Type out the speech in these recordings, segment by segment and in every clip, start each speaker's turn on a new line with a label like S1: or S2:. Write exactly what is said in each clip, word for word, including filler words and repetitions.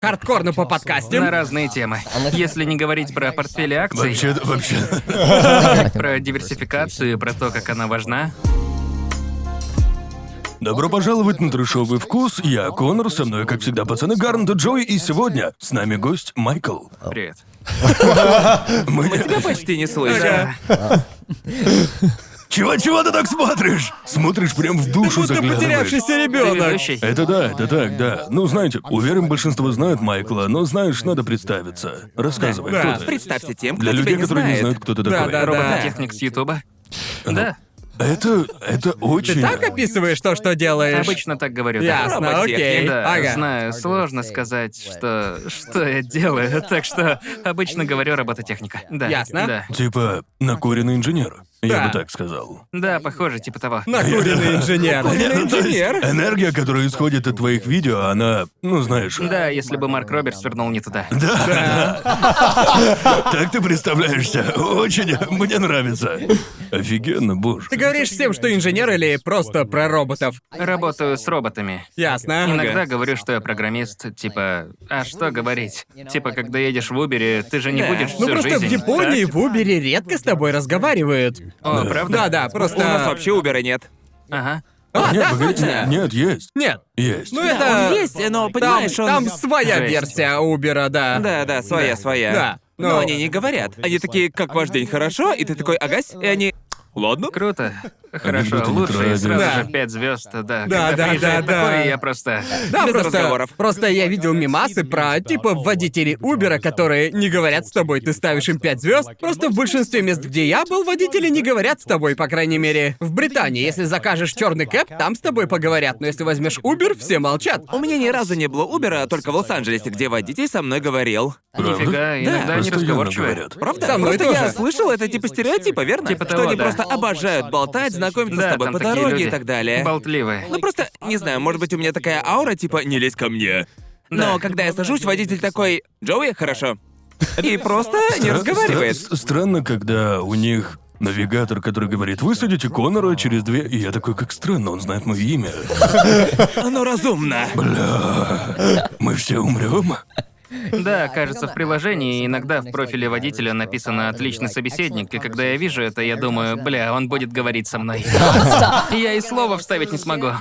S1: хардкорно по подкастам.
S2: На разные темы. Если не говорить про портфели акций,
S3: Вообще, вообще.
S2: про диверсификацию, про то, как она важна.
S3: Добро пожаловать на трешовый вкус. Я Конор, со мной, как всегда, пацаны Гарнт и Джои, и сегодня с нами гость Майкл.
S2: Привет.
S3: Мы...
S4: Тебя почти не слышно.
S3: Чего, чего ты так смотришь? Смотришь прям в душу,
S1: Будто
S3: заглядываешь.
S1: потерявшийся
S2: Ты
S1: ребенок.
S2: ведущий?
S3: Это да, это так, да. Ну, знаете, уверен, большинство знают Майкла, но знаешь, надо представиться. Рассказывай,
S1: Да.
S3: кто ты.
S4: Представьте тем, кто
S3: Для
S4: тебя
S3: людей,
S4: не
S3: которые не
S4: знает.
S3: знают, кто ты
S1: Да,
S3: такой.
S1: да, да.
S2: Робототехник с Ютуба? Да,
S3: Это, это очень...
S1: Так описываешь то, что делаешь?
S2: обычно так говорю. да.
S1: Ясно,
S4: Роботехник,
S1: окей.
S2: Да,
S1: Ага.
S2: знаю, сложно сказать, что что я делаю, так что обычно говорю робототехника. Да.
S1: Ясно.
S2: Да.
S3: Типа, накуренный инженер. Я
S1: Да.
S3: бы так сказал.
S2: Да, похоже, типа того.
S1: Накуренный инженер.
S3: Ну, то есть,
S4: инженер.
S3: энергия, которая исходит от твоих видео, она, ну знаешь...
S2: Да, если бы Марк Робертс свернул не туда.
S3: Так ты представляешься. Очень мне нравится. Офигенно, боже.
S1: Ты говоришь всем, что инженер или просто про роботов?
S2: Работаю с роботами.
S1: Ясно.
S2: Иногда говорю, что я программист, типа, а что говорить? Типа, когда едешь в Убере, ты же не
S4: Да.
S2: будешь
S1: Ну
S2: всю
S1: просто
S2: жизнь.
S1: в Японии,
S2: так?
S1: в Убере редко с тобой разговаривают.
S2: О, правда?
S1: Да-да,
S4: У нас
S1: просто...
S4: вообще Убера нет.
S2: Ага.
S1: А,
S3: Нет,
S1: да,
S3: погоди,
S1: точно.
S3: нет, есть.
S1: Нет.
S3: Есть.
S1: Ну
S4: Да,
S1: это...
S4: он есть, но,
S1: Там,
S4: понимаешь, он...
S1: там своя
S2: Жесть.
S1: версия Убера, да.
S4: Да, да, своя, своя.
S1: Да,
S4: Но
S1: но-
S4: они не говорят. Они такие, как ваш день, хорошо? И ты такой, агась? И они... Ладно.
S2: Круто. Хорошо,
S3: Анекдоты не
S2: лучше и
S3: травят.
S2: сразу
S1: Да.
S2: же пять звезд, да.
S1: Да,
S2: Когда
S1: да,
S2: приезжает
S1: да,
S2: такой,
S1: да.
S2: я просто...
S1: Да,
S4: Без
S1: просто,
S4: разговоров.
S1: просто я видел мемасы про, типа, водителей Убера, которые не говорят с тобой, ты ставишь им пять звезд. Просто в большинстве мест, где я был, водители не говорят с тобой, по крайней мере. В Британии, если закажешь черный кэп, там с тобой поговорят, но если возьмешь Убер, все молчат.
S4: У меня ни разу не было Убера, только в Лос-Анджелесе, где водитель со мной говорил.
S2: Нифига, иногда они
S3: Постоянно
S2: разговорчивые.
S3: говорят.
S4: Правда?
S1: Со мной
S4: Просто я
S1: тоже.
S4: слышал, это типа стереотипа, верно?
S2: Типа
S4: Что
S2: того,
S4: они
S2: да.
S4: просто обожают болтать, знакомиться
S2: Да,
S4: с тобой
S2: там
S4: по
S2: такие
S4: дороге
S2: люди.
S4: и так далее.
S2: Болтливые.
S4: Ну просто, не знаю, может быть, у меня такая аура, типа, не лезь ко мне. Но
S2: Да.
S4: когда я сажусь, водитель такой, Джоуи, хорошо. И просто не
S3: Стра-
S4: разговаривает.
S3: стра- Странно, когда у них навигатор, который говорит, высадите Конора через две... И я такой, как странно, он знает мое имя.
S4: Оно разумно.
S3: Мы все умрем.
S2: Да, кажется, в приложении иногда в профиле водителя написано «отличный собеседник», и когда я вижу это, я думаю, бля, он будет говорить со мной. Я и слова вставить не смогу.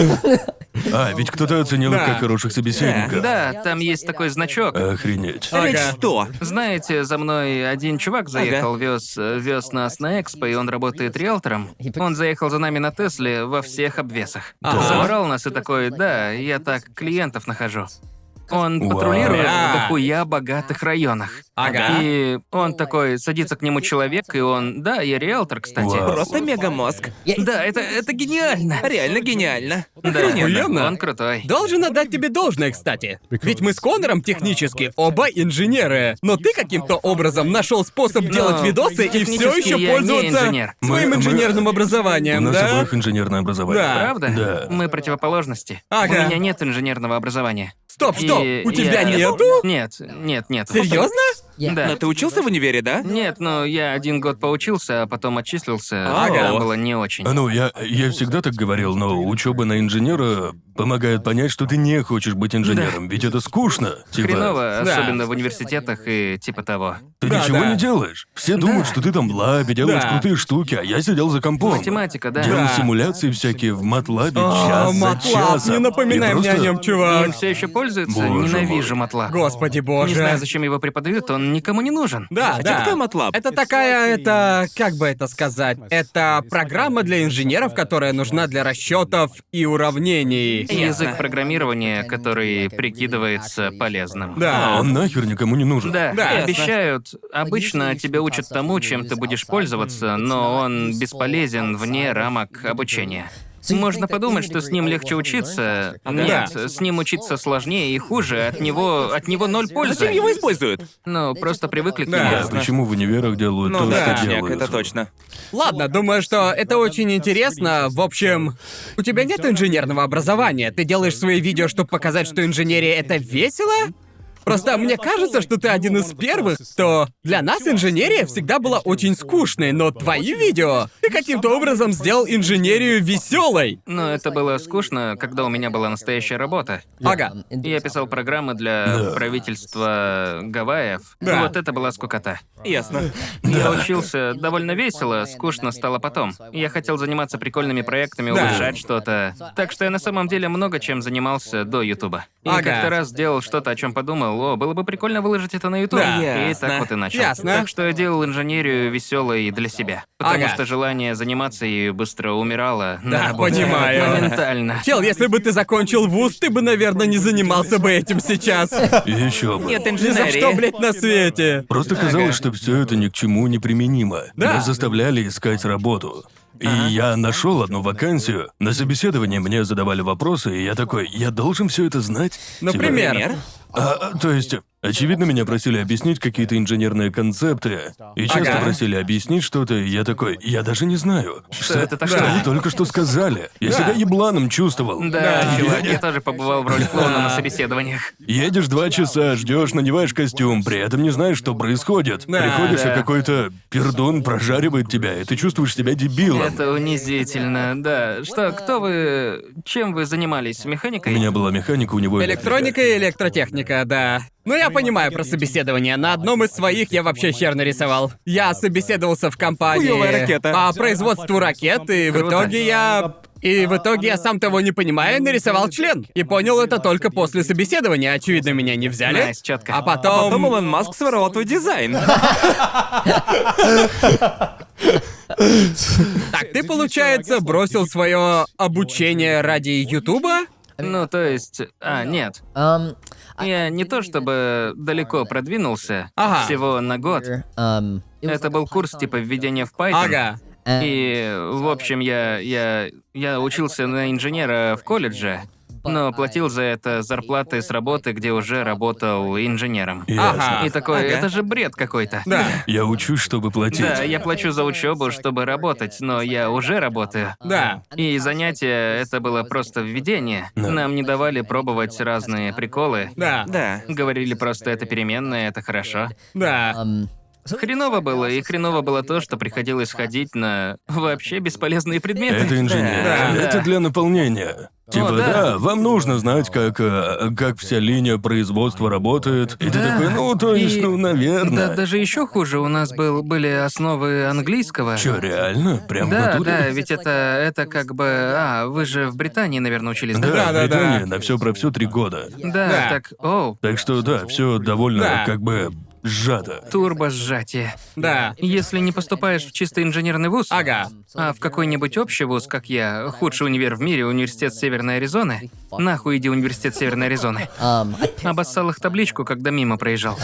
S3: А, ведь кто-то оценил их
S1: Да.
S3: как хороших собеседников.
S2: Да, там есть такой значок.
S3: Охренеть.
S4: Речь
S1: Ага.
S4: сто.
S2: Знаете, за мной один чувак заехал, вез, вез нас на экспо, и он работает риэлтором. Он заехал за нами на Тесле во всех обвесах.
S1: Ага.
S2: Забрал нас и такой, да, я так клиентов нахожу. Он
S3: Вау.
S2: патрулирует
S1: Бля.
S2: в дохуя богатых районах.
S1: Ага.
S2: И он такой, садится к нему человек, и он, да, я риэлтор, кстати.
S3: Вау.
S4: Просто мегамозг.
S2: Да, это, это гениально.
S4: Реально гениально.
S2: Да,
S1: Охуенно.
S2: он крутой.
S1: Должен отдать тебе должное, кстати. Ведь мы с Конором технически оба инженеры. Но ты каким-то образом нашел способ делать видосы и все
S2: технически
S1: еще
S2: я не
S1: пользоваться
S2: инженер.
S1: своим
S3: Мы- мы-
S1: инженерным
S3: У
S1: образованием,
S3: нас
S1: да?
S3: обоих инженерное образование.
S1: Да.
S2: Правда?
S3: Да.
S2: Мы противоположности.
S1: Ага.
S2: У меня нет инженерного образования.
S1: Стоп, что?
S2: И
S1: У тебя
S2: я-
S1: нету?
S2: Нет, нет, нет.
S1: Серьезно?
S2: Да.
S4: Но ты учился в универе, да?
S2: Нет, ну я один год поучился, а потом отчислился.
S4: Ага.
S2: Это было не очень.
S3: А ну, я, я всегда так говорил, но учеба на инженера помогает понять, что ты не хочешь быть инженером, ведь это скучно. Типа,
S2: Хреново,
S1: Да.
S2: особенно в университетах и типа того.
S3: ты
S1: Да,
S3: ничего
S1: да.
S3: не делаешь. Все думают, что ты там в лабе, делаешь
S1: Да.
S3: крутые штуки, а я сидел за компом.
S2: Математика, да.
S3: Делал
S1: Да.
S3: симуляции всякие в MATLAB
S1: А,
S3: час за
S1: MATLAB,
S3: часом.
S1: не напоминай
S3: И
S1: мне
S3: просто-
S1: о нем, чувак.
S2: Им все еще пользуются.
S3: Боже
S2: Ненавижу
S3: мой.
S2: MATLAB.
S1: Господи боже.
S2: Не знаю, зачем его преподают, он никому не нужен.
S1: Да,
S4: А
S1: да.
S4: что такое MATLAB?
S1: Это такая, это, как бы это сказать, это программа для инженеров, которая нужна для расчетов и уравнений.
S2: Язык программирования, который прикидывается полезным.
S1: Да.
S3: А он нахер никому не нужен.
S2: Да,
S1: Да, ясно.
S2: обещают. Обычно тебя учат тому, чем ты будешь пользоваться, но он бесполезен вне рамок обучения. Можно подумать, что с ним легче учиться. Нет, с ним учиться сложнее и хуже. От него, от него ноль пользы.
S4: Зачем его используют?
S2: Ну, просто привыкли к
S1: Да.
S2: нему.
S3: А почему в универах делают
S4: Ну
S3: то,
S4: да,
S3: что
S4: точняк,
S3: делают?
S4: это точно.
S1: Ладно, думаю, что это очень интересно. В общем, у тебя нет инженерного образования. Ты делаешь свои видео, чтобы показать, что инженерия — это весело? Просто мне кажется, что ты один из первых, кто... Для нас инженерия всегда была очень скучной, но твои видео... Ты каким-то образом сделал инженерию веселой.
S2: Но это было скучно, когда у меня была настоящая работа.
S1: Ага.
S2: Я писал программы для правительства Гавайев.
S1: Да.
S2: Вот это была скукота.
S4: Ясно.
S2: Я учился довольно весело, скучно стало потом. Я хотел заниматься прикольными проектами,
S1: Да.
S2: улучшать что-то. Так что я на самом деле много чем занимался до Ютуба. И
S1: Ага.
S2: как-то раз сделал что-то, о чем подумал, о, было бы прикольно выложить это на Ютуб.
S1: Да.
S2: И
S4: Ясно.
S2: так вот и начал.
S1: Ясно.
S2: Так что я делал инженерию веселой для себя. Потому
S1: Ага.
S2: что желание заниматься ею быстро умирало на
S1: Да,
S2: работе.
S1: понимаю.
S2: Моментально.
S1: Чел, если бы ты закончил вуз, ты бы, наверное, не занимался бы этим сейчас.
S3: Еще бы.
S4: Нет
S1: Ни за
S4: инженерии.
S1: что, блядь, на свете.
S3: Просто казалось, что все это ни к чему не применимо.
S1: Да.
S3: Нас заставляли искать работу. И я нашел одну вакансию. На собеседовании мне задавали вопросы, и я такой, я должен все это знать.
S1: Например?
S3: Типа, а, а, то есть, очевидно, меня просили объяснить какие-то инженерные концепты. И часто
S1: Ага.
S3: просили объяснить что-то, и я такой, я даже не знаю. Что,
S2: это такое?
S3: Что вы только что сказали? Я себя ебланом чувствовал.
S2: Да,
S1: Да.
S2: чувак, я тоже побывал в роли клоуна на собеседованиях.
S3: Едешь два часа, ждешь, надеваешь костюм, при этом не знаешь, что происходит.
S1: Да,
S3: Приходишь,
S2: да.
S3: а какой-то пердун прожаривает тебя, и ты чувствуешь себя дебилом.
S2: Это унизительно, да. Что, кто вы... Чем вы занимались?
S3: У
S2: Механикой?
S3: меня была механика, у него
S1: Электроника и электротехника, да. Ну, я понимаю про собеседование. На одном из своих я вообще хер нарисовал. Я собеседовался в компании
S4: Хуёвая ракета.
S1: по производству ракет, и в
S2: Круто.
S1: итоге я... И в итоге я, сам того не понимая, нарисовал член. И понял это только после собеседования. Очевидно, меня не взяли.
S2: Найс, чётко.
S1: А потом...
S4: Потом Илон Маск своровал твой дизайн.
S1: Так, ты, получается, бросил свое обучение ради Ютуба?
S2: Ну, то есть... А, нет.
S5: Um,
S2: Я не то чтобы далеко продвинулся,
S1: Ага.
S2: всего на год.
S5: um,
S2: Это был курс типа введения в Python.
S1: Ага.
S2: И, в общем, я, я, я учился на инженера в колледже, но платил за это зарплаты с работы, где уже работал инженером.
S1: Ага.
S2: И такой,
S4: Ага.
S2: это же бред какой-то.
S1: Да.
S3: Я учусь, чтобы платить.
S2: Да, я плачу за учебу, чтобы работать, но я уже работаю.
S1: Да.
S2: И занятия это было просто введение.
S3: Да.
S2: Нам не давали пробовать разные приколы.
S1: Да.
S4: Да.
S2: Говорили просто, это переменная, это хорошо.
S1: Да.
S5: um,
S2: Хреново было, и хреново было то, что приходилось ходить на вообще бесполезные предметы.
S3: Это инженер.
S1: Да.
S3: Это для наполнения. Типа,
S2: да.
S3: да. вам нужно знать, как, э, как вся линия производства работает. И ты
S2: Да.
S3: такой, ну, то есть,
S2: И-
S3: ну, наверное.
S2: Да, даже еще хуже, у нас был, были основы английского.
S3: Чё, реально? Прям в
S2: Да,
S3: натуре?
S2: да, ведь это, это как бы... А, вы же в Британии, наверное, учились, да?
S3: Да,
S1: Да, да,
S3: в Британии
S1: да.
S3: на все про все три года.
S2: Да,
S1: Да.
S2: так, оу,
S3: Так что да, все довольно
S1: Да.
S3: как бы сжато.
S2: турбосжатие.
S1: Да.
S2: Если не поступаешь в чисто инженерный вуз,
S1: Ага.
S2: а в какой-нибудь общий вуз, как я, худший универ в мире, университет Северной Аризоны, нахуй иди университет Северной Аризоны.
S5: um, I,
S2: Обоссал их табличку, когда мимо проезжал.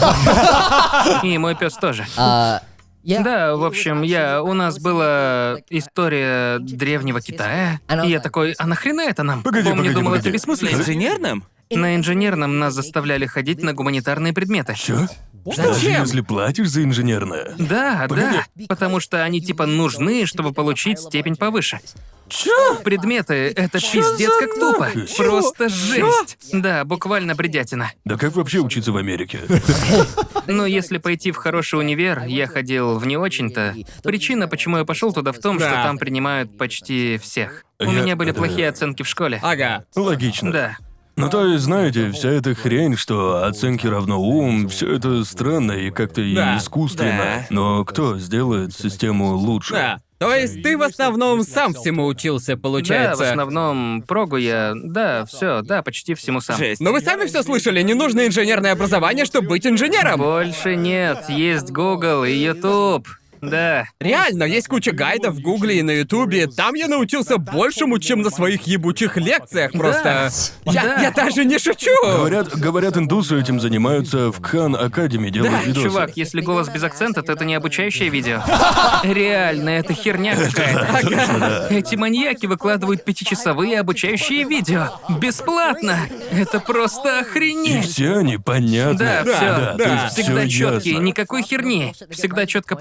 S2: И мой пес тоже.
S5: uh, yeah.
S2: Да, в общем, я... У нас была история древнего Китая. И я такой, а нахрена это нам?
S3: Погоди,
S2: Помню,
S3: погоди,
S2: думал,
S3: погоди.
S2: это бессмысленно.
S4: Инженерным?
S2: На инженерном нас заставляли ходить на гуманитарные предметы.
S3: Чё? Даже
S1: Зачем?
S3: если платишь за инженерное?
S2: Да,
S3: Погоди.
S2: да. Потому что они типа нужны, чтобы получить степень повыше.
S3: Чё?
S2: Предметы — это пиздец как тупо.
S3: нахуй?
S2: Просто жесть. Да, буквально бредятина.
S3: Да как вообще учиться в Америке?
S2: Но если пойти в хороший универ, я ходил в не очень-то. Причина, почему я пошел туда, в том, что
S1: Да.
S2: там принимают почти всех. У
S3: Я-
S2: меня были
S3: да.
S2: плохие оценки в школе.
S1: Ага.
S3: Логично.
S2: Да.
S3: Ну то есть, знаете, вся эта хрень, что оценки равно ум, все это странно и как-то и
S1: Да.
S3: искусственно.
S4: Да.
S3: Но кто сделает систему лучше?
S1: Да. То есть ты в основном сам всему учился,
S2: Да, в
S1: получается?
S2: основном прогу я... Да, все, да, почти всему сам.
S4: Жесть.
S1: Но вы сами все слышали, не нужно инженерное образование, чтобы быть инженером.
S2: Больше нет, есть Google и YouTube. Да.
S1: Реально, есть куча гайдов в Гугле и на Ютубе. Там я научился большему, чем на своих ебучих лекциях. Просто. Я,
S2: Да.
S1: я даже не шучу.
S3: Говорят, говорят, индусы этим занимаются в Кхан Академи, делают
S1: Да,
S3: видосы.
S2: Чувак, если голос без акцента, то это не обучающее видео. Реально, это херня какая-то. Эти маньяки выкладывают пятичасовые обучающие видео. Бесплатно. Это просто
S3: И
S2: охренеть.
S3: все они понятны.
S2: Да,
S1: Да,
S2: всё.
S3: да,
S1: да.
S3: то есть
S2: Всегда
S3: всё
S2: четкие,
S3: ясно.
S2: никакой херни. Всегда четко по фактам,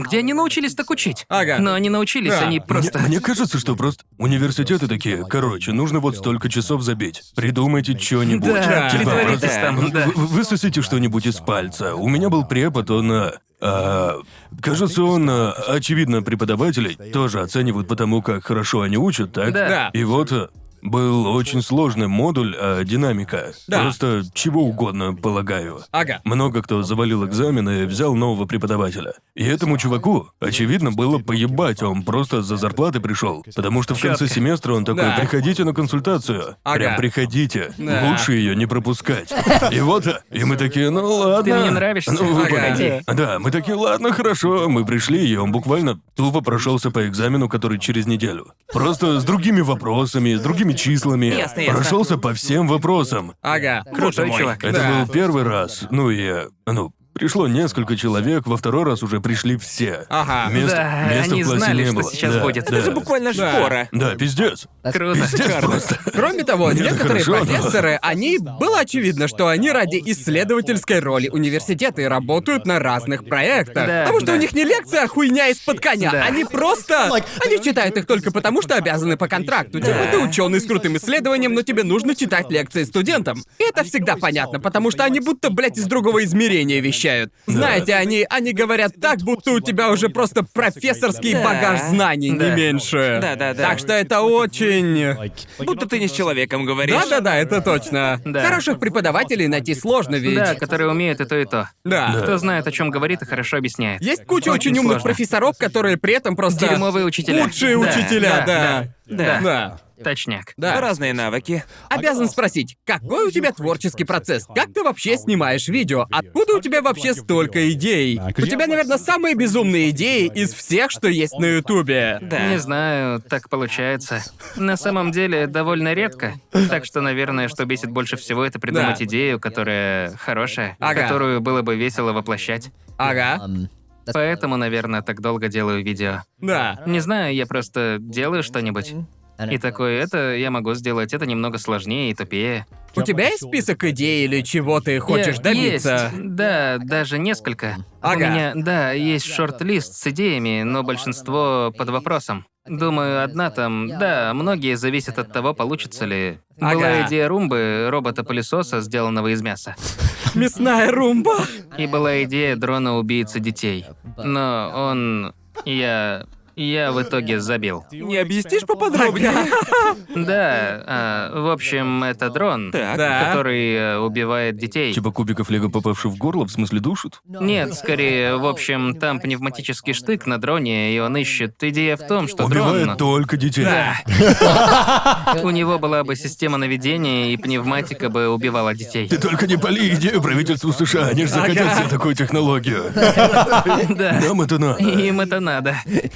S2: где они научились так учить?
S1: Ага.
S2: Но они научились,
S1: Да.
S2: они просто...
S3: Мне, мне кажется, что просто университеты такие, короче, нужно вот столько часов забить. Придумайте что-нибудь.
S2: Да,
S3: Типа,
S2: притворитесь
S3: просто
S2: там, да.
S3: вы- вы- Высосите что-нибудь из пальца. У меня был препод, он... а, а, кажется, он, а, очевидно, преподавателей тоже оценивают по тому, как хорошо они учат, так?
S2: Да.
S1: Да.
S3: И вот а, был очень сложный модуль а, динамика.
S1: Да.
S3: Просто чего угодно, полагаю.
S1: Ага.
S3: Много кто завалил экзамены и взял нового преподавателя. И этому чуваку, очевидно, было поебать, он просто за зарплаты пришел. Потому что в конце
S2: Чётко.
S3: семестра он такой:
S1: Да.
S3: приходите на консультацию.
S1: Ага.
S3: Прям приходите.
S1: Да.
S3: Лучше ее не пропускать. И вот, и мы такие, ну ладно.
S2: Ты мне нравишься.
S3: Ну, вы
S1: Ага.
S3: поняли. Да, мы такие, ладно, хорошо. Мы пришли, и он буквально тупо прошелся по экзамену, который через неделю. Просто с другими вопросами, с другими числами.
S4: Ясно, ясно.
S3: Прошелся по всем вопросам.
S1: Ага.
S2: Крутой
S4: мой.
S2: чувак.
S3: Это
S1: Да.
S3: был первый раз. Ну и, э, ну, пришло несколько человек, во второй раз уже пришли все.
S1: Ага.
S3: Места,
S2: Да,
S3: места
S2: они
S3: в классе
S2: знали,
S3: не
S2: что
S3: было.
S2: сейчас
S3: Да,
S2: будет.
S3: да.
S4: Это же буквально
S1: Да.
S4: шпора.
S3: Да, пиздец.
S2: Круто.
S3: Пиздец просто.
S1: Кроме того,
S3: Мне-то
S1: некоторые
S3: хорошо, но-
S1: профессоры, они... Было очевидно, что они ради исследовательской роли университета и работают на разных проектах.
S2: Да,
S1: потому что
S2: да.
S1: у них не лекция, а хуйня из-под коня.
S2: Да.
S1: Они просто... Они читают их только потому, что обязаны по контракту. Типа, ты ученый с крутым исследованием, но тебе нужно читать лекции студентам. И это всегда понятно, потому что они будто, блядь, из другого измерения вещают. Знаете, они, они говорят так, будто у тебя уже просто профессорский
S4: Да.
S1: багаж знаний, не
S2: Да.
S1: меньше.
S4: Да-да-да.
S1: Так что это очень...
S4: Будто ты не с человеком говоришь.
S1: Да-да-да, это точно.
S2: Да.
S1: Хороших преподавателей найти сложно, ведь...
S2: Да, которые умеют и то, и то.
S1: Да.
S2: Кто знает, о чем говорит и хорошо объясняет.
S1: Есть куча очень,
S2: Очень
S1: умных
S2: сложно.
S1: профессоров, которые при этом просто...
S2: Дерьмовые учителя.
S1: Лучшие
S2: Да,
S1: учителя,
S2: да,
S1: да.
S2: да.
S1: Да.
S2: Точняк.
S1: Да.
S4: Разные навыки.
S1: Обязан спросить, какой у тебя творческий процесс? Как ты вообще снимаешь видео? Откуда у тебя вообще столько идей? У тебя, наверное, самые безумные идеи из всех, что есть на Ютубе.
S4: Да.
S2: Не знаю, так получается. На самом деле, довольно редко. Так что, наверное, что бесит больше всего, это придумать
S1: Да.
S2: идею, которая хорошая,
S1: Ага.
S2: которую было бы весело воплощать.
S1: Ага.
S5: Um,
S2: Поэтому, наверное, так долго делаю видео.
S1: Да.
S2: Не знаю, я просто делаю что-нибудь. И такой, это я могу сделать, это немного сложнее и тупее.
S1: У тебя есть список идей или чего ты хочешь
S2: Я-
S1: добиться?
S2: Есть, да, даже несколько.
S1: Ага.
S2: У меня, да, есть шорт-лист с идеями, но большинство под вопросом. Думаю, одна там, да, многие зависят от того, получится ли.
S1: Ага.
S2: Была идея Румбы, робота-пылесоса, сделанного из мяса.
S1: Мясная румба.
S2: И была идея дрона-убийцы детей. Но он... Я... Я в итоге забил.
S4: Не объяснишь поподробнее?
S2: Да, а, в общем, это дрон,
S4: Так.
S1: Да.
S2: который э, убивает детей.
S3: Типа кубиков лего, попавших в горло, в смысле душат?
S2: Нет, скорее, в общем, там пневматический штык на дроне, и он ищет. Идея в том, что
S3: Убивает
S2: дрон...
S3: только детей.
S2: У него была бы система наведения, и пневматика бы убивала детей.
S3: Ты только не пали идею правительству США, они же захотят себе такую технологию.
S2: Да.
S3: Нам это надо.
S2: Им это надо.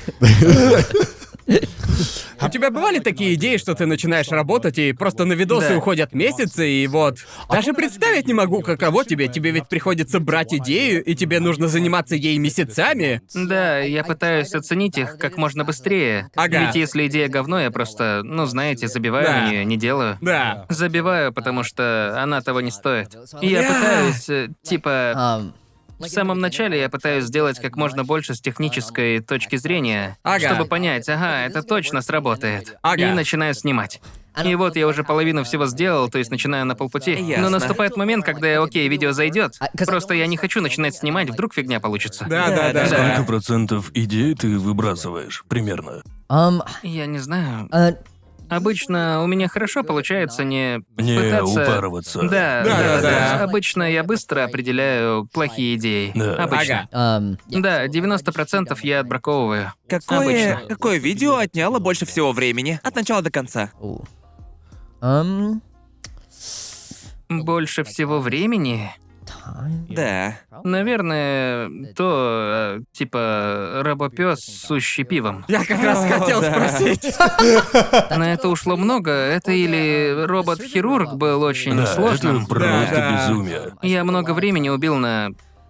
S1: У тебя бывали такие идеи, что ты начинаешь работать, и просто на видосы
S2: Да.
S1: уходят месяцы, и вот... Даже представить не могу, каково тебе. Тебе ведь приходится брать идею, и тебе нужно заниматься ей месяцами.
S2: Да, я пытаюсь оценить их как можно быстрее.
S1: Ага.
S2: Ведь если идея говно, я просто, ну знаете, забиваю
S1: Да.
S2: на нее, не делаю.
S1: Да.
S2: Забиваю, потому что она того не стоит. И я
S1: Я-
S2: пытаюсь, э, типа,
S5: um,
S2: в самом начале я пытаюсь сделать как можно больше с технической точки зрения,
S1: Ага.
S2: чтобы понять, ага, это точно сработает.
S1: Ага.
S2: И начинаю снимать. И вот я уже половину всего сделал, то есть начинаю на полпути.
S4: Ясно.
S2: Но наступает момент, когда я, окей, видео зайдет.
S5: А, каз-
S2: Просто я не хочу начинать снимать, вдруг фигня получится.
S1: Да, да, да,
S3: Сколько
S1: да.
S3: процентов идей ты выбрасываешь, примерно?
S5: um,
S2: Я не знаю.
S5: uh,
S2: Обычно у меня хорошо получается не,
S3: Не
S2: пытаться...
S3: упарываться.
S2: Да,
S1: Да,
S2: да,
S1: да,
S2: да,
S1: да.
S2: Обычно я быстро определяю плохие идеи.
S3: Да.
S2: Обычно.
S1: Ага.
S5: um,
S2: Да, девяносто процентов я отбраковываю.
S4: Какое,
S2: Обычно.
S4: какое видео отняло больше всего времени? От начала до конца.
S5: ooh. Um,
S2: Больше всего времени?
S5: time.
S4: Да.
S2: Наверное, то, э, типа, робопес с сущий пивом.
S1: Я как раз хотел
S4: да.
S1: спросить.
S2: На это ушло много. Это или робот-хирург был очень
S3: Да,
S2: сложным.
S3: это просто
S1: Да, да.
S3: безумие.
S2: Я много времени убил на...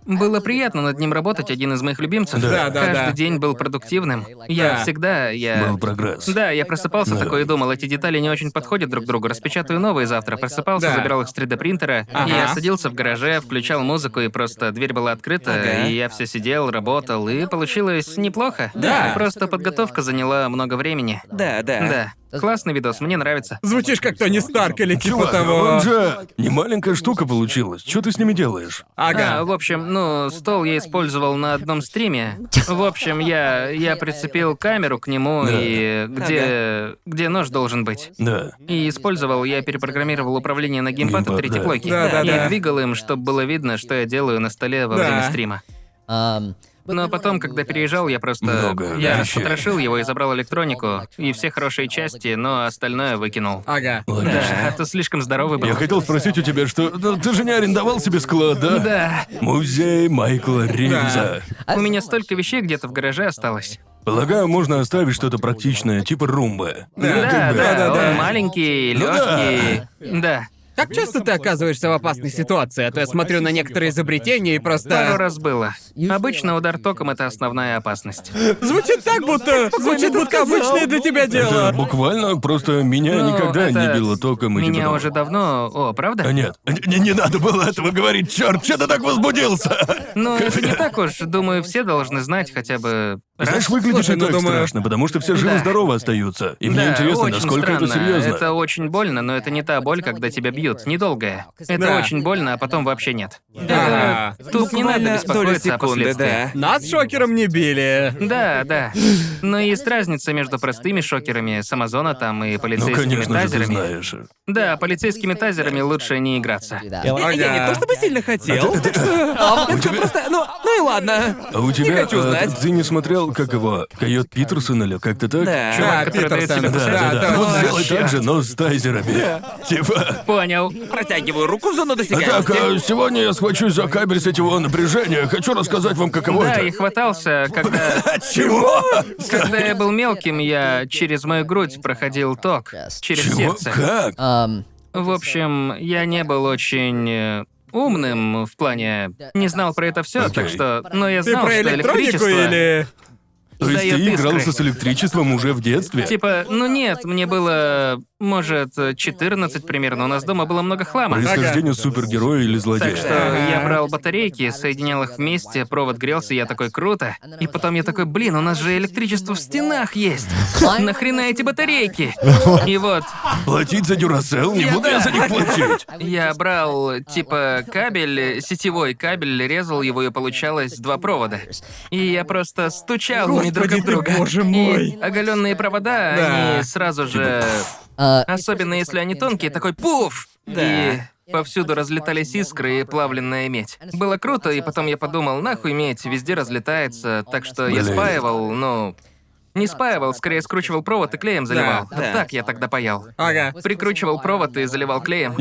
S2: Было приятно над ним работать, один из моих любимцев.
S1: Да, да,
S2: Каждый
S1: да.
S2: день был продуктивным. Я
S1: Да.
S2: всегда, я...
S3: Был прогресс.
S2: Да, я просыпался
S3: Да.
S2: такой и думал, эти детали не очень подходят друг другу, распечатаю новые завтра. Просыпался,
S1: Да.
S2: забирал их с три дэ принтера,
S1: Ага.
S2: и я садился в гараже, включал музыку, и просто дверь была открыта,
S4: Ага.
S2: и я все сидел, работал, и получилось неплохо.
S1: Да.
S2: Просто подготовка заняла много времени.
S4: Да, да.
S2: Да. Классный видос, мне нравится.
S1: Звучишь как Тони Старк или типа
S3: Чувак,
S1: того.
S3: он же не маленькая штука получилась. Что ты с ними делаешь?
S2: А,
S1: Ага.
S2: в общем, ну, стол я использовал на одном стриме. В общем, я, я прицепил камеру к нему,
S3: Да.
S2: и где, где нож должен быть.
S3: Да.
S2: И использовал, я перепрограммировал управление на геймпад от
S3: Геймпад,
S2: третьей
S3: да.
S2: плойки.
S1: Да, да,
S2: и
S1: да.
S2: двигал им, чтобы было видно, что я делаю на столе во
S1: Да.
S2: время стрима.
S5: Um,
S2: Но потом, когда переезжал, я просто...
S3: Много
S2: я
S3: вещей.
S2: потрошил его и забрал электронику, и все хорошие части, но остальное выкинул.
S1: Ага.
S3: Логично.
S2: Да, а то слишком здоровый был.
S3: Я хотел спросить у тебя, что... Ну, ты же не арендовал себе склад, да?
S2: Да.
S3: Музей Майкла Ривза.
S2: У меня столько вещей где-то в гараже осталось.
S3: Полагаю, можно оставить что-то практичное, типа румбы.
S2: Да,
S3: Ну,
S2: да,
S3: как бы-
S1: да, да,
S2: он
S1: да.
S2: маленький,
S3: Ну да.
S2: легкий. Да.
S1: Как часто ты оказываешься в опасной ситуации? А то я смотрю на некоторые изобретения и
S2: Пару
S1: просто...
S2: раз было. Обычно удар током — это основная опасность.
S1: Звучит так, будто... Звучит будто обычное для тебя
S3: Это
S1: дело.
S3: буквально просто меня
S2: Ну,
S3: никогда
S2: это-
S3: не било током и
S2: Меня
S3: типа того.
S2: уже давно... О, правда?
S3: А нет, не, не надо было этого говорить, черт, что ты так возбудился?
S2: Ну, это не так уж. Думаю, все должны знать хотя бы... раз.
S3: Знаешь, выглядит
S1: Слушай,
S3: не
S1: ну,
S3: так
S1: думаю-
S3: страшно, потому что все живы-здоровы остаются. И мне
S2: Да,
S3: интересно,
S2: очень
S3: насколько это
S2: странно.
S3: серьезно.
S2: Это очень больно, но это не та боль, когда тебя бьют. Недолгая. Это
S1: Да.
S2: очень больно, а потом вообще нет.
S1: Ага.
S2: Это- Тут не надо
S4: Буквально доля
S2: беспокоиться о
S4: секунды,
S2: последствиях.
S4: да.
S1: Нас шокером не били.
S2: Да, да. Но есть разница между простыми шокерами с Амазона там и
S3: Ну,
S2: полицейскими
S3: конечно же, ты
S2: тазерами.
S3: знаешь.
S2: Да, полицейскими тазерами лучше не играться.
S5: do that.
S4: Я, я не
S1: Ага.
S4: то чтобы сильно хотел, так что... Я такой просто... Ну, ну и ладно.
S3: А у тебя,
S4: хочу
S3: а,
S4: знать.
S3: ты не смотрел, как его, Койот Питерсон или как-то так?
S4: Да.
S2: Чувак,
S1: Да,
S2: который дает
S1: Питерсон.
S2: себе
S3: Да,
S2: кусать.
S3: да, да.
S1: да,
S3: Вот
S1: да.
S3: сделай так же, но с тайзерами. Типа...
S2: Понял.
S4: Протягиваю руку в зону
S3: Так,
S4: досягаемости.
S3: а сегодня я схвачусь за кабель сетевого напряжения. Хочу рассказать вам, каково
S2: Да,
S3: это.
S2: и хватался, когда...
S3: Чего?
S2: Когда я был мелким, я через мою грудь проходил ток. Через
S3: Чего?
S2: сердце.
S3: Как?
S5: Um,
S2: В общем, я не был очень э, умным в плане... Не знал про это все, так
S3: Окей.
S2: что... Но я
S1: Ты
S2: знал,
S1: про
S2: что
S1: электронику
S2: электричество...
S1: или...
S3: То есть
S2: даёт
S3: ты
S2: искры.
S3: игрался с электричеством уже в детстве?
S2: Типа, ну нет, мне было, может, четырнадцать примерно. У нас дома было много хлама.
S3: Происхождение супергероя или злодея?
S2: Так что я брал батарейки, соединял их вместе, провод грелся, я такой, круто. И потом я такой, блин, у нас же электричество в стенах есть. Нахрена эти батарейки? И вот,
S3: Платить за Дюрасел? Не
S2: Я-
S3: буду я за них платить.
S2: я брал, типа, кабель, сетевой кабель, резал его, и получалось два провода. И я просто стучал ими друг
S1: Господи
S2: об
S1: ты,
S2: друга.
S1: боже мой.
S2: И оголенные провода,
S1: Да.
S2: они сразу же...
S5: uh,
S2: Особенно если они тонкие, такой пуф! И повсюду разлетались искры и плавленная медь. Было круто, и потом я подумал, нахуй медь, везде разлетается, так что я
S3: Блин.
S2: спаивал, ну... Не спаивал, скорее скручивал провод и клеем заливал.
S1: Да,
S4: да.
S2: Так я тогда паял.
S1: Ага.
S2: Прикручивал провод и заливал клеем.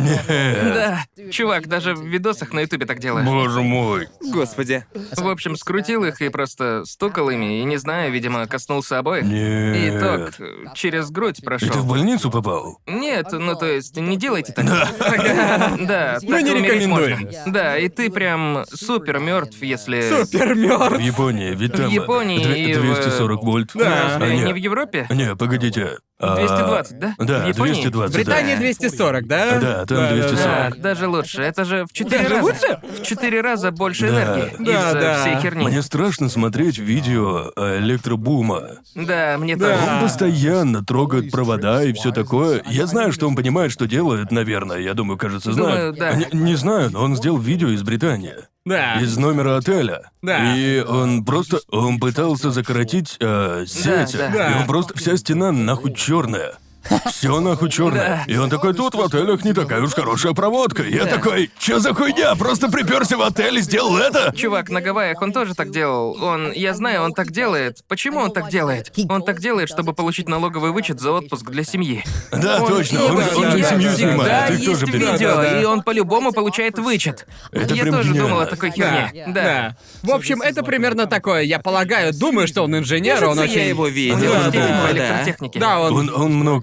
S2: Да, чувак, даже в видосах на ютубе так делаю.
S3: Боже мой.
S4: Господи.
S2: В общем, скрутил их и просто стукал ими, и не знаю, видимо, коснулся обоих. И
S3: Нет.
S2: ток через грудь
S3: И
S2: прошел.
S3: ты в больницу попал?
S2: Нет, ну то есть не делайте так. Да, так
S1: Мы не
S2: и умереть
S1: рекомендуем.
S2: можно. Да, и ты прям супер мертв, если.
S1: Супер
S3: В
S1: мертв.
S3: Японии, ведь там...
S2: В Японии
S3: две-
S2: и в-
S3: двести сорок вольт.
S1: Да.
S3: А,
S2: Разве не
S3: нет.
S2: в Европе?
S3: Не, погодите. А,
S2: двести двадцать, да?
S3: Да,
S2: В Японии?
S3: двести двадцать.
S1: Британия
S3: да.
S1: двести сорок, да?
S3: Да, там двести
S2: Да,
S3: сорок.
S2: даже лучше. Это же в четыре
S1: Даже
S2: раза.
S1: лучше?
S2: В четыре раза больше
S3: Да.
S2: энергии
S1: Да,
S2: из-за
S1: да.
S2: всей херни.
S3: Мне страшно смотреть видео э, электробума.
S2: Да, мне
S1: Да.
S2: тоже.
S3: Он постоянно трогает провода и все такое. Я знаю, что он понимает, что делает, наверное. Я думаю, кажется, знает.
S2: Думаю, да.
S3: Не, не знаю, но он сделал видео из Британии.
S1: Да.
S3: Из номера отеля.
S1: Да.
S3: И он просто... Он пытался закоротить э, сеть.
S2: да.
S1: Да.
S3: И он просто... Вся стена нахуй черная. Все нахуй черное. И он такой, тут в отелях не такая уж хорошая проводка. Я такой, что за хуйня? Просто приперся в отель и сделал это?
S2: Чувак на Гавайях, он тоже так делал. Он, я знаю, он так делает. Почему он так делает? Он так делает, чтобы получить налоговый вычет за отпуск для семьи.
S3: Да,
S2: Он-
S3: точно. Он,
S2: Ибо
S3: он же
S2: я
S3: семью
S2: всегда
S3: снимает. Их
S2: есть
S3: тоже берет.
S2: видео,
S1: Да, да, да.
S2: и он по-любому получает вычет.
S3: Это
S2: я
S3: прям
S2: тоже
S3: гениально.
S2: думал о такой херне. Да.
S1: Да. В общем, это примерно такое. Я полагаю, думаю, что он инженер, он
S4: Кажется,
S1: очень...
S4: я его
S2: У
S4: видел.
S2: него
S1: Да,
S2: степень
S1: да,
S2: по
S4: да.
S2: электротехнике.
S1: Да, он...
S3: Он, он много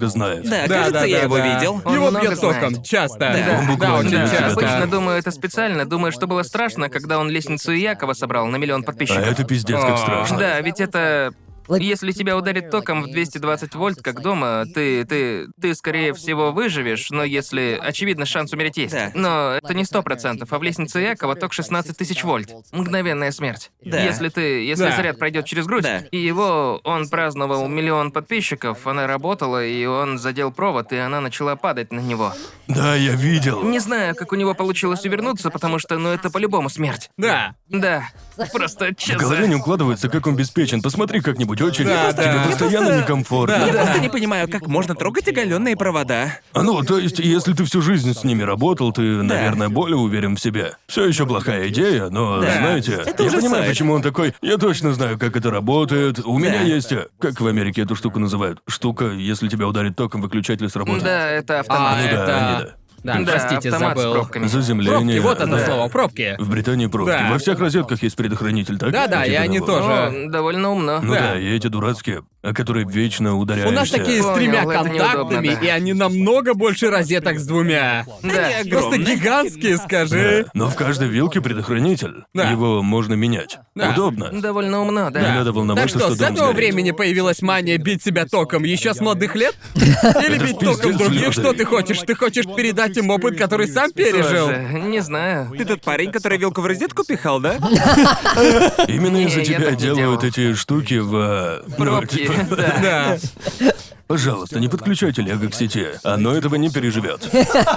S3: это знает.
S4: Да,
S1: Да,
S4: кажется,
S1: да,
S4: я
S1: да,
S4: его
S1: да.
S4: видел.
S2: Он
S1: Его
S2: много
S1: бьет током.
S2: знает.
S1: Часто.
S4: Да.
S1: Да,
S3: Он
S1: да,
S3: буквально
S1: очень
S3: бьет тебя
S1: часто.
S2: Обычно думаю, это специально. Думаю, что было страшно, когда он лестницу Якова собрал на миллион
S3: А
S2: подписчиков.
S3: это пиздец как
S1: О.
S3: страшно.
S2: Да, ведь это... Если тебя ударит током в двести двадцать вольт, как дома, ты, ты, ты, скорее всего, выживешь, но если... Очевидно, шанс умереть есть.
S4: Да.
S2: Но это не сто процентов, а в лестнице Якова ток шестнадцать тысяч вольт. Мгновенная смерть.
S4: Да.
S2: Если ты... Если
S1: Да.
S2: заряд пройдет через грудь,
S4: Да.
S2: и его... Он праздновал миллион подписчиков, она работала, и он задел провод, и она начала падать на него.
S3: Да, я видел.
S2: Не знаю, как у него получилось увернуться, потому что, ну, это по-любому смерть.
S1: Да.
S2: Да. Просто
S3: В
S2: честно.
S3: голове не укладывается, как он обеспечен. Посмотри как-нибудь очень.
S1: Да, да.
S3: Тебе постоянно
S4: просто-
S3: некомфортно.
S4: Я просто не понимаю, как можно трогать оголенные провода.
S3: А ну, то есть, если ты всю жизнь с ними работал, ты, наверное, более уверен в себе. Все еще плохая идея, но,
S4: Да.
S3: знаете,
S4: Это
S3: я
S4: ужасает.
S3: понимаю, почему он такой. Я точно знаю, как это работает. У меня
S4: Да.
S3: есть, э, как в Америке эту штуку называют? Штука, если тебя ударит током, выключатель сработает.
S2: Да, это
S1: А,
S2: автомат.
S3: Ну да,
S1: это...
S3: они да.
S1: Да,
S2: Да,
S1: простите,
S2: автомат с
S1: забыл.
S2: пробками.
S3: Заземление.
S1: Пробки, вот это
S3: да.
S1: слово, пробки.
S3: В Британии пробки.
S1: Да.
S3: Во всех розетках есть предохранитель, так?
S1: Да-да,
S3: Типа
S1: и они
S3: того.
S1: тоже.
S2: О, довольно умно.
S3: Ну да.
S1: Да.
S3: и эти дурацкие, о которые вечно ударяешься.
S1: У нас такие с
S2: Понял,
S1: тремя
S2: это неудобно,
S1: контактами,
S2: да.
S1: и они намного больше розеток с двумя.
S2: Да.
S1: Просто
S4: огромные.
S1: гигантские, скажи.
S3: Да, но в каждой вилке предохранитель.
S1: Да.
S3: Его можно менять.
S1: Да.
S3: Удобно.
S2: Довольно умно, да.
S3: Не надо
S1: Так
S3: волноваться,
S1: что,
S3: что
S1: с
S3: дом
S1: этого
S3: сгорит.
S1: времени появилась мания бить себя током еще с молодых лет? Или
S3: Это
S1: бить
S3: пиздец,
S1: током других?
S3: Лёда.
S1: Что ты хочешь? Ты хочешь передать им опыт, который сам пережил?
S2: Тоже, не знаю.
S4: Ты тот парень, который вилку в розетку пихал, да?
S3: Именно
S2: Не,
S3: из-за
S2: я
S3: тебя
S2: так не
S3: делают
S2: делал.
S3: эти штуки в... э, ну,
S2: Пробки,
S3: типа,
S2: да.
S1: Да.
S3: Пожалуйста, не подключайте Лего к сети. Оно этого не переживет.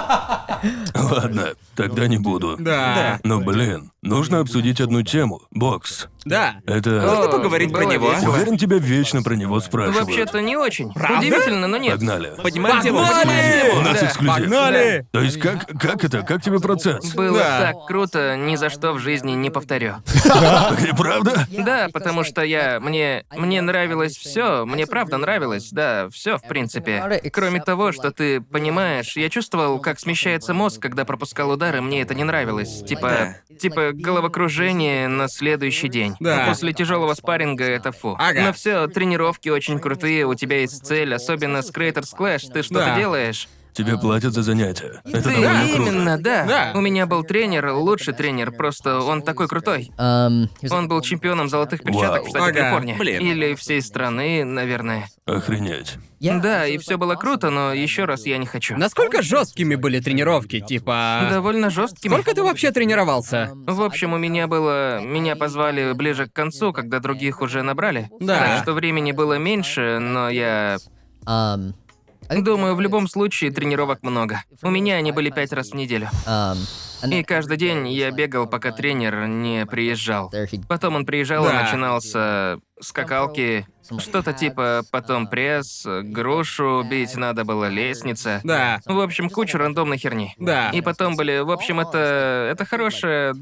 S3: Ладно, тогда не буду.
S1: Да.
S3: Но, блин, нужно обсудить одну тему. Бокс.
S1: Да.
S3: Это...
S2: О,
S4: поговорить про
S2: было
S4: него?
S2: весело.
S3: Уверен, тебя вечно про него спрашивают.
S2: Вообще-то не очень. Удивительно, но нет.
S3: Погнали.
S4: Поднимаем тему,
S1: Погнали!
S4: поднимаем
S3: У
S4: тему.
S3: нас
S2: Да.
S3: эксклюзив.
S1: Погнали!
S3: То есть как, как это? Как тебе процесс?
S2: Было
S1: Да.
S2: так круто, ни за что в жизни не повторю.
S3: Правда?
S2: Да, потому что я... Мне... Мне нравилось все, мне правда нравилось, да, все в принципе. Кроме того, что ты понимаешь, я чувствовал, как смещается мозг, когда пропускал удары, мне это не нравилось. Типа... Типа головокружение на следующий день.
S1: Да.
S2: После тяжелого спарринга это фу.
S1: Ага.
S2: Но все, тренировки очень крутые, у тебя есть цель, особенно с Creators Clash, ты что-то
S1: Да.
S2: делаешь.
S3: Тебе платят за занятия. Это
S2: Ты
S3: довольно круто.
S2: именно, да.
S1: Да.
S2: У меня был тренер, лучший тренер, просто он такой крутой.
S5: Um, he was
S2: Он был чемпионом золотых перчаток
S3: Вау.
S2: в штате
S1: Ага.
S2: Калифорния.
S4: Блин.
S2: Или всей страны, наверное.
S3: Охренеть.
S2: Да, и все было круто, но еще раз я не хочу.
S1: Насколько жесткими были тренировки, типа...
S2: Довольно жесткими.
S1: Сколько ты вообще тренировался?
S2: В общем, у меня было... Меня позвали ближе к концу, когда других уже набрали.
S1: Да.
S2: Так что времени было меньше, но я...
S5: um,
S2: Думаю, в любом случае тренировок много. У меня они были пять раз в неделю.
S5: um, and
S2: И каждый день я бегал, пока тренер не приезжал.
S5: there he
S2: Потом он приезжал и
S1: Да.
S2: начинал с скакалки, что-то типа потом пресс, грушу бить надо было, лестница.
S1: Да.
S2: В общем, кучу рандомной херни.
S1: Да.
S2: И потом были, в общем, это это хорошая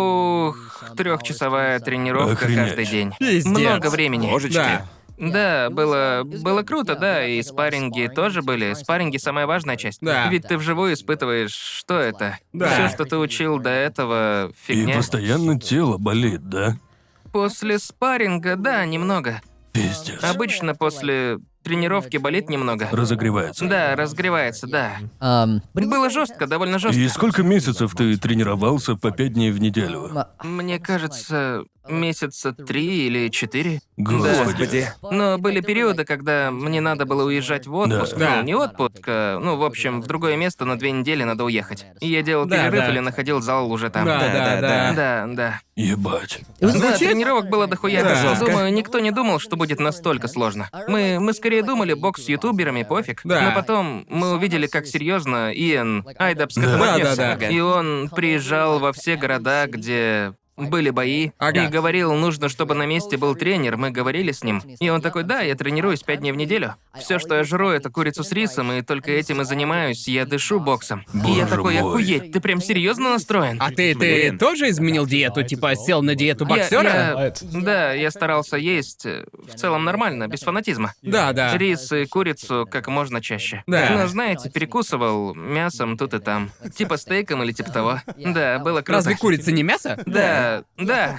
S2: двух-трехчасовая тренировка
S3: Охренеть.
S2: каждый день.
S1: Пиздец.
S2: Много времени.
S4: Божечки.
S1: Да.
S2: Да, было было круто, да, и спарринги тоже были. Спарринги самая важная часть.
S1: Да.
S2: Ведь ты вживую испытываешь, что это.
S1: Да.
S2: Все, что ты учил до этого,
S3: И
S2: фигня.
S3: постоянно тело болит, да?
S2: После спарринга, да, немного.
S3: Пиздец.
S2: Обычно после тренировки болит немного.
S3: Разогревается.
S2: Да, разгревается, да.
S5: um, but
S2: Было жестко, довольно жестко.
S3: И сколько месяцев ты тренировался по пять дней в неделю?
S2: Мне кажется, месяца три или четыре.
S3: Господи.
S2: Но были периоды, когда мне надо было уезжать в отпуск.
S1: Да.
S2: Ну, не отпуск, а, ну, в общем, в другое место на две недели надо уехать. И я делал
S1: Да,
S2: перерыв
S1: да.
S2: или находил зал уже там.
S1: Да, да,
S4: да,
S1: да.
S2: Да, да.
S3: Ебать.
S5: it was
S2: Да, тренировок было дохуя.
S1: Да.
S2: Жестко. Думаю, никто не думал, что будет настолько сложно. Мы, мы скорее думали, бокс с ютуберами, пофиг.
S1: Да.
S2: Но потом мы увидели, как серьезно Иэн Айдапс к
S3: Да.
S2: этому
S1: Да,
S2: отнесся.
S1: да, да.
S2: И он приезжал во все города, где были бои,
S1: Ага.
S2: и говорил, нужно, чтобы на месте был тренер. Мы говорили с ним. И он такой, да, я тренируюсь пять дней в неделю. Все, что я жру, это курицу с рисом, и только этим и занимаюсь. Я дышу боксом. и я
S3: Боже
S2: такой,
S3: мой.
S2: охуеть, ты прям серьезно настроен?
S1: А ты, ты
S4: Блин.
S1: тоже изменил диету? Типа сел на диету
S2: Я-
S1: боксера?
S2: я- да, я старался есть э, в целом нормально, без фанатизма.
S1: Да, да.
S2: Рис и курицу как можно чаще.
S1: Да.
S2: Но, знаете, перекусывал мясом тут и там. Типа стейком или типа того. Да, было круто.
S1: Разве курица не мясо?
S2: Да, Да, да,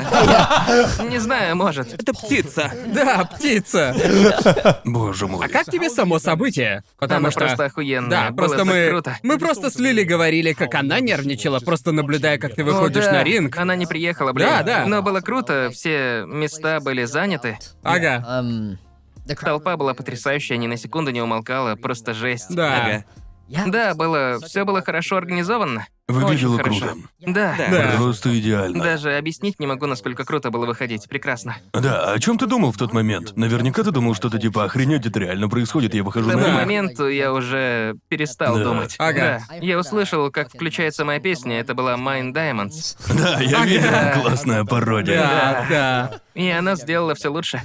S4: Да.
S2: не знаю, может.
S4: Это птица.
S1: Да, птица.
S3: Боже мой.
S1: А как тебе само событие? Потому
S2: Она
S1: что...
S2: просто охуенная.
S1: Да,
S2: Было
S1: просто
S2: так
S1: мы...
S2: круто.
S1: Мы просто с Лили говорили, как она нервничала, просто наблюдая, как ты выходишь
S2: О, да.
S1: на ринг.
S2: Она не приехала, блин.
S1: Да, да.
S2: Но было круто, все места были заняты.
S1: Ага.
S5: Um, the crowd.
S2: Толпа была потрясающая, ни на секунду не умолкала, просто жесть.
S1: Да.
S4: Ага.
S5: Yeah.
S2: Да, было, все было хорошо организовано.
S3: Выглядело
S2: Очень
S3: круто.
S2: хорошо. Да.
S1: Да.
S3: Просто идеально.
S2: Даже объяснить не могу, насколько круто было выходить. Прекрасно.
S3: Да, о чем ты думал в тот момент? Наверняка ты думал что-то типа охренеть, это реально происходит, я выхожу
S2: К
S3: на
S2: тому
S3: ринг.
S2: моменту я уже перестал
S3: Да.
S2: думать.
S1: Ага.
S2: Да. Я услышал, как включается моя песня, это была Mine Diamonds.
S3: Да, я видел, классная пародия.
S1: Да, да.
S2: И она сделала все лучше.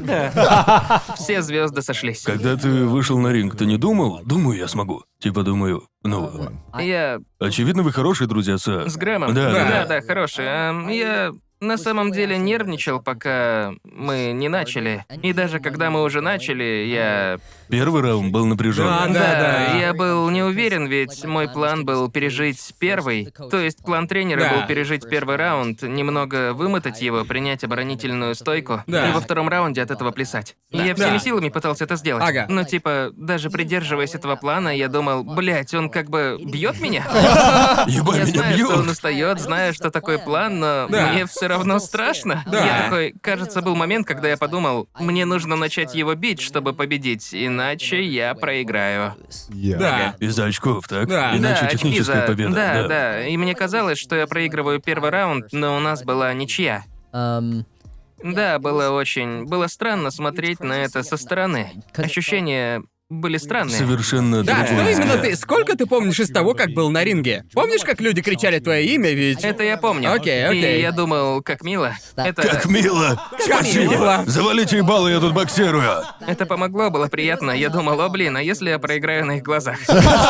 S2: Все звезды сошлись.
S3: Когда ты вышел на ринг, ты не думал? Думаю, я смогу. Типа думаю, ну,
S2: Я
S3: очевидно, вы хорошие друзья с...
S2: с Грэмом.
S3: Да, да,
S2: да,
S3: да.
S2: да, хороший. Эм, Я на самом деле нервничал, пока мы не начали. И даже когда мы уже начали, я...
S3: Первый раунд был напряженный.
S1: Да, да.
S2: я был не уверен, ведь мой план был пережить первый. То есть план тренера
S1: Да.
S2: был пережить первый раунд, немного вымотать его, принять оборонительную стойку,
S1: Да.
S2: и во втором раунде от этого плясать. И я всеми
S1: Да.
S2: силами пытался это сделать.
S1: Ага.
S2: Но типа, даже придерживаясь этого плана, я думал, блять, он как бы бьет меня?
S3: Ебать,
S2: Я
S3: меня
S2: знаю, что он
S3: бьет.
S2: устает, знаю, что такой план, но
S1: Да.
S2: мне все равно страшно.
S1: Да.
S2: Я такой, кажется, был момент, когда я подумал, мне нужно начать его бить, чтобы победить, иначе я проиграю.
S1: Да.
S3: Из-за очков, так?
S1: Да.
S3: Иначе
S2: да, очки
S3: техническая
S2: за-
S3: победа.
S2: Да, да, И мне казалось, что я проигрываю первый раунд, но у нас была ничья.
S5: Um,
S2: Да, было очень... Было странно смотреть на это со стороны. Ощущения были странные.
S3: Совершенно
S1: Да, что
S3: другой
S1: именно
S3: взгляд.
S1: ты? Сколько ты помнишь из того, как был на ринге? Помнишь, как люди кричали твое имя, ведь...
S2: Это я помню.
S1: Окей, окей.
S2: И я думал, как мило. Это...
S3: Как мило!
S1: Как
S3: Спасибо!
S1: мило.
S3: Завалите ебало, я тут боксирую!
S2: Это помогло, было приятно. Я думал, о блин, а если я проиграю на их глазах?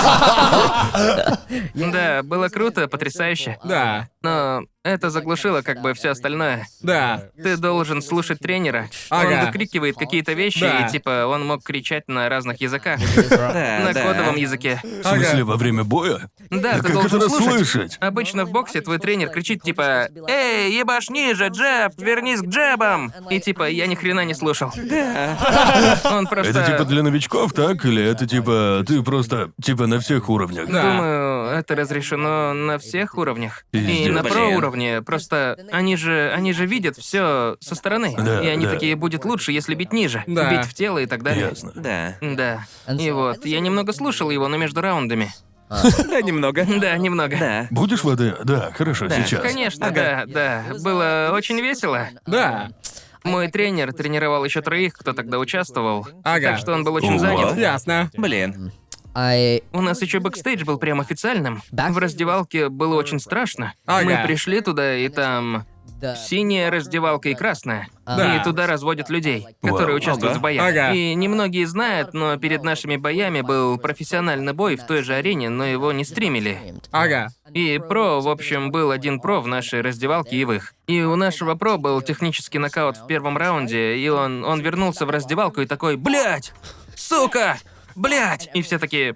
S2: Да, было круто, потрясающе.
S1: Да,
S2: Но это заглушило как бы все остальное.
S1: да.
S2: Ты должен слушать тренера.
S1: Ага.
S2: Он выкрикивает какие-то вещи,
S1: Да.
S2: и типа он мог кричать на разных языках.
S4: Да,
S2: На
S4: да.
S2: кодовом языке.
S3: В смысле, во время боя?
S2: Да, ты
S3: как
S2: должен
S3: это
S2: слушать.
S3: расслышать?
S2: Обычно в боксе твой тренер кричит типа «Эй, ебашь ниже, джеб, вернись к джебам!» И типа я ни хрена не слушал. Он просто...
S3: Это типа для новичков, так? Или это типа ты просто типа на всех уровнях?
S1: Да.
S2: Думаю, это разрешено на всех уровнях. И
S3: Пиздец.
S2: на
S4: Блин.
S2: про-уровне. Просто они же, они же видят все со стороны.
S3: Да,
S2: и они
S3: да.
S2: такие, будет лучше, если бить ниже.
S1: Да.
S2: Бить в тело и так далее.
S3: Ясно.
S4: Да.
S2: Да. И вот, я немного слушал его, но между раундами.
S4: Да, немного.
S2: Да, немного.
S4: Да.
S3: Будешь воды? Да, хорошо, сейчас.
S2: Конечно, да, да. Было очень весело.
S1: Да.
S2: Мой тренер тренировал еще троих, кто тогда участвовал.
S1: Ага.
S2: Так что он был очень
S3: Ого.
S2: занят.
S1: Ясно.
S4: Блин.
S5: I
S2: У нас еще бэкстейдж был прям официальным. В раздевалке было очень страшно.
S1: Ага.
S2: Мы пришли туда, и там
S5: the
S2: синяя раздевалка и красная.
S1: Да.
S2: И туда разводят людей, которые
S3: Вау.
S2: участвуют
S4: Ага.
S2: в боях.
S1: Ага.
S2: И немногие знают, но перед нашими боями был профессиональный бой в той же арене, но его не стримили.
S1: Ага.
S2: И про, в общем, был один про в нашей раздевалке и в их. И у нашего про был технический нокаут в первом раунде, и он, он вернулся в раздевалку и такой «Блядь! Сука! Блядь!» И все такие...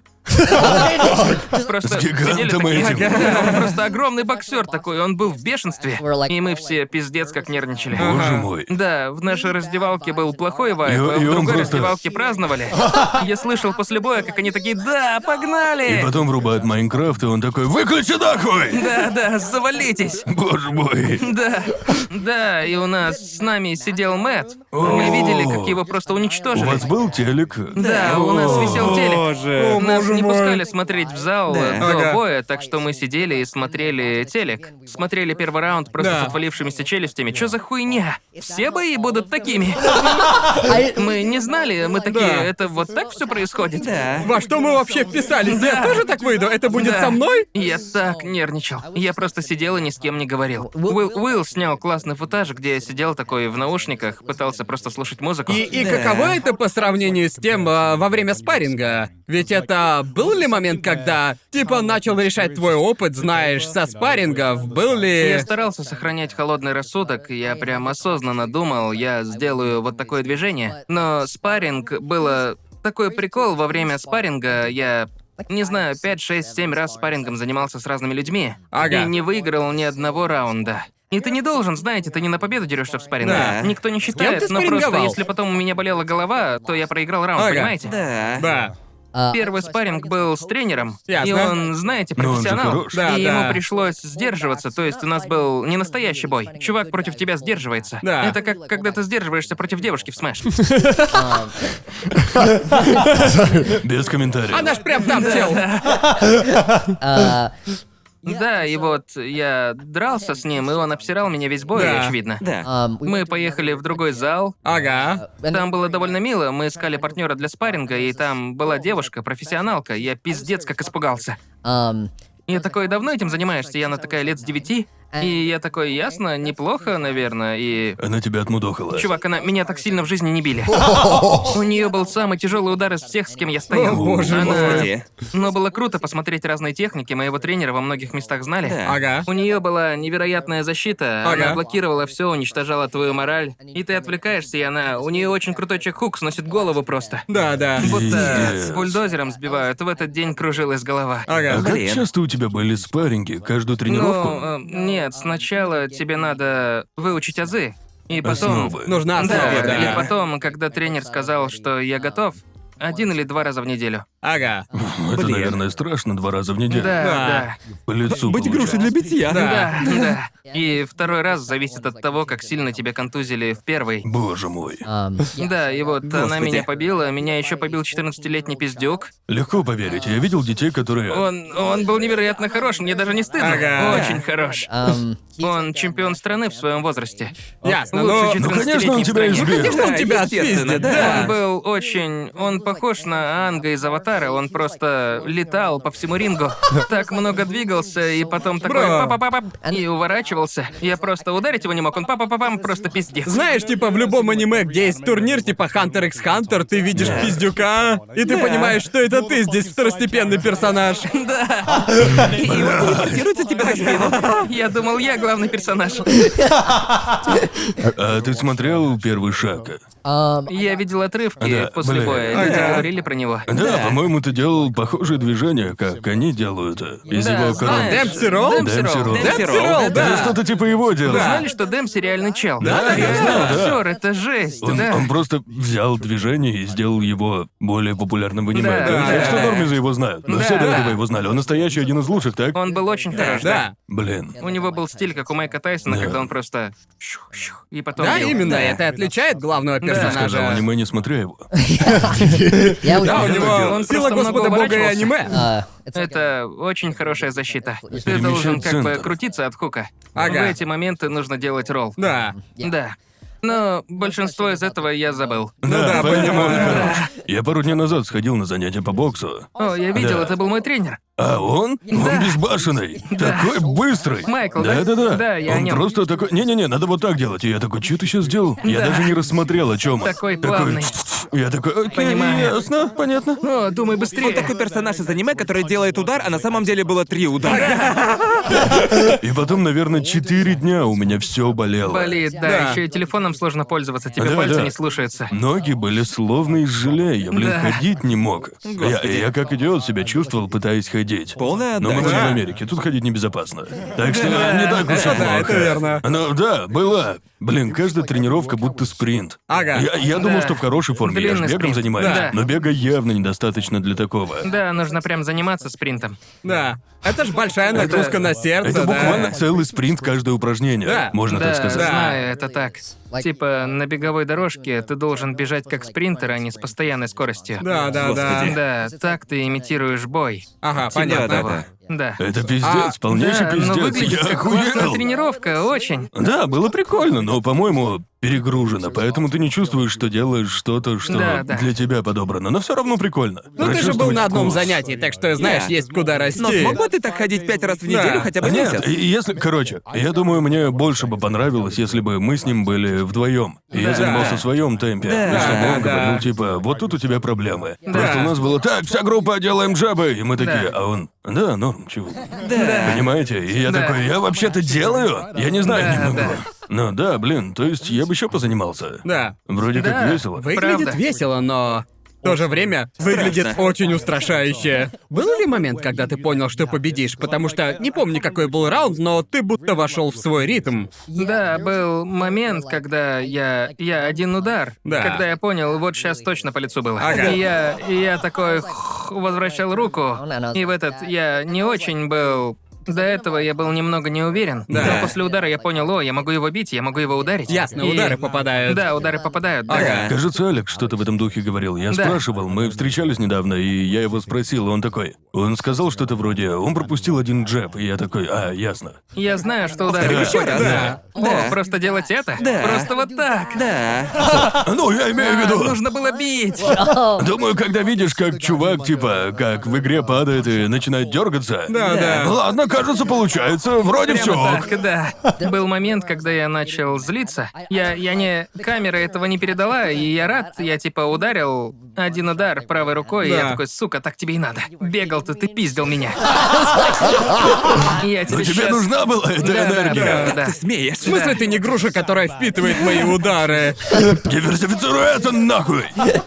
S2: Просто
S3: С гигантом
S2: сидели такие,
S3: этим.
S2: «Ага». Он просто огромный боксер такой, он был в бешенстве. И мы все пиздец как нервничали.
S3: Боже мой.
S2: Да, в нашей раздевалке был плохой вайб,
S3: И-
S2: а в
S3: и он
S2: другой
S3: просто-
S2: раздевалке праздновали. Я слышал после боя, как они такие «Да, погнали!»
S3: И потом врубает Майнкрафт, и он такой «Выключи нахуй!»
S2: Да, да, завалитесь!
S3: Боже мой.
S2: Да, да, и у нас с нами сидел Мэтт.
S3: О.
S2: Мы видели, как его просто
S3: У
S2: уничтожили.
S3: вас был телек?
S2: Да, у нас висел телек.
S4: Боже.
S2: Нас не пускали смотреть в зал
S4: Да.
S2: э, до
S1: Ага.
S2: боя, так что мы сидели и смотрели телек. Смотрели первый раунд просто
S1: Да.
S2: с отвалившимися челюстями. Чё за хуйня? Все бои будут такими?
S5: I,
S2: Мы не знали, мы такие,
S1: Да.
S2: это вот так все происходит?
S4: Да.
S1: Во что мы вообще вписались? Я
S2: Да.
S1: тоже так выйду? Это будет
S2: Да.
S1: со мной?
S2: Я так нервничал. Я просто сидел и ни с кем не говорил. Уилл, Уилл снял классный футаж, где я сидел такой в наушниках, пытался просто слушать музыку.
S1: И, и
S4: Да.
S1: каково это по сравнению с тем а, во время спарринга? Ведь это был ли момент, когда типа начал решать твой опыт, знаешь, со спаррингов? Был ли...
S2: Я старался сохранять холодный рассудок, я прям осознанно думал, я сделаю вот такое движение. Но спарринг было... Такой прикол, во время спарринга я... Не знаю, пять, шесть, семь раз спаррингом занимался с разными людьми.
S1: Ага.
S2: И не выиграл ни одного раунда. И ты не должен, знаете, ты не на победу дерешься в спарринге.
S4: Да.
S2: Никто не считает,
S1: ты
S2: но просто
S1: спарринговал?
S2: если потом у меня болела голова, то я проиграл раунд,
S1: Ага.
S2: понимаете?
S4: Да.
S1: Да.
S5: А,
S2: Первый спарринг был с тренером,
S1: Ясно.
S2: и он, знаете,
S3: Но он же
S2: профессионал.
S3: хорош.
S1: Да,
S2: и
S1: да.
S2: ему пришлось сдерживаться, то есть у нас был не настоящий бой. Чувак против тебя сдерживается.
S1: Да.
S2: Это как когда ты сдерживаешься против девушки в Смэш.
S3: Без комментариев.
S1: Она ж прям там сел.
S5: а,
S2: Да, и вот я дрался с ним, и он обсирал меня весь бой,
S1: Да.
S2: очевидно.
S4: Да.
S5: ам,
S2: Мы поехали в другой зал.
S1: Ага.
S2: Там было довольно мило, мы искали партнера для спарринга, и там была девушка, профессионалка. Я пиздец как испугался.
S5: ам,
S2: Я такой, давно этим занимаешься? И она такая, лет с девяти. И я такой, ясно, неплохо, наверное, и...
S3: Она тебя отмудохала.
S2: Чувак, она меня так сильно в жизни не били. У нее был самый тяжелый удар из всех, с кем я стоял.
S1: О, боже
S2: Она-
S1: мой.
S4: Господи.
S2: Но было круто посмотреть разные техники. Моего тренера во многих местах знали.
S4: Да.
S1: Ага.
S2: У нее была невероятная защита.
S1: Ага.
S2: Она блокировала все, уничтожала твою мораль. И ты отвлекаешься, и она. У нее очень крутой чек-хук, сносит голову просто.
S1: Да, да.
S2: Будто
S3: Пиздец.
S2: с бульдозером сбивают. В этот день кружилась голова.
S3: А
S1: Ага.
S3: как
S4: Блин.
S3: часто у тебя были спарринги? Каждую тренировку?
S2: Ну, э, нет, сначала тебе надо выучить азы. И потом...
S3: Основы.
S1: Нужна основа,
S2: Да,
S1: да.
S2: и потом, когда тренер сказал, что я готов, один или два раза в неделю.
S1: Ага.
S3: Это,
S4: Блин.
S3: наверное, страшно два раза в неделю.
S2: Да,
S1: Да.
S2: да.
S3: По лицу
S4: Быть
S3: получать.
S4: грушей для битья.
S1: Да.
S2: Да, да. И второй раз зависит от того, как сильно тебя контузили в первый.
S3: Боже мой.
S5: ам,
S2: Да, и вот она
S4: Господи.
S2: меня побила, меня еще побил четырнадцатилетний пиздюк.
S3: Легко поверить. Я видел детей, которые...
S2: Он, он был невероятно хорош, мне даже не стыдно.
S1: Ага.
S2: Очень хорош.
S5: ам,
S2: Он чемпион страны в своем возрасте.
S1: Ясно,
S2: Лучший
S1: но...
S3: Ну, конечно, он
S2: четырнадцатилетний в
S3: тебя
S2: стране.
S3: избил.
S1: Конечно, он
S4: Да,
S1: тебя
S4: естественно,
S1: отпиздит,
S4: да.
S1: да.
S2: Он был очень... Он похож на Анга из «Аватара». Он просто летал по всему рингу. Так много двигался, и потом такой
S1: Бро.
S2: па-па-па-пап, и уворачивался. Я просто ударить его не мог, он па-па-па-пам, просто пиздец.
S1: Знаешь, типа в любом аниме, где есть турнир, типа Hunter x Hunter, ты видишь пиздюка, и ты понимаешь, что это ты здесь второстепенный персонаж.
S2: Да. И вот
S4: Телепортируется тебе за спину.
S2: я думал, я главный персонаж.
S3: А ты смотрел первый шаг?
S5: ам,
S2: Я видел отрывки
S3: Да,
S2: после
S3: блин.
S2: боя, люди
S1: Ага.
S2: говорили про него.
S3: Да, по-моему, ты делал похожие движения, как они делают из
S2: Да,
S3: его
S2: знаешь,
S3: коронки.
S1: Демпси Ролл?
S2: Демпси
S3: Демпси
S2: Ролл.
S3: Ролл.
S1: Демпси
S4: Ролл.
S1: Ролл,
S3: Ты
S1: да.
S3: что-то типа его делал.
S2: Знали, что Демпси реальный чел?
S3: Да, я знал, да.
S2: Чёр, это жесть,
S3: Он,
S2: да.
S3: он просто взял движение и сделал его более популярным в аниме.
S2: Да,
S3: Так
S2: да,
S3: что
S2: да.
S3: норме его знают. Но
S2: Да,
S3: все до
S2: да.
S3: этого его знали. Он настоящий один из лучших, так?
S2: Он был очень хорош, да.
S1: Да.
S3: Блин.
S2: У него был стиль, как у Майка Тайсона,
S3: Да.
S2: когда он просто... щух-щух, и потом
S1: Да,
S2: бил.
S1: именно,
S2: Да.
S1: это и отличает главного
S2: Да.
S3: Сказал
S1: персонажа.
S3: аниме, не смотря его.
S5: я
S1: Да, у
S5: очень-
S1: него
S2: Он
S1: сила
S2: просто
S1: Господа
S2: много
S1: Бога и
S2: уворачивался.
S1: аниме.
S5: а, it's like
S2: Это очень хорошая защита. Ты
S3: Перемещать
S2: должен как бы
S3: центр.
S2: крутиться от хука.
S1: Ага.
S2: В эти моменты нужно делать ролл.
S1: Да.
S2: Да. Но большинство из этого я забыл.
S1: Ну да,
S3: поэтому он
S1: понимаю.
S3: хорош. Я пару дней назад сходил на занятия по боксу.
S2: О, я видел,
S3: Да.
S2: это был мой тренер.
S3: А он? Он безбашенный. Такой быстрый.
S2: Майкл, да?
S3: Да-да-да.
S2: Да, я о
S3: Он
S2: нём.
S3: просто такой... Не-не-не, надо вот так делать. И я такой, что ты сейчас сделал? Я даже не рассмотрел, о чем он.
S2: Такой плавный.
S3: Я такой, окей,
S2: Понимаю.
S3: ясно, понятно.
S2: О, думай
S4: Он
S2: быстрее.
S4: такой персонаж из аниме, который делает удар, а на самом деле было три удара.
S3: И потом, наверное, четыре дня у меня все болело.
S2: Болит, да.
S1: Да.
S2: Еще и телефоном сложно пользоваться, тебе
S3: Да,
S2: пальцы
S3: да.
S2: не слушаются.
S3: Ноги были словно из желе, я, блин,
S2: Да.
S3: ходить не мог. Я, я как идиот себя чувствовал, пытаясь ходить.
S4: Полная
S3: Но мы
S4: отдача.
S3: были в Америке, тут ходить небезопасно. Так что не так уж и
S1: Да,
S3: плохо.
S1: это верно.
S3: Ну да, была. Блин, каждая тренировка будто спринт.
S1: Ага.
S3: Я, я думал,
S2: Да.
S3: что в хорошей форме я же
S2: Длинный
S3: бегом
S2: спринт.
S3: занимаюсь.
S2: Да.
S3: Но бега явно недостаточно для такого.
S2: Да, нужно прям заниматься спринтом.
S1: Да. Это ж большая нагрузка на сердце,
S3: Это
S1: да.
S3: буквально целый спринт каждое упражнение,
S1: Да.
S3: можно
S2: Да,
S3: так сказать.
S2: знаю, это так. Типа, на беговой дорожке ты должен бежать как спринтер, а не с постоянной скоростью.
S1: Да, да, да.
S2: Да, так ты имитируешь бой.
S1: Ага,
S4: Типа
S1: понятно.
S4: того.
S2: Да.
S3: Это пиздец,
S1: А,
S3: полнейший
S2: Да, но
S3: пиздец.
S2: выглядит
S3: Я
S2: как классная
S3: охуел.
S2: тренировка, очень.
S3: Да, было прикольно, но, по-моему, перегружено, поэтому ты не чувствуешь, что делаешь что-то, что
S2: Да, да.
S3: для тебя подобрано, но все равно прикольно.
S1: Ну ты же был на одном
S3: Прочувствовать вкус.
S1: занятии, так что знаешь,
S4: Да.
S1: есть куда расти.
S4: Но смог бы ты так ходить пять раз в неделю
S1: Да.
S4: хотя бы
S3: А нет,
S4: месяц?
S3: и- если, короче, я думаю, мне больше бы понравилось, если бы мы с ним были вдвоем. И я
S2: Да.
S3: занимался в своем темпе.
S4: Да,
S3: и чтобы он
S1: да.
S3: говорил, типа, вот тут у тебя проблемы.
S2: Да.
S3: Просто у нас было так, вся группа делаем джабы, и мы такие,
S2: Да.
S3: а он, да, норм, чего.
S2: Да.
S3: Понимаете? И я
S2: Да.
S3: такой, я вообще-то делаю? Я не знаю,
S2: Да,
S3: не могу.
S2: да.
S3: Ну да, блин, то есть я бы еще позанимался.
S1: Да.
S3: Вроде
S2: Да.
S3: как весело.
S1: Выглядит
S2: Правда.
S1: весело, но... в то же время выглядит очень устрашающе. Был ли момент, когда ты понял, что победишь? Потому что не помню, какой был раунд, но ты будто вошел в свой ритм.
S2: Да, был момент, когда я... Я один удар.
S1: Да.
S2: Когда я понял, вот сейчас точно по лицу было.
S1: Ага.
S2: И я... И я такой... х- возвращал руку. И в этот... Я не очень был... До этого я был немного не уверен.
S1: Да.
S2: Но после удара я понял, о, я могу его бить, я могу его ударить.
S1: Ясно,
S2: И-
S1: удары попадают.
S2: Да, удары попадают. Да.
S1: Ага.
S3: Кажется, Алекс что-то в этом духе говорил. Я
S2: Да.
S3: спрашивал, мы встречались недавно, и я его спросил, и он такой... Он сказал что-то вроде, он пропустил один джеб, и я такой, а, ясно.
S2: Я знаю, что удары
S3: Да.
S2: приходят.
S1: Да.
S2: О,
S4: Да.
S2: просто делать это?
S4: Да.
S2: Просто вот так.
S4: Да.
S3: Ну, я имею в
S2: А,
S3: виду...
S2: нужно было бить.
S3: Думаю, когда видишь, как чувак, типа, как в игре падает и начинает дергаться.
S1: Да, да.
S3: Ладно, кажется, получается. Вроде все.
S2: Прямо так, да. Был момент, когда я начал злиться. Я, я не... Камера этого не передала, и я рад, я типа ударил один удар правой рукой, и
S1: Да.
S2: я такой, сука, так тебе и надо. Бегал ты, ты пиздил меня. Я тебе
S3: Но тебе
S2: щас-
S3: нужна была эта
S2: Да, да,
S3: энергия.
S2: да, да.
S4: Ты смеешь?
S1: В смысле, ты не груша, которая впитывает мои удары?
S3: Диверсифицируй это нахуй.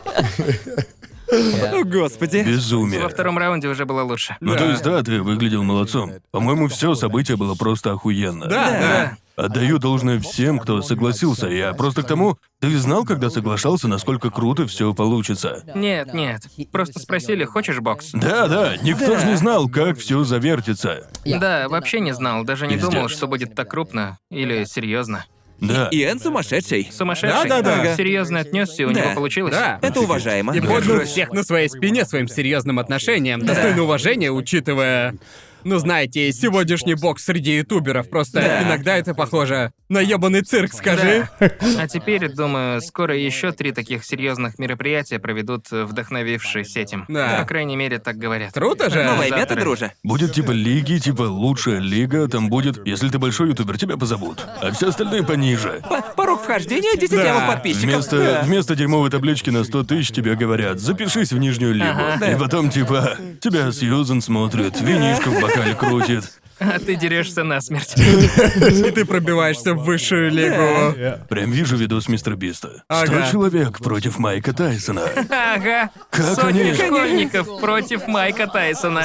S4: О, господи.
S3: Безумие.
S2: Во втором раунде уже было лучше.
S3: Ну, то есть, да, ты выглядел молодцом. По-моему, все событие было просто охуенно.
S1: Да, да.
S3: Отдаю должное всем, кто согласился. Я просто к тому, ты знал, когда соглашался, насколько круто все получится.
S2: Нет, нет. Просто спросили, хочешь бокс?
S3: Да, да, никто же не знал, как все завертится.
S2: Да, вообще не знал, даже не
S3: Пиздец.
S2: думал, что будет так крупно или серьезно.
S3: Да.
S4: Иэн сумасшедший.
S2: Сумасшедший.
S1: Да-да-да.
S2: Серьезно отнесся, и у
S4: Да.
S2: него получилось.
S1: Да.
S4: Это уважаемо.
S1: И поднял всех на своей спине своим серьезным отношением. Достойно уважения, учитывая... Ну, знаете, сегодняшний бокс среди ютуберов. Просто
S4: Да.
S1: иногда это похоже на ёбаный цирк, скажи.
S2: Да. А теперь, думаю, скоро еще три таких серьезных мероприятия проведут, вдохновившись этим.
S1: Да.
S2: По крайней мере, так говорят.
S1: Круто же.
S4: Новое
S2: Завтра.
S4: мета, друже.
S3: Будет типа лиги, типа лучшая лига, там будет, если ты большой ютубер, тебя позовут, а все остальные пониже.
S4: П- Порог вхождения десять
S1: Да.
S4: лямов подписчиков.
S3: Вместо,
S4: Да.
S3: вместо дерьмовой таблички на сто тысяч тебе говорят, запишись в нижнюю лигу.
S2: Ага.
S3: И потом типа, тебя Сьюзен смотрит, винишко в бокале крутит.
S2: А ты дерешься насмерть.
S1: И ты пробиваешься в высшую лигу.
S3: Прям вижу видос мистера Биста. Сто
S1: Ага.
S3: человек против Майка Тайсона.
S2: Ага.
S3: Как
S2: Сотни
S3: они?
S2: школьников против Майка Тайсона.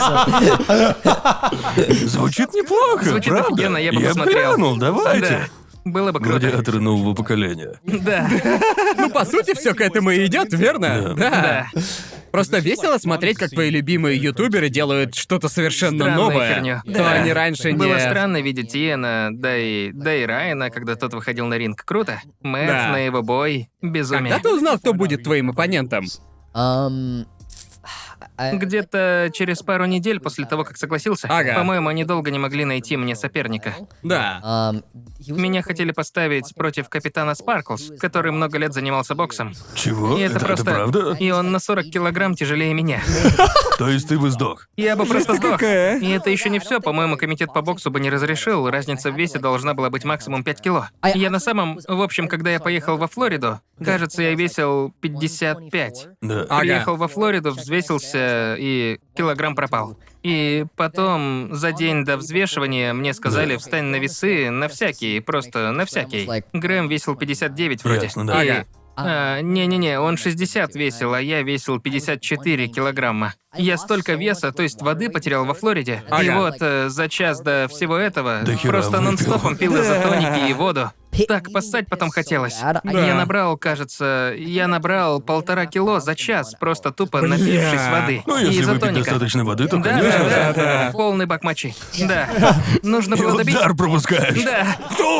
S3: Звучит неплохо,
S2: Звучит
S3: правда?
S2: офигенно, я бы
S3: я
S2: посмотрел.
S3: глянул, давайте.
S2: Да. Было бы круто.
S3: Гладиаторы нового поколения.
S2: Да.
S1: Ну, по сути, все к этому и идет, верно?
S2: Да.
S1: Просто весело смотреть, как твои любимые ютуберы делают что-то совершенно
S2: Странную
S1: новое.
S2: херню.
S1: То
S2: Да.
S1: они раньше не...
S2: Было странно видеть Иэна, да и, да и Райана, когда тот выходил на ринг. Круто. Мэтт
S1: Да.
S2: на его бой. Безумие.
S1: Когда ты узнал, кто будет твоим оппонентом?
S5: Um, I-
S2: Где-то через пару недель после того, как согласился.
S1: Ага.
S2: По-моему, они долго не могли найти мне соперника.
S1: Да.
S5: um, he was-
S2: Меня хотели поставить против капитана Спарклс, который много лет занимался боксом.
S3: Чего?
S2: И это, просто...
S3: правда?
S2: И он на сорок килограмм тяжелее меня.
S3: То есть ты бы сдох?
S2: Я бы просто сдох.
S4: какая?
S2: И это еще не все. По-моему, комитет по боксу бы не разрешил. Разница в весе должна была быть максимум пять кило. Я на самом... В общем, когда я поехал во Флориду, кажется, я весил пятьдесят пять.
S3: Да.
S1: Ага.
S2: Приехал во Флориду, взвесился, и килограмм пропал. И потом, за день до взвешивания, мне сказали, встань на весы на всякий, просто на всякий. Грэм весил пятьдесят девять вроде.
S3: Ясно, да.
S2: И-
S1: Ага.
S2: а, не-не-не, он шестьдесят весил, а я весил пятьдесят четыре килограмма. Я столько веса, то есть воды потерял во Флориде. И
S1: Ага.
S2: вот э, за час до всего этого
S3: До хера
S2: просто
S3: выпил.
S2: нон-стопом пил изотоники и воду. Так поссать потом хотелось.
S5: Да.
S2: Я набрал, кажется, я набрал полтора кило за час, просто тупо напившись воды.
S3: Ну,
S2: и
S3: если выпить
S2: изотоника.
S3: достаточно воды, то,
S2: Да,
S3: конечно,
S2: да, да,
S1: да.
S2: полный бак мочи. Да. Нужно
S3: И
S2: было добить.
S3: удар пропускаешь.
S2: Да.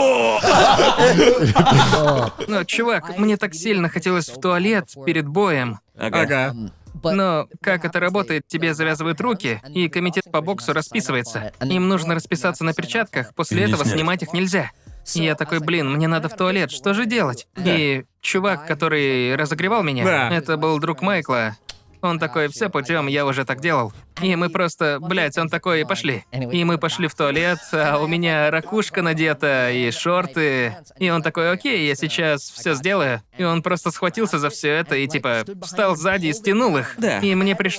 S2: Но, чувак, мне так сильно хотелось в туалет перед боем.
S4: Ага.
S1: Ага.
S5: But-
S2: Но как это работает, тебе завязывают руки, и комитет по боксу расписывается. Им нужно расписаться на перчатках, после
S3: И не
S2: этого
S3: снять.
S2: снимать их нельзя. И я такой, блин, мне надо в туалет, что же делать? И чувак, который разогревал меня,
S1: Да.
S2: это был друг Майкла. Он такой, все путем, я уже так делал. И мы просто, блядь, он такой, пошли. И мы пошли в туалет, а у меня ракушка надета и шорты. И он такой, окей, я сейчас все сделаю. И он просто схватился за все это и типа встал сзади и стянул их.
S4: Да.
S2: И мне пришлось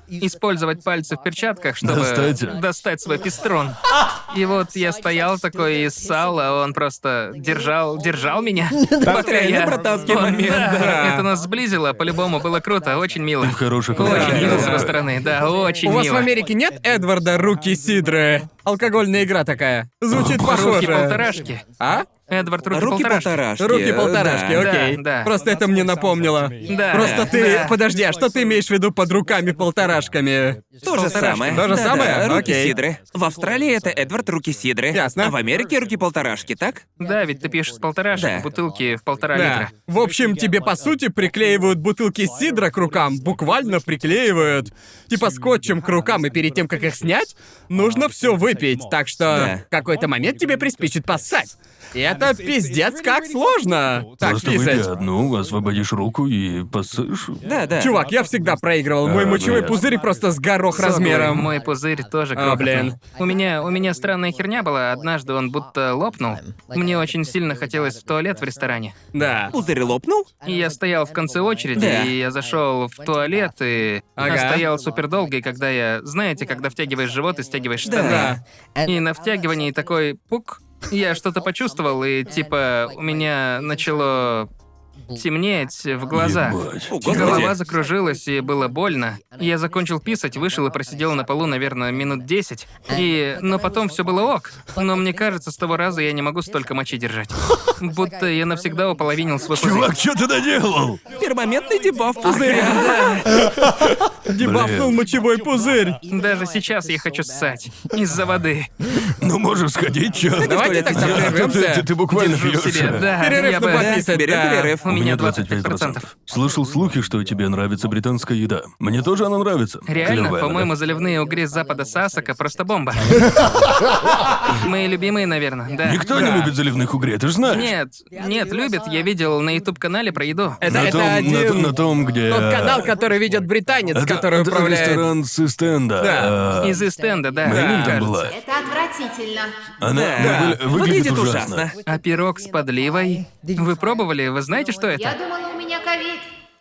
S2: использовать пальцы в перчатках, чтобы
S3: Достайте.
S2: достать свой пистрон. И вот я стоял такой и ссал, а он просто держал, держал меня. Пока
S4: реально
S2: я...
S4: братанский
S2: Он-
S4: момент, да.
S2: Это нас сблизило, по-любому было круто, очень мило.
S3: В хороших
S2: Очень
S3: отношениях.
S2: мило с его стороны, да, очень
S1: У вас
S2: мило.
S1: в Америке нет Эдварда Руки Сидры? Алкогольная игра такая. Звучит
S2: Руки
S1: похоже.
S2: полторашки.
S1: А?
S2: Эдвард Руки
S4: Руки
S2: полторашки.
S4: полторашки.
S1: Руки полторашки,
S4: да.
S1: окей.
S2: Да, да.
S1: Просто это мне напомнило.
S2: Да.
S1: Просто ты...
S2: Да.
S1: Подожди, а что ты имеешь в виду под руками полторашками?
S4: То же
S2: Полторашки.
S4: самое.
S1: То же
S4: Да-да,
S1: самое?
S4: Руки
S1: Окей.
S4: Сидры. В Австралии это Эдвард Руки Сидры.
S1: Ясно.
S4: А в Америке руки полторашки, так?
S2: Да, ведь ты пьешь из полторашек,
S4: Да.
S2: бутылки в полтора
S1: Да.
S2: литра.
S1: В общем, тебе по сути приклеивают бутылки сидра к рукам, буквально приклеивают. Типа скотчем к рукам, и перед тем, как их снять, нужно все выпить. Так что
S4: Да.
S1: в какой-то момент тебе приспичит поссать. И это пиздец как сложно. Так
S3: Просто выпей
S1: писать.
S3: одну, освободишь руку и поссышь.
S4: Да, да.
S1: Чувак, я всегда проигрывал. Мой
S3: А,
S1: мочевой
S3: ну,
S1: пузырь просто с горох размером.
S2: Мой пузырь тоже
S1: А,
S2: крохотный.
S1: блин.
S2: У меня, у меня странная херня была. Однажды он будто лопнул. Мне очень сильно хотелось в туалет в ресторане.
S1: Да.
S4: Пузырь лопнул?
S2: И я стоял в конце очереди,
S4: Да.
S2: и я зашел в туалет, и
S1: Ага.
S2: я стоял супер долго, и когда я... Знаете, когда втягиваешь живот и стягиваешь штаны.
S1: Да.
S2: И на втягивании такой пук, я что-то почувствовал, и типа у меня начало темнеть в глазах.
S3: Ебать.
S4: О, господи.
S2: Голова закружилась, и было больно. Я закончил писать, вышел и просидел на полу, наверное, минут десять. И... Но потом все было ок. Но мне кажется, с того раза я не могу столько мочи держать. Будто я навсегда уполовинил свой пузырь.
S3: Чувак, что ты наделал?
S4: Перманентный дебаф пузыря.
S1: Дебафнул
S3: Блин.
S1: мочевой пузырь.
S2: Даже сейчас я хочу ссать. Из-за воды.
S3: Ну, можешь сходить, чё?
S1: Давайте тогда
S3: Да, ты,
S1: прервемся.
S3: ты- ты буквально
S2: Держу в
S3: пьёшь.
S2: себе. Да,
S1: Перерыв
S2: я
S1: на
S2: бы...
S1: пописать,
S4: Берем
S1: да.
S4: перерыв.
S2: У
S3: У
S2: меня
S3: меня
S2: двадцать
S3: двадцать
S2: пять
S3: пять
S2: процентов.
S3: процентов. Слышал слухи, что тебе нравится британская еда. Мне тоже она нравится.
S2: Реально,
S3: Клёвая она.
S2: по-моему, заливные угри с запада Сассека просто бомба. Мои любимые, наверное, да.
S3: Никто не любит заливных угрей, ты же знаешь.
S2: Нет, нет, любят. Я видел на ютуб-канале про еду.
S1: Это,
S3: на,
S1: это
S3: том,
S1: один...
S3: на, том- на том, где...
S1: Тот канал, который ведет британец,
S3: это,
S1: который
S3: это
S1: управляет...
S3: ресторан с Истенда.
S1: Да.
S3: А,
S2: Из Истенда, да,
S3: Мэйлин там
S2: кажется.
S3: была.
S6: Это отвратительно.
S3: Она
S4: Да.
S3: вы- выглядит,
S4: Выглядит
S3: ужасно.
S4: ужасно.
S2: А пирог с подливой? Вы пробовали? Вы знаете, что
S6: Я
S2: это?
S6: думала, у меня ковид.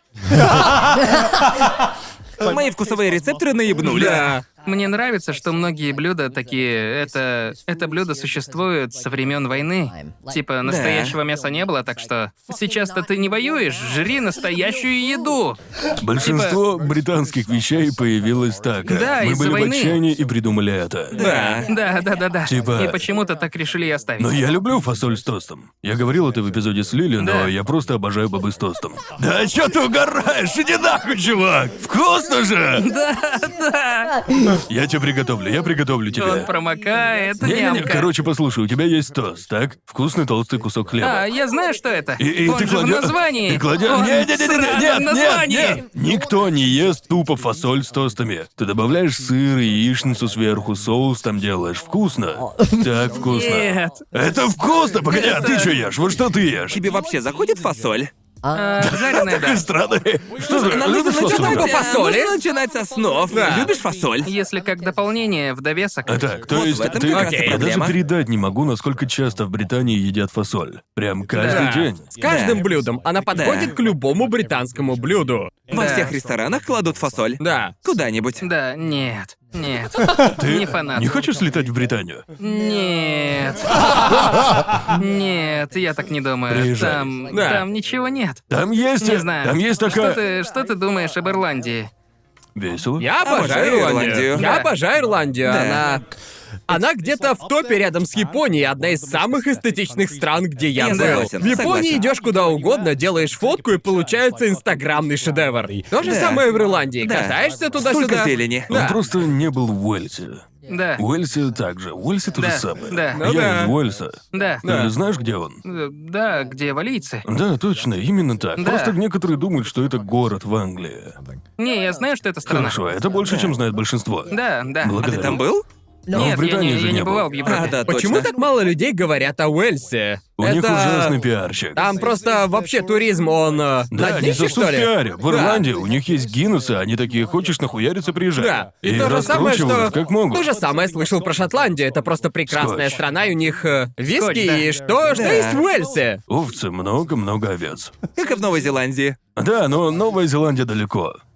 S4: Мои вкусовые рецепторы наебнулись.
S1: Да.
S2: Мне нравится, что многие блюда такие... Это... Это блюдо существует со времен войны. Типа, настоящего мяса не было, так что... Сейчас-то ты не воюешь, жри настоящую еду.
S3: Большинство британских вещей появилось так.
S2: Да,
S3: Мы
S2: из-за
S3: были в
S2: войны.
S3: отчаянии и придумали это.
S4: Да.
S2: Да, да, да, да.
S3: Типа-
S2: И почему-то так решили и оставить.
S3: Но я люблю фасоль с тостом. Я говорил это в эпизоде с Лили, но
S2: Да.
S3: я просто обожаю бобы с тостом. Да чё ты угораешь? Иди нахуй, чувак! Вкусно же!
S2: Да, да.
S3: Я тебе приготовлю, я приготовлю
S2: Он
S3: тебе.
S2: промокает,
S3: Не-не-не,
S2: нямка.
S3: короче, послушай, у тебя есть тост, так? Вкусный толстый кусок хлеба.
S2: А, я знаю, что это.
S3: И, и
S2: Он
S3: ты
S2: же
S3: кладешь...
S2: в названии.
S3: Ты кладешь...
S2: Он
S3: Нет, нет,
S2: в
S3: нет, нет,
S2: сраном
S3: нет, нет,
S2: названии.
S3: нет. Никто не ест тупо фасоль с тостами. Ты добавляешь сыр, яичницу сверху, соус там делаешь. Вкусно? Так вкусно.
S2: Нет.
S3: Это вкусно! Погоди, а ты что ешь? Вот что ты ешь?
S4: Тебе вообще заходит фасоль?
S2: А, жареная, да.
S3: Такой странный. Что ты,
S4: Нам
S3: любишь
S4: нужно
S3: фасоль?
S4: начинать,
S1: фасоли?
S4: нужно начинать со снов.
S1: Да.
S4: Любишь фасоль?
S2: Если как дополнение, в довесок.
S3: А так, то
S4: Вот
S3: есть
S4: в этом
S3: ты...
S4: как раз и
S3: Я
S4: проблема.
S3: даже передать не могу, насколько часто в Британии едят фасоль. Прям каждый
S1: Да.
S3: день.
S1: С каждым
S4: Да.
S1: блюдом она подходит
S4: Да.
S1: к любому британскому блюду.
S4: Во
S2: Да.
S4: всех ресторанах кладут фасоль.
S1: Да.
S4: Куда-нибудь.
S2: Да, нет. Нет.
S3: Ты
S2: Не фанат.
S3: не хочешь слетать в Британию?
S2: Нет. Нет, я так не думаю.
S3: Приезжай.
S2: Там,
S1: Да.
S2: там ничего нет.
S3: Там есть...
S2: Не знаю.
S3: Там есть
S2: Что
S3: такая...
S2: ты, что ты думаешь об Ирландии?
S3: Весело.
S1: Я обожаю
S4: Обожаю
S1: Ирландию.
S4: Ирландию.
S1: Я
S2: Да.
S1: обожаю Ирландию.
S4: Да.
S1: Она... Она где-то в топе рядом с Японией, одна из самых эстетичных стран, где я
S4: Я
S1: был.
S4: согласен,
S1: В Японии
S4: согласен.
S1: идешь куда угодно, делаешь фотку и получается инстаграмный шедевр. То же
S4: Да.
S1: самое в Ирландии.
S4: Да.
S1: Катаешься
S4: Столько
S1: туда-сюда.
S4: зелени.
S3: Он
S1: Да.
S3: просто не был в Уэльсе.
S2: Да.
S3: В Уэльсе также. В Уэльсе то
S2: Да,
S3: же самое.
S2: да.
S1: Ну
S3: Я
S1: да.
S3: из Уэльса.
S2: Да.
S3: Ты знаешь, где он?
S2: Э, Да, где валийцы?
S3: Да, точно, именно так.
S2: Да.
S3: Просто некоторые думают, что это город в Англии.
S2: Не, я знаю, что это страна.
S3: Хорошо, это больше, чем знает большинство.
S2: Да, да.
S4: А ты
S3: Благодарю.
S4: там был?
S3: Но
S2: Нет,
S3: в
S2: я
S3: Британии
S2: не,
S3: же
S2: я
S3: не
S2: не
S3: был.
S2: бывал в Европе.
S4: А, да,
S1: Почему
S4: точно.
S1: так мало людей говорят о Уэльсе?
S3: У них
S1: Это-
S3: ужасный пиарщик.
S1: Там просто вообще туризм, он э,
S3: Да,
S1: на
S3: не
S1: днище,
S3: засуд
S1: что
S3: в
S1: ли?
S3: пиаре. В
S1: Да.
S3: Ирландии у них есть Гиннессы, они такие, хочешь нахуяриться, приезжай.
S1: Да.
S3: И,
S1: то же самое,
S3: раскручивают
S1: что...
S3: как могут.
S1: То же самое слышал про Шотландию. Это просто прекрасная
S3: Скотч.
S1: страна, и у них э, виски
S2: Скотч, да.
S1: и что, что
S4: Да.
S1: есть в Уэльсе?
S3: Овцы, много-много овец.
S4: Как и в Новой Зеландии.
S3: Да, но Новая Зеландия далеко.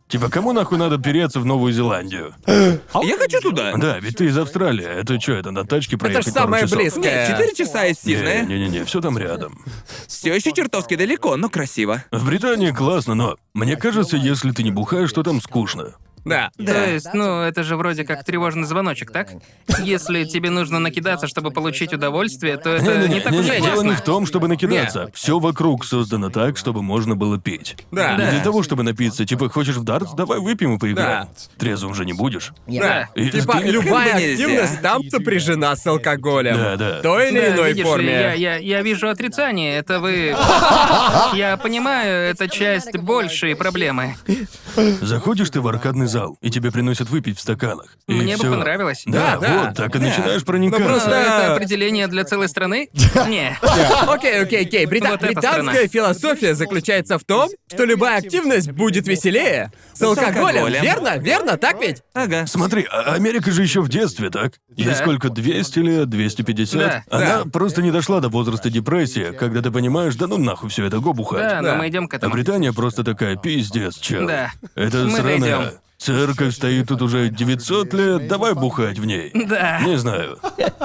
S3: Типа, кому нахуй надо переться в Новую Зеландию?
S4: Я хочу туда.
S3: Да, ведь ты из Австралии. Это что, это на тачке проехать
S1: Это ж
S3: пару
S1: самое
S3: часов?
S1: близкое.
S4: Четыре часа из Сиднея.
S3: Не-не-не, все там рядом.
S4: Все еще чертовски далеко, но красиво.
S3: В Британии классно, но мне кажется, если ты не бухаешь, то там скучно.
S1: Да.
S2: То есть, ну, это же вроде как тревожный звоночек, так? Если тебе нужно накидаться, чтобы получить удовольствие, то это не так уж и
S3: Не-не-не, дело не в
S2: ясно.
S3: том, чтобы накидаться. Все вокруг создано так, чтобы можно было пить.
S1: Да.
S3: Не
S1: Да.
S3: для того, чтобы напиться. Типа, хочешь в дартс? Давай выпьем и поиграем.
S1: Да.
S3: Трезвым же не будешь.
S1: Да.
S3: И
S1: Типа,
S3: ты-
S1: любая
S4: Как бы нельзя.
S1: активность там сопряжена с алкоголем.
S3: Да, да.
S1: В той или
S2: Да,
S1: иной
S2: видишь ли,
S1: форме.
S2: я, я, я вижу отрицание, это вы... Я понимаю, это часть большей проблемы.
S3: Заходишь ты в аркадный зал, и тебе приносят выпить в стаканах. И
S2: Мне бы
S3: всё.
S2: понравилось.
S3: Да,
S1: Да, да.
S3: вот, так и начинаешь проникаться.
S1: Ну, просто-
S2: Но это определение для целой страны? Не.
S1: Окей, окей, окей. Брита-
S2: Вот эта
S1: Британская
S2: страна.
S1: философия заключается в том, что любая активность будет веселее. С алкоголем,
S4: алкоголем.
S1: верно? Верно, так ведь?
S4: Ага.
S3: Смотри, а Америка же еще в детстве, так? Ей
S2: Да.
S3: сколько, двести лет, двести пятьдесят?
S2: Да,
S3: Она
S1: да.
S3: просто не дошла до возраста депрессии, когда ты понимаешь, да ну нахуй все это, го бухать.
S2: Да, но
S1: Да.
S2: мы идем к
S3: А
S2: этому.
S3: Британия просто такая, пиздец, чел.
S2: Да.
S3: Это
S2: Мы
S3: сраная...
S2: дойдем.
S3: Церковь стоит тут уже девятьсот лет, давай бухать в ней.
S2: Да.
S3: Не знаю.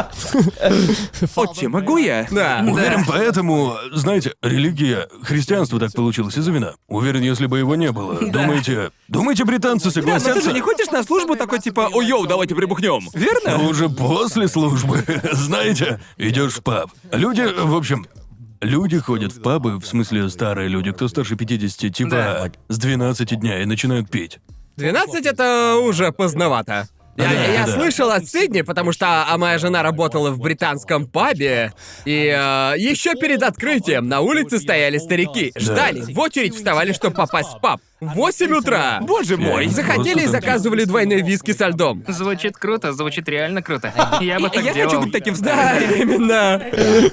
S4: Отче, могу я?
S1: Да.
S3: Уверен, поэтому, знаете, религия, христианство так получилось из-за вина. Уверен, если бы его не было. Думаете, думаете, британцы
S4: Да, но
S3: согласятся?
S4: ты же не ходишь на службу такой типа, ой, йоу, давайте прибухнем, верно?
S3: Но уже после службы, знаете, идешь в паб. Люди, в общем, люди ходят в пабы, в смысле старые люди, кто старше пятидесяти, типа
S2: Да.
S3: с двенадцати дня и начинают пить.
S1: двенадцать это уже поздновато. Я,
S3: Да,
S1: я
S3: да.
S1: слышал от Сидни, потому что а моя жена работала в британском пабе, и еще перед открытием на улице стояли старики, ждали, в очередь вставали, чтобы попасть в паб. В восемь утра.
S4: Боже мой.
S1: Заходили и
S3: Просто там-
S1: заказывали двойные виски со льдом.
S2: Звучит круто, звучит реально круто. Я бы так
S4: Я
S2: делал.
S4: хочу быть таким в
S1: Да,
S4: старости.
S1: именно.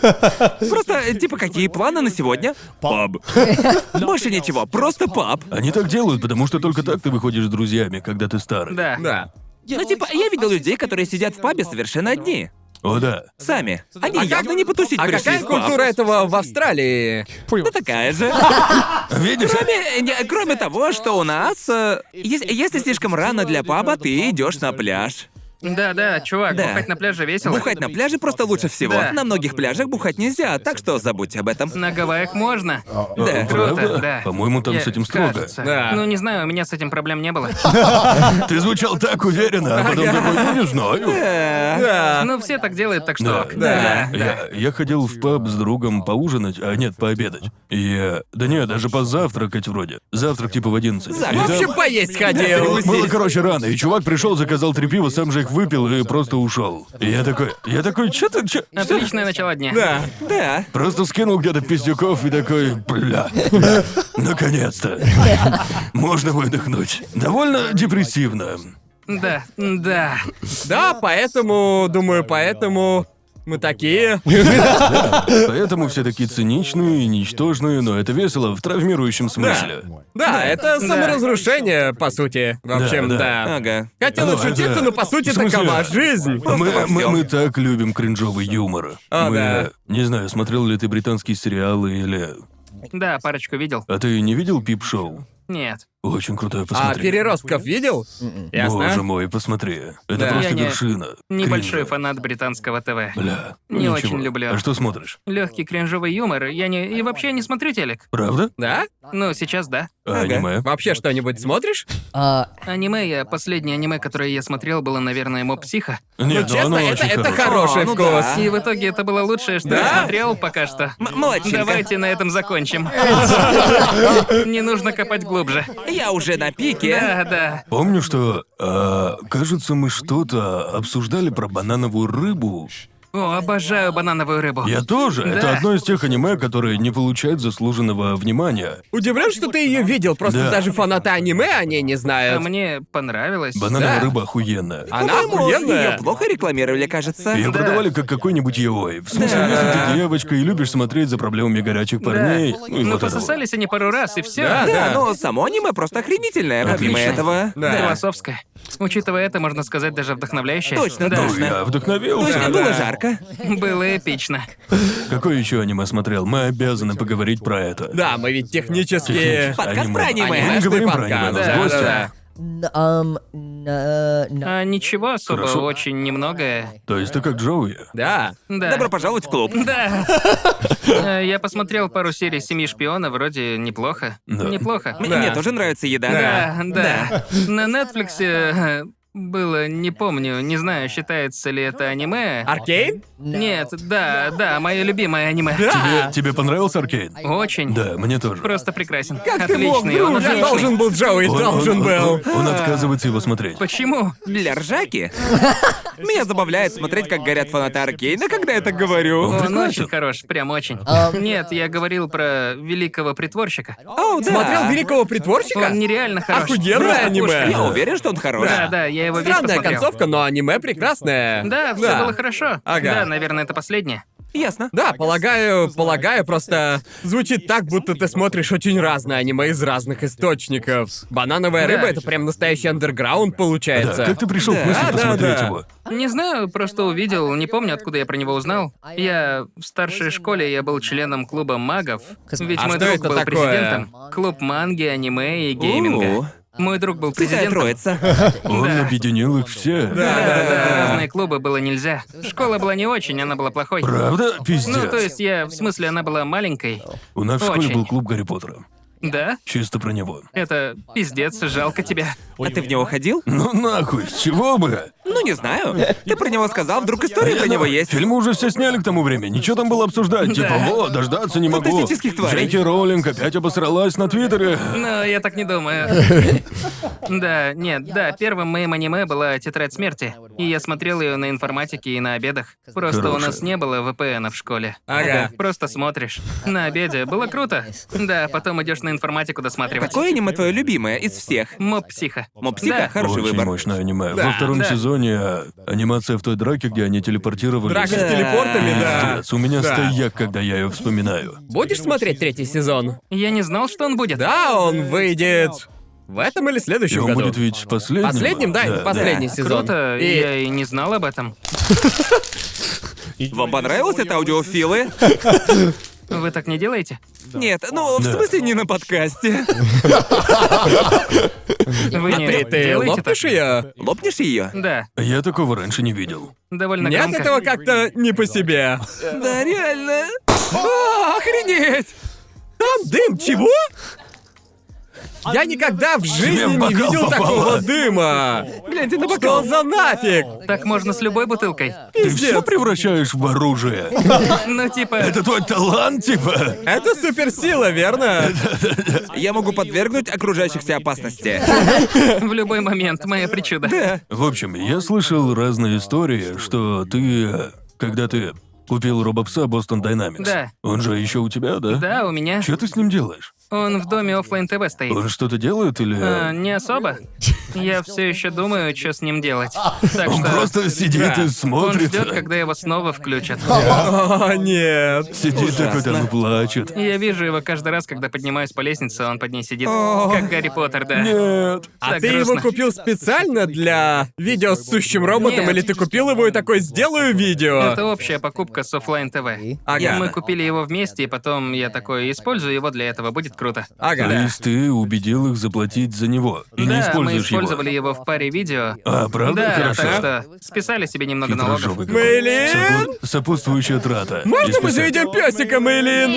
S4: Просто, э, типа, какие планы на сегодня? Паб. Больше ничего, просто паб.
S3: Они так делают, потому что только так ты выходишь с друзьями, когда ты старый.
S2: Да.
S1: Да.
S4: Ну, типа, я видел людей, которые сидят в пабе совершенно одни.
S3: О, да.
S4: Сами. Они
S1: А как-
S4: явно не потусить
S1: А
S4: пришли
S1: какая
S4: в паб.
S1: культура этого в Австралии?
S4: Да такая же.
S3: Видишь?
S4: Кроме, не- кроме того, что у нас, э, ес- если слишком рано для паба, ты идешь на пляж.
S2: Да, да, чувак,
S4: Да.
S2: бухать на пляже весело.
S4: Бухать на пляже просто лучше всего.
S2: Да.
S4: На многих пляжах бухать нельзя, так что забудьте об этом.
S2: На Гавайях можно.
S4: Да.
S2: Круто,
S3: Правда?
S2: да.
S3: По-моему, там
S2: Я-
S3: с этим строго.
S2: кажется.
S1: Да.
S2: Ну, не знаю, у меня с этим проблем не было.
S3: Ты звучал так уверенно, а потом такой, ну не знаю.
S1: Да.
S2: Ну, все так делают, так
S3: Да,
S2: что...
S1: Да.
S3: Я, я ходил в паб с другом поужинать, а нет, пообедать. И я... Да нет, даже позавтракать вроде. Завтрак типа в одиннадцать. И
S1: В
S3: там-
S1: общем, поесть ходил.
S3: Было, короче, рано, и чувак пришел, заказал три пива, сам же их выпил и просто ушел. И я такой, я такой, что ты, чё?
S2: Отличное начало дня.
S1: Да.
S4: Да.
S3: Просто скинул где-то пиздюков и такой, бля, наконец-то. Можно выдохнуть. Довольно депрессивно.
S2: Да, да.
S1: Да, поэтому, думаю, поэтому мы такие.
S3: Поэтому все такие циничные и ничтожные, но это весело в травмирующем смысле.
S1: Да, это саморазрушение, по сути. В общем,
S3: Да, да.
S1: да.
S4: Ага.
S1: Хотел
S3: Ну,
S1: отшутиться,
S3: это-
S1: но по сути
S3: в смысле-
S1: такова жизнь.
S3: Мы, мы, мы так любим кринжовый юмор.
S1: А,
S3: мы,
S1: да.
S3: не знаю, смотрел ли ты британские сериалы или...
S2: Да, парочку видел.
S3: А ты не видел Пип-шоу?
S2: Нет.
S3: Очень крутое,
S1: А
S3: посмотри.
S1: переростков видел? Ясно.
S3: Боже мой, посмотри. Это
S1: Да.
S3: просто
S2: Я не-
S3: вершина.
S2: Небольшой
S3: кринжа.
S2: фанат британского ТВ.
S3: Бля.
S2: Не
S3: ничего.
S2: очень люблю.
S3: А что смотришь?
S2: Легкий кринжовый юмор. Я не... И вообще не смотрю телек.
S3: Правда?
S1: Да?
S2: Ну, сейчас да.
S3: А аниме?
S1: Вообще что-нибудь смотришь?
S5: А,
S2: Аниме я... Последнее аниме, которое я смотрел, было, наверное, Моб Психо.
S3: Нет,
S1: Ну,
S3: ну
S1: честно,
S3: оно
S1: это,
S3: очень
S1: это
S3: хорошее.
S1: хороший
S4: О, ну
S1: вкус.
S4: да.
S2: И в итоге это было лучшее, что
S1: Да?
S2: я смотрел пока что.
S4: М- молодчинка.
S2: Давайте на этом закончим. Не нужно копать глубже.
S4: Я уже на пике.
S2: Да, да.
S3: Помню, что, а, кажется, мы что-то обсуждали про банановую рыбу.
S2: О, обожаю банановую рыбу.
S3: Я тоже.
S2: Да.
S3: Это одно из тех аниме, которые не получают заслуженного внимания.
S1: Удивлен, что ты ее видел, просто
S3: Да.
S1: даже фанаты аниме о ней не
S2: А
S1: знают.
S2: мне понравилось.
S3: Банановая
S1: Да.
S3: рыба охуенная.
S1: Она
S4: По-моему,
S1: охуенная.
S4: её плохо рекламировали, кажется.
S3: Ее
S2: Да.
S3: продавали как какой-нибудь яой. В смысле,
S4: Да.
S3: если ты девочка и любишь смотреть за проблемами горячих парней,
S2: Да.
S3: ну и
S2: Ну,
S3: вот это вот.
S2: пососались они пару раз, и все.
S1: Да,
S4: Да, но само аниме просто охренительное, помимо
S2: Отлично.
S4: этого.
S1: Да.
S2: Философское. Учитывая это, можно сказать, даже вдохновляюще.
S4: Точно,
S2: да.
S3: Ну,
S4: точно.
S3: я вдохновился.
S4: Точно, было жарко.
S2: Было эпично.
S3: Какое еще аниме смотрел? Мы обязаны поговорить про это.
S1: Да, мы ведь технически...
S3: Технически.
S4: Подкаст про аниме.
S3: Мы
S1: Анимешный
S3: говорим про
S1: подкаст.
S3: аниме, но с
S1: Да,
S3: гостем.
S1: да,
S5: N- um, n- uh, no.
S2: А ничего особо,
S3: Хорошо.
S2: очень немногое.
S3: То есть ты как Джоуи?
S1: да.
S2: Да.
S4: Добро пожаловать в клуб.
S2: Да. Э, Я посмотрел пару серий «Семьи шпиона», вроде неплохо.
S3: Да.
S2: Неплохо.
S4: Мне тоже нравится еда.
S2: Да, да. На Netflix э, было, не помню, не знаю, считается ли это аниме.
S1: Аркейн?
S2: Нет, да, да, мое любимое аниме.
S1: Да.
S3: Тебе понравился Аркейн?
S2: Очень.
S3: Да, мне тоже.
S2: Просто прекрасен.
S1: Как ты мог,
S2: Отличный, он
S1: друг? Я
S2: отличный.
S1: должен был Джоуи,
S3: Он-
S1: должен
S3: он-
S1: был.
S3: он- он отказывается его смотреть.
S2: Почему?
S4: Для ржаки. Меня забавляет смотреть, как горят фанаты Аркейна, когда я так говорю.
S3: Он
S2: Он
S3: прекрасен.
S2: очень хорош, прям очень.
S5: Ам.
S2: Нет, я говорил про великого притворщика.
S4: О, да.
S1: Смотрел «Великого притворщика»?
S2: Он нереально хорош.
S1: Охуенное
S2: Просто
S1: аниме.
S2: пушка.
S4: Я уверен, что он хорош.
S2: Да, да, я его весь
S1: Странная
S2: посмотрел.
S1: концовка, но аниме прекрасное.
S2: Да, все было хорошо.
S1: Ага.
S2: Да, наверное, это последнее.
S4: Ясно.
S1: Да, полагаю, полагаю, просто звучит так, будто ты смотришь очень разное аниме из разных источников. Банановая
S2: Да.
S1: рыба — это прям настоящий андерграунд получается.
S3: Да, как ты пришел к мысли
S1: Да, да,
S3: посмотреть
S1: да.
S3: его?
S2: Не знаю, просто увидел, не помню, откуда я про него узнал. Я в старшей школе я был членом клуба магов, ведь
S1: А
S2: мой
S1: что
S2: друг
S1: это
S2: был
S1: такое?
S2: президентом. Клуб манги, аниме и гейминга.
S4: У.
S2: Мой друг был
S4: Святая
S2: президентом.
S4: троица.
S3: Он
S2: Да.
S3: объединил их всех.
S2: Да, да, да, разные клубы было нельзя. Школа была не очень, она была плохой.
S3: Правда? Пиздец.
S2: Ну, то есть я, в смысле, она была маленькой.
S3: У нас в школе
S2: очень.
S3: был клуб Гарри Поттера.
S2: Да?
S3: Чисто про него.
S2: Это пиздец, жалко тебя.
S4: А ты в него ходил?
S3: Ну нахуй, с чего бы?
S4: Ну, не знаю. Ты про него сказал, вдруг история про него есть.
S3: Фильмы уже все сняли к тому времени. Ничего там было обсуждать. Типа, вот, дождаться не могу.
S4: Фантастических тварей.
S3: Джеки Роулинг опять обосралась на Твиттере.
S2: Но я так не думаю. Да, нет, да, первым моим аниме была «Тетрадь смерти». И я смотрел ее на информатике и на обедах. Просто у
S3: Хорошая.
S2: нас не было вэ пэ эна в школе.
S1: Ага.
S2: Просто смотришь. На обеде. Было круто. Да, потом идешь на информатику досматривать.
S4: Какое аниме твое любимое из всех?
S2: Моб психа.
S4: Моб-психа?
S2: Да.
S4: Хороший
S3: Очень
S4: выбор.
S3: мощное аниме.
S1: Да,
S3: Во втором
S2: да.
S3: сезоне а, анимация в той драке, где они телепортировались.
S1: Драка с телепортами, да.
S3: Пиздец, у меня
S1: Да.
S3: стояк, когда я ее вспоминаю.
S1: Будешь смотреть третий сезон?
S2: Я не знал, что он будет.
S1: Да, он выйдет в этом или
S3: И
S1: следующем
S3: он
S1: году.
S3: будет ведь последним.
S1: Последним, да, это последний
S2: Да,
S1: сезон.
S2: Круто,
S1: И-
S2: я и не знал об этом.
S4: Вам понравилось это, аудиофилы?
S2: Вы так не делаете?
S4: Нет, ну, в
S3: Да.
S4: смысле не на подкасте.
S2: Вы не
S1: Смотри, ты
S2: делаете
S1: лопнешь
S2: так?
S1: ее?
S4: Лопнешь ее?
S2: Да,
S3: Я такого раньше не видел.
S2: довольно
S1: Мне от
S2: громко.
S1: этого как-то не по себе.
S4: Да, реально. О, охренеть!
S1: Там дым, чего? Я никогда в жизни
S3: в
S1: не
S3: бокал
S1: видел
S3: попало.
S1: такого дыма.
S4: Гляньте на
S1: Что
S4: бокал.
S1: за нафиг?
S2: Так можно с любой бутылкой.
S3: Ты все превращаешь в оружие.
S2: Ну, типа...
S3: Это твой талант, типа?
S1: Это суперсила, верно?
S4: Я могу подвергнуть окружающихся опасности.
S2: В любой момент, моя причуда.
S3: В общем, я слышал разные истории, что ты, э, когда ты купил робопса Boston Dynamics,
S2: Да.
S3: он же еще у тебя, да?
S2: Да, у меня.
S3: Что ты с ним делаешь?
S2: Он в доме оффлайн тэ вэ стоит.
S3: Он что-то делает или...
S2: А, не особо. Я все еще думаю, что с ним делать. Так
S3: Он
S2: что
S3: просто сидит
S1: Да.
S3: и
S2: он
S3: смотрит.
S2: ждет, когда его снова включат.
S1: О, нет.
S3: Сидит такой там и плачет.
S2: Я вижу его каждый раз, когда поднимаюсь по лестнице, он под ней сидит.
S4: О.
S2: Как Гарри Поттер, да.
S3: Нет.
S1: А
S2: Так
S1: ты
S2: грустно.
S1: его купил специально для видео с сущим роботом,
S2: Нет.
S1: или ты купил его и такой «сделаю видео»?
S2: Это общая покупка с оффлайн тэ вэ.
S1: Ага.
S2: Мы купили его вместе, и потом я такой, использую его для этого, будет круто.
S1: Ага.
S3: То есть ты убедил их заплатить за него и не
S2: Да, мы
S3: используешь
S2: использовали его в паре видео.
S3: А, правда?
S2: Да,
S3: Хорошо.
S2: так что списали себе немного налогов.
S3: Хитрожопый какой.
S1: Мэйлин?
S3: Сопу- Сопутствующая трата.
S1: Можно
S3: Если
S1: мы
S3: са-
S1: заведем песика, Мэйлин?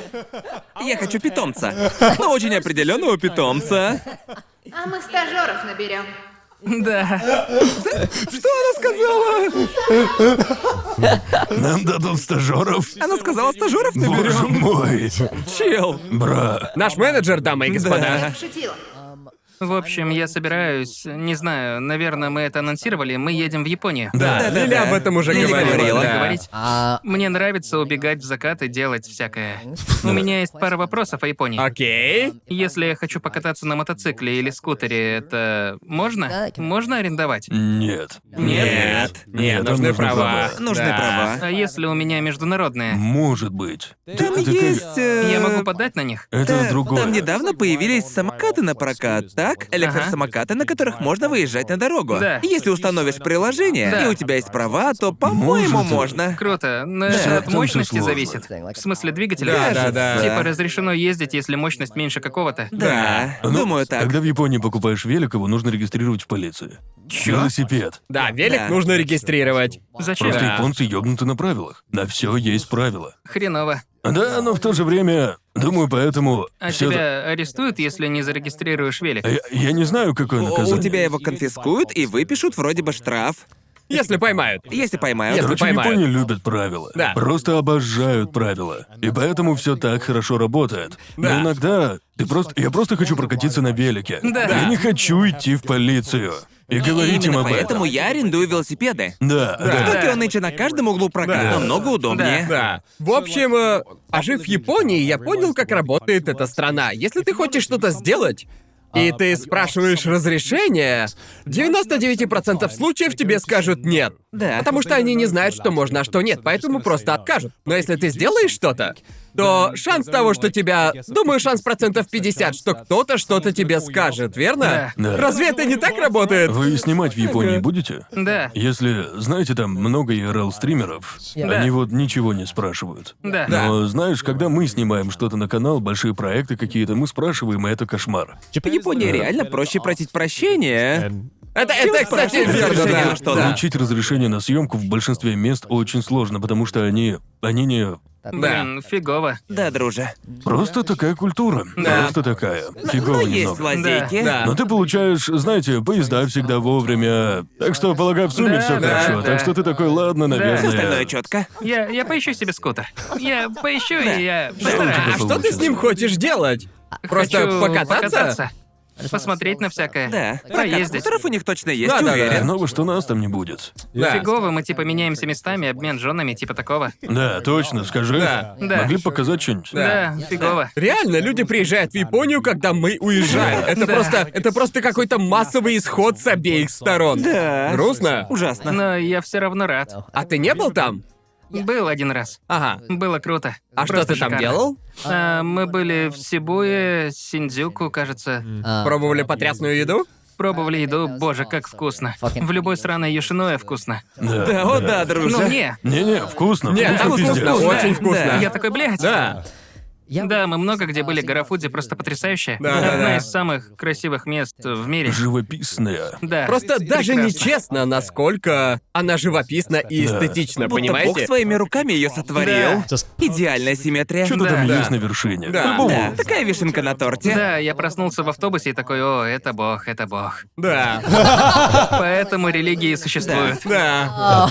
S4: Я хочу питомца. Но очень определенного питомца.
S6: А мы стажеров наберем.
S2: Да.
S4: Что она сказала?
S3: Нам дадут стажеров.
S4: Она сказала, стажеров
S3: Боже
S4: наберем.
S3: мой.
S4: Чел.
S3: Бра.
S1: Наш менеджер, дамы и господа.
S6: Шутила.
S2: В общем, я собираюсь, не знаю, наверное, мы это анонсировали, мы едем в Японию.
S1: Да,
S4: Да-да-да.
S1: Лили об этом уже
S4: Лили
S1: говорила.
S4: говорила.
S1: да.
S2: Говорить.
S5: А,
S2: Мне нравится убегать в закат и делать всякое. У меня есть пара вопросов о Японии.
S1: Окей.
S2: Если я хочу покататься на мотоцикле или скутере, это можно? Можно арендовать?
S3: Нет.
S1: Нет. Нет,
S3: там
S1: нужны
S3: нужны
S1: права.
S3: права.
S4: Нужны
S1: Да.
S4: права.
S2: А если у меня международные?
S3: Может быть.
S4: Там
S3: Это как-
S4: есть... э,
S2: Я могу подать на них?
S3: Это
S4: да,
S3: другое.
S4: Там недавно появились самокаты на прокат, так? так, электросамокаты, на которых можно выезжать на дорогу.
S2: Да.
S4: Если установишь приложение,
S2: Да.
S4: и у тебя есть права, то, по-моему,
S3: Может,
S4: можно.
S2: Круто, но
S3: Да,
S2: это от
S3: там всё
S2: мощности
S3: сложно.
S2: зависит. В смысле двигателя?
S1: Да, да, да.
S2: Типа разрешено ездить, если мощность меньше какого-то.
S4: Да,
S3: Ну,
S4: думаю так.
S3: Когда в Японии покупаешь велик, его нужно регистрировать в полиции. Велосипед.
S1: Да, велик
S4: Да.
S1: нужно регистрировать.
S2: Зачем?
S3: Просто
S1: Да.
S3: японцы ёбнуты на правилах. На все есть правила.
S2: Хреново.
S3: Да, но в то же время, думаю, поэтому
S2: А
S3: всё
S2: тебя арестуют, если не зарегистрируешь велик?
S3: Я, я не знаю, какое
S4: У
S3: наказание.
S4: у тебя его конфискуют и выпишут вроде бы штраф,
S1: Если поймают.
S4: если поймают.
S1: Если
S3: Короче, в
S1: поймают.
S3: Японии любят правила.
S1: Да.
S3: Просто обожают правила. И поэтому все так хорошо работает.
S1: Да.
S3: Но иногда ты просто. Я просто хочу прокатиться на велике.
S2: Да.
S3: Я не хочу идти в полицию. И говорить им
S4: Именно
S3: об
S4: поэтому
S3: этом.
S4: я арендую велосипеды.
S3: Да,
S4: В
S3: да.
S4: Токио нынче на каждом углу прокат,
S1: Да.
S4: намного удобнее.
S1: Да. В общем, э, а жив в Японии, я понял, как работает эта страна. Если ты хочешь что-то сделать, и ты спрашиваешь разрешение, в девяноста девяти процентах случаев тебе скажут нет.
S4: Да.
S1: Потому что они не знают, что можно, а что нет, поэтому просто откажут. Но если ты сделаешь что-то, то шанс того, что тебя... Думаю, шанс процентов пятьдесят, что кто-то что-то тебе скажет, верно?
S3: Да. Да.
S1: Разве это не так работает?
S3: Вы снимать в Японии будете?
S2: Да.
S3: Если, знаете, там много и эр эл-стримеров,
S2: Да.
S3: они вот ничего не спрашивают.
S2: Да.
S3: Но знаешь, когда мы снимаем что-то на канал, большие проекты какие-то, мы спрашиваем, и это кошмар.
S4: В Японии реально проще просить прощения.
S1: Это, это, кстати,
S4: спрашивают
S1: верно,
S4: разрешение
S1: да.
S4: на что-то?
S1: Да.
S3: Получить разрешение на съемку в большинстве мест очень сложно, потому что они. они не.
S2: Блин, фигово.
S4: Да, друже.
S3: Просто такая культура.
S1: Да.
S3: Просто такая.
S4: Но
S3: Фигово
S4: есть
S3: немного.
S4: лазейки.
S1: Да.
S3: Но ты получаешь, знаете, поезда всегда вовремя. Так что, полагаю, в сумме
S2: Да,
S3: все
S2: да,
S3: хорошо.
S2: да.
S3: Так что ты такой, ладно,
S4: Все
S3: наверное.
S4: остальное четко.
S2: Я, я поищу себе скутер. Я поищу, и я
S3: Что у тебя
S2: постараюсь.
S1: А что ты с ним хочешь делать? Просто
S2: Хочу
S1: покататься?
S2: Посмотреть на всякое.
S4: Да.
S2: Проездить.
S4: Скутеров у них точно есть,
S1: Да, да, да.
S4: уверен.
S3: Нового, что нас там не будет.
S1: Да.
S2: Фигово, мы типа меняемся местами, обмен женами, типа такого.
S3: Да, точно, скажи.
S1: Да.
S2: Да.
S3: Могли бы показать что-нибудь?
S2: Да, фигово.
S1: Реально, люди приезжают в Японию, когда мы уезжаем. Это
S2: Да.
S1: просто, это просто какой-то массовый исход с обеих сторон.
S4: Да.
S1: Грустно.
S4: Ужасно.
S2: Но я все равно рад.
S1: А ты не был там?
S2: Был один раз.
S1: Ага.
S2: Было круто.
S1: А что
S2: Просто
S1: ты там
S2: шикарно.
S1: делал?
S2: А, мы были в Сибуе, Синдзюку, кажется.
S1: Пробовали потрясную еду?
S2: Пробовали еду, боже, как вкусно. В любой сраной Йошиное вкусно.
S3: Да.
S4: Да, о да, друже.
S2: Ну мне.
S3: Не-не, вкусно.
S1: Нет, там
S3: вкусно,
S1: вкусно,
S3: пиздец.
S1: очень вкусно.
S4: Да.
S2: Я такой, блядь.
S1: Да.
S2: Да, мы много где были, гора Фудзи просто потрясающая.
S1: Да, да,
S2: Одна
S1: да.
S2: из самых красивых мест в мире.
S3: Живописная.
S2: Да.
S1: Просто даже
S2: Прекрасно.
S1: нечестно, насколько она живописна и
S3: Да.
S1: эстетична,
S4: Будто
S1: понимаете?
S4: Бог своими руками ее сотворил. Идеальная симметрия.
S3: Что-то
S2: Да.
S3: там
S1: Да.
S3: есть на вершине.
S1: Да.
S3: По-любому.
S4: Да, такая вишенка на торте.
S2: Да, я проснулся в автобусе и такой, о, это бог, это бог.
S1: Да.
S2: Поэтому религии существуют.
S1: Да.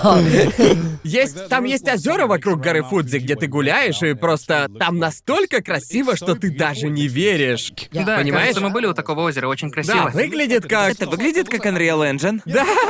S1: Есть, там есть озера вокруг горы Фудзи, где ты гуляешь, и просто там настолько красиво, что ты даже не веришь.
S2: Да,
S1: Понимаешь?
S2: кажется, мы были у такого озера, очень
S1: Да,
S2: красиво.
S1: выглядит как...
S4: Это выглядит как Unreal Engine.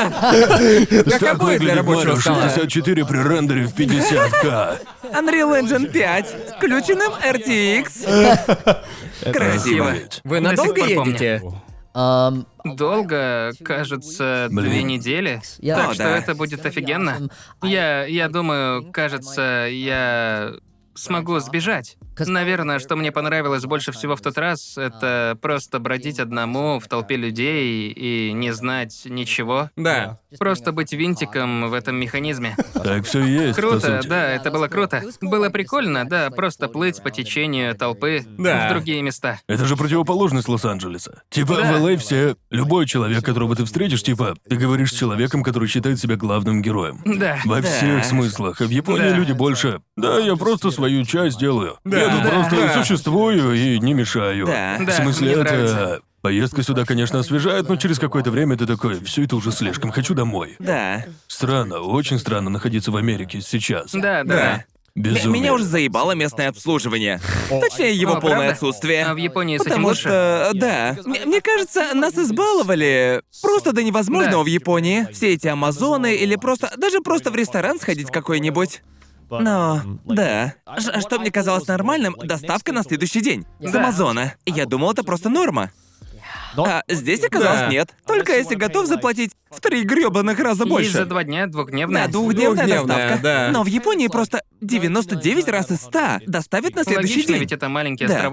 S1: Как
S3: Так
S1: обои для
S3: выглядит
S1: рабочего
S3: Mario
S1: стола.
S3: шестьдесят четыре при рендере в пятьдесят ка.
S4: Unreal Engine пять с включенным эр ти экс. Красиво.
S3: Охуеть.
S1: Вы
S2: До сих
S1: надолго
S2: пор помню.
S1: едете?
S5: Um,
S2: Долго, кажется,
S3: Блин.
S2: две недели.
S5: Я-
S2: Так
S4: О,
S2: что
S4: да.
S2: это будет офигенно. Я, я думаю, кажется, я смогу сбежать. Наверное, что мне понравилось больше всего в тот раз, это просто бродить одному в толпе людей и не знать ничего.
S1: Да.
S2: Просто быть винтиком в этом механизме.
S3: Так все и есть, по
S2: Круто,
S3: сути.
S2: да, это было круто. Было прикольно, да, просто плыть по течению толпы
S1: Да.
S2: в другие места.
S3: Это же противоположность Лос-Анджелеса. Типа,
S2: Да.
S3: в эл эй все... Любой человек, которого ты встретишь, типа, ты говоришь с человеком, который считает себя главным героем.
S2: Да.
S3: Во
S4: Да.
S3: всех смыслах. А в Японии
S2: Да.
S3: люди больше... Да, я просто свою часть делаю.
S1: Да.
S3: Я тут
S2: Да.
S3: просто
S1: Да.
S3: существую и не мешаю.
S4: Да.
S3: В
S2: Да,
S3: смысле,
S2: мне
S3: это...
S2: нравится.
S3: Поездка сюда, конечно, освежает, но через какое-то время ты такой, все это уже слишком, хочу домой.
S4: Да.
S3: Странно, очень странно находиться в Америке сейчас.
S2: Да, да.
S4: Да. М-
S3: Безумие.
S4: Меня уже заебало местное обслуживание. Точнее, его
S2: О,
S4: полное
S2: правда?
S4: отсутствие.
S2: А в Японии с этим
S4: Потому
S2: лучше?
S4: что, да. Мне, мне кажется, нас избаловали просто до невозможного
S2: Да.
S4: в Японии. Все эти Амазоны или просто... Даже просто в ресторан сходить какой-нибудь. Но, да. Ш- что мне казалось нормальным, доставка на следующий день. С
S2: Да.
S4: Амазона. Я думал, это просто норма. А здесь оказалось
S1: Да.
S4: нет. Только если готов заплатить в три грёбаных раза
S2: И
S4: больше.
S2: за два дня двухдневная.
S4: Да, двухдневная
S1: Двухдневная,
S4: доставка.
S1: да.
S4: Но в Японии просто девяносто девять раз из ста доставят на следующий
S2: Логично,
S4: день.
S2: ведь это маленький
S4: Да.
S2: островок.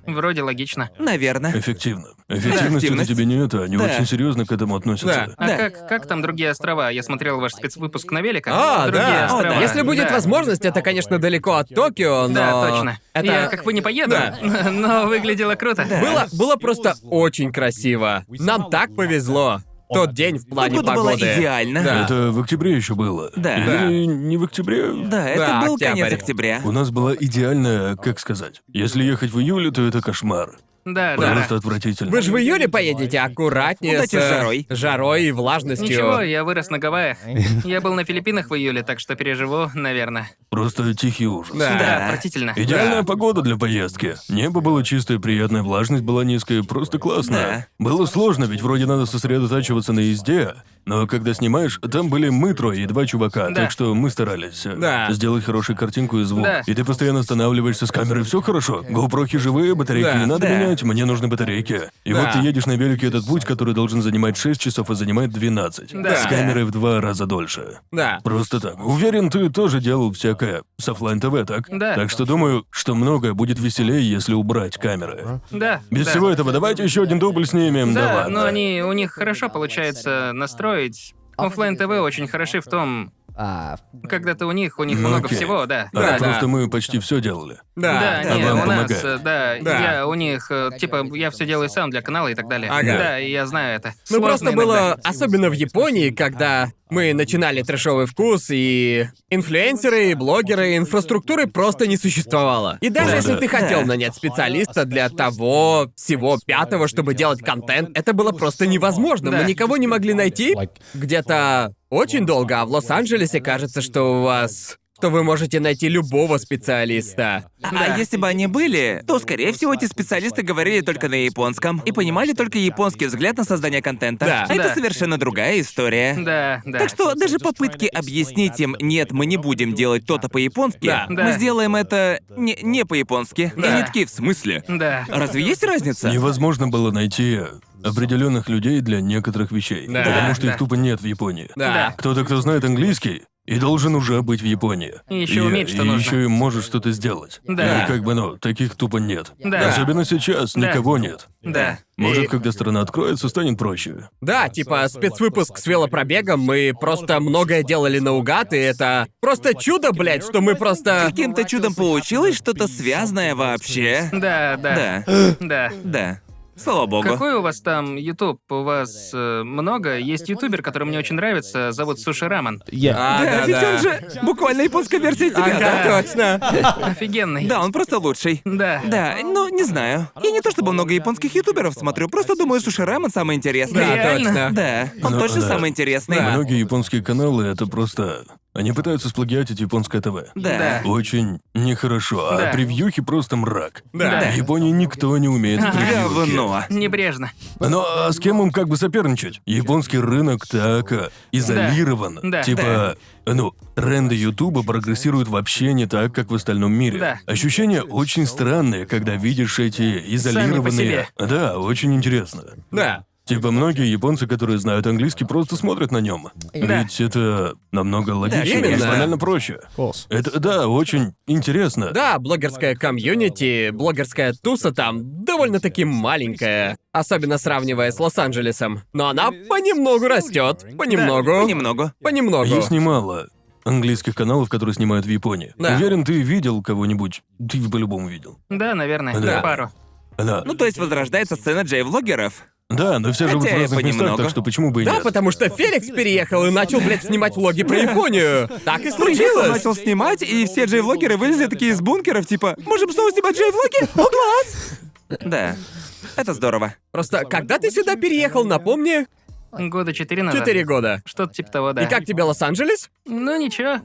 S2: Вроде логично.
S4: Наверное.
S3: Эффективно. Эффективность это
S4: эффективность.
S3: тебе не это, они
S4: Да.
S3: очень серьезно к этому относятся.
S1: Да.
S2: А
S4: Да.
S2: как, как там другие острова? Я смотрел ваш спецвыпуск на великах.
S1: А,
S2: другие
S1: да.
S2: острова.
S4: О, да.
S1: Если будет
S2: Да.
S1: возможность, это, конечно, далеко от Токио, но...
S2: Да, точно.
S1: Это...
S2: Я как бы не поеду,
S1: Да.
S2: но выглядело круто.
S1: Было, было просто очень красиво. Нам так повезло. Тот день в плане
S4: Погода была
S1: погоды.
S4: идеальна.
S1: Да.
S3: Это в октябре еще было.
S4: Да.
S3: Или не в октябре?
S4: Да, это
S1: Да,
S4: был
S1: октябрь.
S4: конец октября.
S3: У нас была идеальная, как сказать. Если ехать в июле, то это кошмар.
S2: Да, да.
S3: Просто отвратительно.
S1: Вы же в июле поедете аккуратнее
S4: Удачи
S1: с
S4: с жарой.
S1: жарой и влажностью.
S2: Ничего, я вырос на Гавайях. Я был на Филиппинах в июле, так что переживу, наверное.
S3: Просто тихий ужас.
S1: Да.
S2: Да, отвратительно.
S3: Идеальная
S1: Да.
S3: погода для поездки. Небо было чистое, приятная влажность была низкая, просто классно.
S4: Да.
S3: Было сложно, ведь вроде надо сосредотачиваться на езде, но когда снимаешь, там были мы трое и два чувака,
S2: Да.
S3: так что мы старались э,
S1: Да.
S3: сделать хорошую картинку и звук.
S2: Да.
S3: И ты постоянно останавливаешься с камерой, все хорошо. GoPro живые, батарейки
S1: Да.
S3: не надо
S4: Да.
S3: менять, мне нужны батарейки. И
S1: Да.
S3: вот ты едешь на велике этот путь, который должен занимать шесть часов, а занимает двенадцать.
S2: Да.
S3: С камерой в два раза дольше.
S1: Да.
S3: Просто так. Уверен, ты тоже делал всякое с оффлайн ТВ, так?
S2: Да.
S3: Так что думаю, что многое будет веселее, если убрать камеры.
S2: Да.
S3: Без
S2: да.
S3: всего этого давайте еще один дубль снимем, да,
S2: Да,
S3: ладно.
S2: но они, у них хорошо получается настроить. Оффлайн ТВ очень хороши в том,
S5: Uh,
S2: когда ты у них, у них
S3: Ну,
S2: много
S3: окей.
S2: всего, да.
S3: А
S1: Да,
S3: просто
S1: да.
S3: мы почти все делали.
S1: Да.
S2: Да, не,
S3: вам
S2: у нас,
S3: помогает.
S2: э, да,
S1: Да.
S2: я у них, э, типа, я все делаю сам для канала и так далее.
S1: Ага.
S2: Да, и я знаю это.
S1: Ну
S2: Сложно
S1: просто
S2: иногда.
S1: было, особенно в Японии, когда мы начинали трэшовый вкус, и инфлюенсеры, и блогеры, инфраструктуры просто не существовало. И даже
S3: Да,
S1: если
S3: да.
S1: ты хотел
S4: Да.
S1: нанять специалиста для того всего пятого, чтобы делать контент, это было просто невозможно.
S2: Да.
S1: Мы никого не могли найти где-то очень долго, а в Лос-Анджелесе кажется, что у вас... что вы можете найти любого специалиста.
S4: А,
S2: Да.
S4: а если бы они были, то, скорее всего, эти специалисты говорили только на японском и понимали только японский взгляд на создание контента.
S1: Да.
S4: А это
S2: Да.
S4: совершенно другая история.
S2: Да, да.
S4: Так что даже попытки объяснить им, нет, мы не будем делать то-то по-японски,
S1: Да.
S4: мы
S2: Да.
S4: сделаем это не, не по-японски. И
S2: Да.
S4: они такие, в смысле?
S2: Да.
S4: Разве есть разница?
S3: Невозможно было найти определенных людей для некоторых вещей.
S1: Да.
S3: Потому что
S2: Да.
S3: их тупо нет в Японии.
S1: Да.
S3: Кто-то, кто знает английский, и должен уже быть в Японии.
S2: И ещё уметь, что
S3: и
S2: нужно.
S3: еще и может что-то сделать.
S2: Да.
S3: И как бы, ну, таких тупо нет.
S2: Да.
S3: Особенно сейчас,
S2: Да.
S3: никого нет.
S2: Да.
S3: Может,
S1: И-
S3: когда страна откроется, станет проще.
S1: Да, типа спецвыпуск с велопробегом, мы просто многое делали наугад, и это просто чудо, блядь, что мы просто...
S4: Каким-то чудом получилось что-то связанное вообще.
S2: Да, да.
S4: Да,
S2: Да.
S4: да. Слава богу.
S2: Какой у вас там YouTube? У вас э, много? Есть ютубер, который мне очень нравится, зовут Суши Раман.
S1: А,
S4: Да,
S1: да,
S4: ведь
S1: да.
S4: он же буквально японская версия тебя,
S1: Ага,
S4: да?
S1: точно.
S2: Офигенный.
S4: Да, он просто лучший.
S2: Да.
S4: Да, ну, не знаю. Я не то чтобы много японских ютуберов смотрю, просто думаю, Суши Рамэн самый интересный.
S1: Да,
S2: Реально?
S1: точно.
S4: Да, он
S3: Ну,
S4: точно
S3: да.
S4: самый интересный.
S1: Да.
S3: Многие японские каналы — это просто... Они пытаются сплагиатить японское ТВ.
S4: Да.
S3: Очень нехорошо, а
S2: Да.
S3: превьюхи просто мрак.
S1: Да.
S3: В Японии никто не умеет превьюхи.
S4: Говно.
S2: Небрежно.
S3: Ну, а с кем им как бы соперничать? Японский рынок так а, изолирован.
S2: Да.
S3: Типа, ну, тренды Ютуба прогрессируют вообще не так, как в остальном мире.
S2: Да.
S3: Ощущения очень странные, когда видишь эти изолированные...
S2: себе.
S3: Да, очень интересно.
S1: Да.
S3: Типа, многие японцы, которые знают английский, просто смотрят на нем.
S2: Да.
S3: Ведь это намного логичнее и
S1: именно.
S3: банально проще. Это, да, очень интересно.
S1: Да, блогерская комьюнити, блогерская туса там довольно-таки маленькая, особенно сравнивая с Лос-Анджелесом. Но она понемногу растет, понемногу,
S4: Да, понемногу.
S1: понемногу.
S3: Есть немало английских каналов, которые снимают в Японии.
S1: Да.
S3: Уверен, ты видел кого-нибудь? Ты по-любому видел.
S2: Да, наверное.
S3: Да.
S2: Пару.
S3: Да.
S4: Ну, то есть возрождается сцена джей-влогеров.
S3: Да, но все живут в
S4: Хотя и
S3: разных местах,
S4: понемногу.
S3: так что почему бы и
S1: Да,
S3: нет?
S1: потому что Феликс переехал и начал, блядь, снимать влоги про Японию. Так и
S4: Приехал,
S1: случилось.
S4: начал снимать, и все джей-влогеры вылезли такие из бункеров, типа, можем снова снимать джей-влоги? О, класс! Да, это здорово.
S1: Просто когда ты сюда переехал, напомни?
S2: Года четыре назад.
S1: Четыре года.
S2: Что-то типа того, да.
S1: И как тебе Лос-Анджелес?
S2: Ну ничего.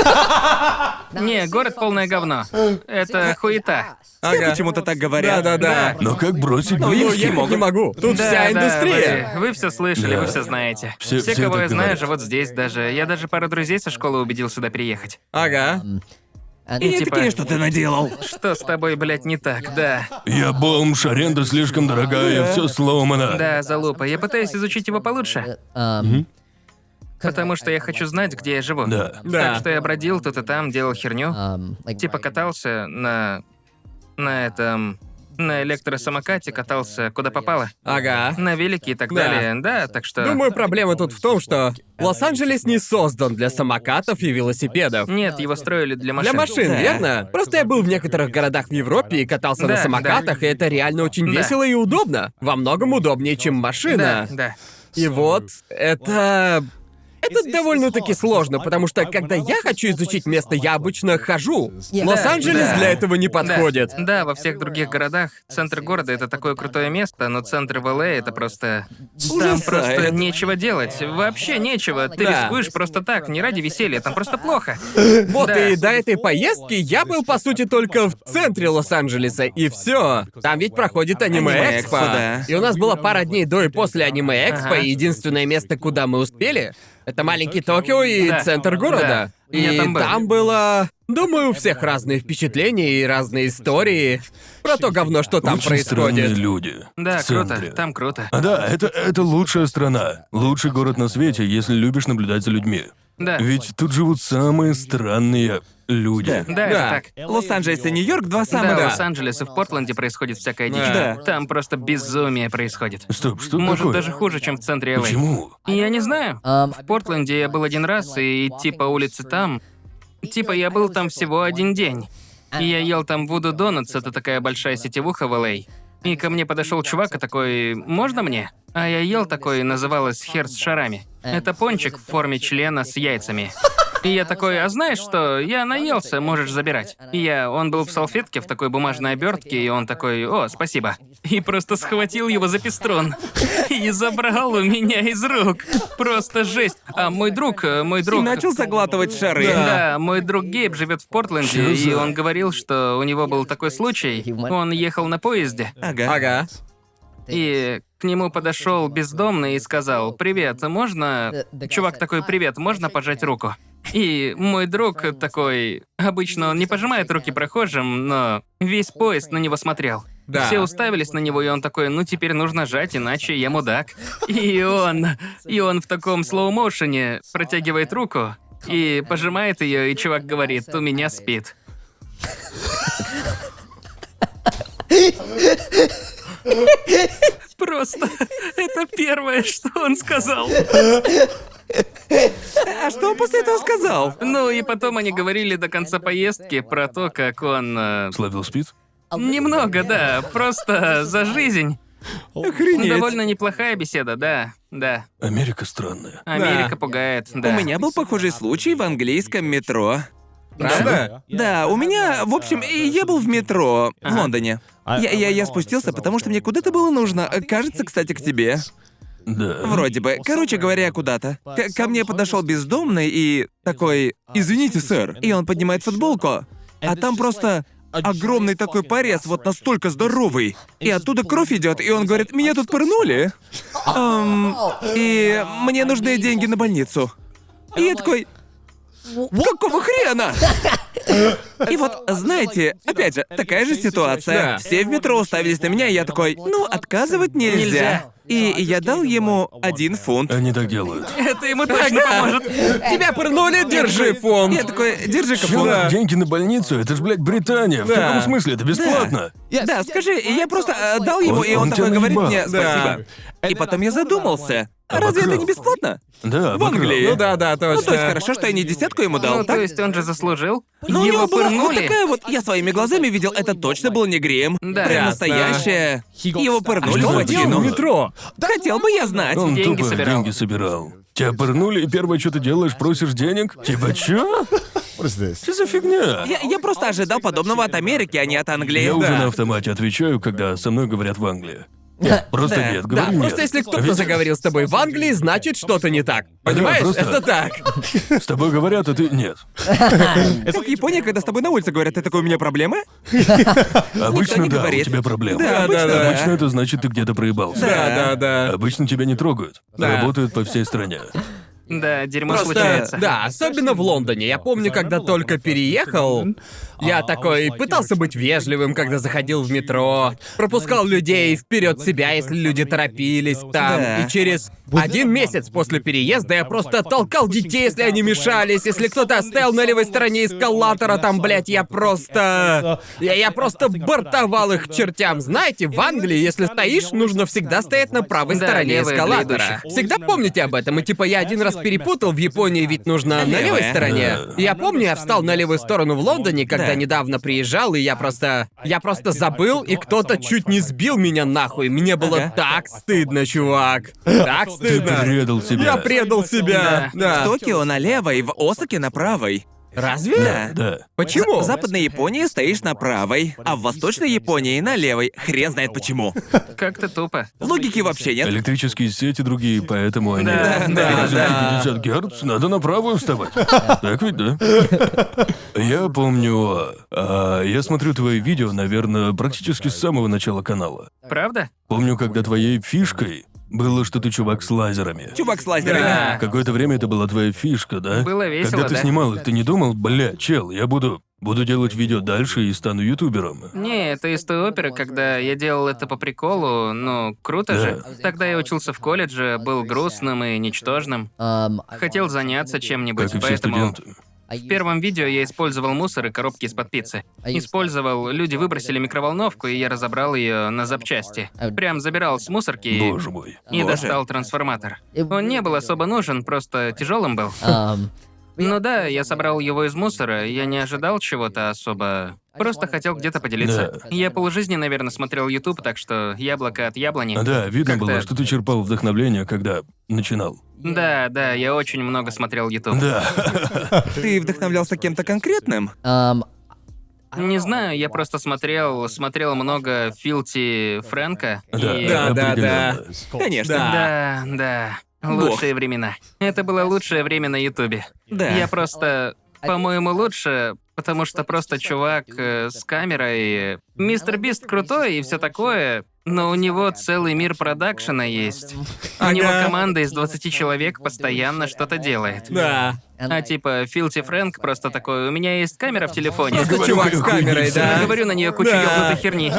S2: Не, город полное говно. Это хуета.
S4: Все
S1: Ага.
S4: почему-то так говорят.
S1: Да-да-да.
S3: Но как бросить
S1: Ну,
S3: близких?
S1: я не могу. Тут
S2: Да,
S1: вся
S2: да,
S1: индустрия.
S2: Вы, вы все слышали,
S3: Да.
S2: вы все знаете.
S3: Все-
S2: Все,
S3: все
S2: кого
S3: так
S2: я знаю,
S3: говорят.
S2: живут здесь даже. Я даже пару друзей со школы убедил сюда приехать.
S1: Ага.
S5: and
S4: И
S2: типа-
S4: такие, что ты наделал?
S2: Что с тобой, блядь, не так? Да.
S3: Я бомж, аренда слишком дорогая, все сломано.
S2: Да, залупа. Я пытаюсь изучить его получше.
S5: um,
S2: Потому что я хочу знать, где я живу.
S3: Да.
S1: Да.
S2: Так что я бродил тут и там, делал херню.
S5: um, like
S2: Типа катался на... на этом... на электросамокате катался куда попало.
S1: Ага.
S2: На велике и так
S1: Да.
S2: далее. Да, так что...
S1: Думаю, проблема тут в том, что Лос-Анджелес не создан для самокатов и велосипедов.
S2: Нет, его строили для машин.
S1: Для машин,
S4: Да.
S1: верно? Просто я был в некоторых городах в Европе и катался на
S2: Да,
S1: самокатах, и это реально очень
S2: Да.
S1: весело и удобно. Во многом удобнее, чем машина.
S2: Да, да.
S1: И вот это... Это довольно-таки сложно, потому что когда я хочу изучить место, я обычно хожу. Лос-Анджелес
S2: да.
S1: для этого не подходит.
S2: Да, да, во всех других городах центр города — это такое крутое место, но центр в Л А — это просто... Там
S4: Ужасает.
S2: просто нечего делать. Вообще нечего. Ты
S1: Да.
S2: рискуешь просто так, не ради веселья, там просто плохо.
S1: Вот
S2: Да.
S1: и до этой поездки я был, по сути, только в центре Лос-Анджелеса, и все. Там ведь проходит аниме-экспо.
S4: Аниме-экспо, да.
S1: И у нас была пара дней до и после аниме-экспо,
S2: Ага.
S1: и единственное место, куда мы успели, это маленький Токио и
S2: Да.
S1: центр города.
S2: Да.
S1: И
S2: Я там был.
S1: там было... Думаю, у всех разные впечатления и разные истории про то говно, что там
S3: Очень странные
S1: происходит.
S3: люди.
S2: Да,
S3: в центре.
S2: круто, там круто.
S3: А да, это, это лучшая страна. Лучший город на свете, если любишь наблюдать за людьми.
S2: Да.
S3: Ведь тут живут самые странные люди.
S2: Да,
S1: Да.
S2: это так.
S4: Лос-Анджелес и Нью-Йорк — два
S2: Да,
S4: самых...
S2: в Лос-Анджелесе, в Портленде происходит всякая дичь.
S1: Да.
S2: Там просто безумие происходит.
S3: Стоп, что
S2: Может,
S3: такое?
S2: даже хуже, чем в центре Л А.
S3: Почему?
S2: Я не знаю.
S5: Um,
S2: В Портленде я был один раз, и идти по улице там... Типа я был там всего один день. И я ел там Вуду Донатс, это такая большая сетевуха в Л А. И ко мне подошел чувак и такой: «Можно мне?» А я ел такой, называлось хер с шарами. Это пончик в форме члена с яйцами. И я такой: «А знаешь что, я наелся, можешь забирать». И я, он был в салфетке, в такой бумажной обертке, и он такой: «О, спасибо». И просто схватил его за пестрон. И забрал у меня из рук. Просто жесть. А мой друг, э, мой
S4: И
S2: друг...
S4: начал заглатывать шары.
S2: Да, мой друг Гейб живет в Портленде,
S3: Чё
S2: и
S3: за-
S2: он говорил, что у него был такой случай. Он ехал на поезде,
S4: Ага.
S1: Ага.
S2: и к нему подошел бездомный и сказал: «Привет, можно...» Чувак такой: «Привет, можно пожать руку?» И мой друг такой... Обычно он не пожимает руки прохожим, но весь поезд на него смотрел.
S1: Да.
S2: Все уставились на него, и он такой: «Ну, теперь нужно жать, иначе я мудак». И он... И он в таком слоу-моушене протягивает руку и пожимает ее, и чувак говорит: «У меня спид». Просто это первое, что он сказал.
S4: А что он после этого сказал?
S2: Ну и потом они говорили до конца поездки про то, как он... э,
S3: Словил спид?
S2: немного, да, просто за жизнь.
S4: Охренеть.
S2: Довольно неплохая беседа, да, да.
S3: Америка странная.
S2: Америка пугает, да.
S4: У меня был похожий случай в английском метро.
S1: Правда?
S4: Да, у меня, в общем, и я был в метро в
S2: Ага.
S4: Лондоне. Я, я, я спустился, потому что мне куда-то было нужно. Кажется, кстати, к тебе.
S3: Да.
S4: Вроде бы. Короче говоря, куда-то. К- ко мне подошел бездомный и такой: «Извините, сэр». И он поднимает футболку, а там просто огромный такой порез, вот настолько здоровый. И оттуда кровь идет, и он говорит: «Меня тут пырнули. Эм, и мне нужны деньги на больницу». И я такой: «Какого хрена?» И вот, знаете, опять же, такая же ситуация.
S1: Да.
S4: Все в метро уставились на меня, и я такой: «Ну, отказывать нельзя».
S2: Нельзя.
S4: И я дал ему один фунт.
S3: Они так делают.
S2: Это ему точно поможет.
S1: Тебя пырнули, держи фунт.
S4: Я такой: «Держи-ка
S3: Чё?
S4: фунт».
S3: Деньги на больницу? Это ж, блядь, Британия. В
S1: Да.
S3: каком смысле? Это бесплатно.
S4: Да, скажи, и я просто э, дал ему,
S3: Он-
S4: и он,
S3: он тебя
S4: такой говорит
S3: наебал.
S4: мне: «Спасибо». И потом я задумался: а разве это не бесплатно?
S3: Да,
S4: В
S3: обокрал.
S4: Англии.
S1: Ну да, да,
S4: Ну, то есть
S1: точно.
S4: хорошо, что я не десятку ему дал,
S2: Ну, то
S4: так?
S2: есть он же заслужил.
S4: Но у него
S2: Его
S4: была вот
S2: пырнули.
S4: такая вот... Я своими глазами видел, это точно был не грим.
S2: Да.
S4: Прям
S1: Ясно.
S4: настоящее. Его пырнули
S3: что
S4: в
S3: он делал
S4: вагину.
S3: в
S1: метро?
S4: Хотел бы я знать.
S3: Он
S2: Деньги
S3: тупо
S2: собирал.
S3: деньги собирал. Тебя пырнули, и первое, что ты делаешь, просишь денег? Типа, чё? Что за фигня?
S4: Я, я просто ожидал подобного от Америки, а не от Англии.
S3: Я уже
S4: Да.
S3: на автомате отвечаю, когда со мной говорят в Англии. Просто
S4: Да.
S3: нет,
S1: Да,
S3: говорю нет.
S1: просто если кто-то
S3: Ведь
S1: заговорил с тобой в Англии, значит что-то не так. Понимаешь?
S3: просто-
S1: Это так.
S3: с тобой говорят, а ты нет.
S4: Это в Японии, когда с тобой на улице говорят: «Ты такой, у меня проблемы?»
S3: Обычно
S4: не
S3: да,
S4: говорит.
S3: у тебя проблемы.
S4: Да, обычно да.
S3: Обычно это значит, ты где-то проебался.
S1: Да, да, да.
S3: Обычно тебя не трогают.
S1: Да.
S3: Работают по всей стране.
S2: Да, дерьмо
S1: Просто,
S2: случается.
S1: да, особенно в Лондоне. Я помню, когда только переехал, я такой пытался быть вежливым, когда заходил в метро, пропускал людей вперед себя, если люди торопились там.
S4: Да.
S1: И через один месяц после переезда я просто толкал детей, если они мешались, если кто-то стоял на левой стороне эскалатора, там, блядь, я просто... Я, я просто бортовал их к чертям. Знаете, в Англии, если стоишь, нужно всегда стоять на правой
S2: Да,
S1: стороне
S2: левая для
S1: эскалатора.
S2: идущих.
S1: Всегда помните об этом. И типа я один раз перепутал, в Японии ведь нужно на левой
S4: Левая.
S1: стороне. Я помню, я встал на левую сторону в Лондоне, когда
S4: Да.
S1: недавно приезжал, и я просто... Я просто забыл, и кто-то чуть не сбил меня нахуй. Мне было
S4: Ага.
S1: так стыдно, чувак. Так
S3: Ты
S1: стыдно.
S3: предал себя.
S1: Я предал себя.
S4: В
S1: Да.
S4: Токио на левой, в Осаке на правой.
S1: Разве?
S4: Да.
S3: Да.
S1: Почему?
S4: В Западной Японии стоишь на правой, а в Восточной Японии на левой. Хрен знает почему.
S2: Как-то тупо.
S4: Логики вообще нет.
S3: Электрические сети другие, поэтому они...
S2: Да, да,
S3: Если
S1: да.
S3: пятьдесят герц, надо на правую вставать. Так ведь, да? Я помню... а, я смотрю твои видео, наверное, практически с самого начала канала.
S2: Правда?
S3: Помню, когда твоей фишкой было, что ты чувак с лазерами.
S4: Чувак с лазерами.
S2: Да.
S3: Какое-то время это была твоя фишка, да?
S2: Было весело,
S3: Когда ты
S2: да.
S3: снимал их, ты не думал, бля, чел, я буду... Буду делать видео дальше и стану ютубером.
S2: Не, это из той оперы, когда я делал это по приколу, ну, круто же. Тогда я учился в колледже, был грустным и ничтожным.
S5: Um,
S2: Хотел заняться чем-нибудь,
S3: Как и все
S2: поэтому...
S3: студенты.
S2: В первом видео я использовал мусор и коробки из-под пиццы. Использовал, люди выбросили микроволновку, и я разобрал ее на запчасти. Прям забирал с мусорки
S3: Боже мой.
S2: и
S4: Боже.
S2: достал трансформатор. Он не был особо нужен, просто тяжелым был.
S5: um,
S2: Ну да, я собрал его из мусора, я не ожидал чего-то особо. Просто хотел где-то поделиться.
S3: Да.
S2: Я полжизни, наверное, смотрел YouTube, так что яблоко от яблони.
S3: А, да, видно
S2: Как-то-
S3: было, что ты черпал вдохновление, когда начинал.
S2: Да, да, я очень много смотрел YouTube.
S3: Да.
S4: Ты вдохновлялся кем-то конкретным?
S5: um,
S2: Не знаю, я просто смотрел, смотрел много Филти Фрэнка.
S3: Да,
S2: и...
S1: Да, да, да.
S3: определенно.
S4: Конечно.
S1: Да.
S2: Да, да.
S4: Бог.
S2: Лучшие времена. Это было лучшее время на Ютубе.
S4: Да.
S2: Я просто, по-моему, лучше, потому что просто чувак э, с камерой. Мистер Бист крутой и все такое, но у него целый мир продакшена есть. У него
S1: Ага.
S2: команда из двадцати человек постоянно что-то делает.
S1: Да.
S2: А типа Филти Фрэнк просто такой, у меня есть камера в телефоне.
S1: Просто чувак с камерой, да.
S2: Говорю на нее кучу
S1: Да.
S2: ёбнутой херни.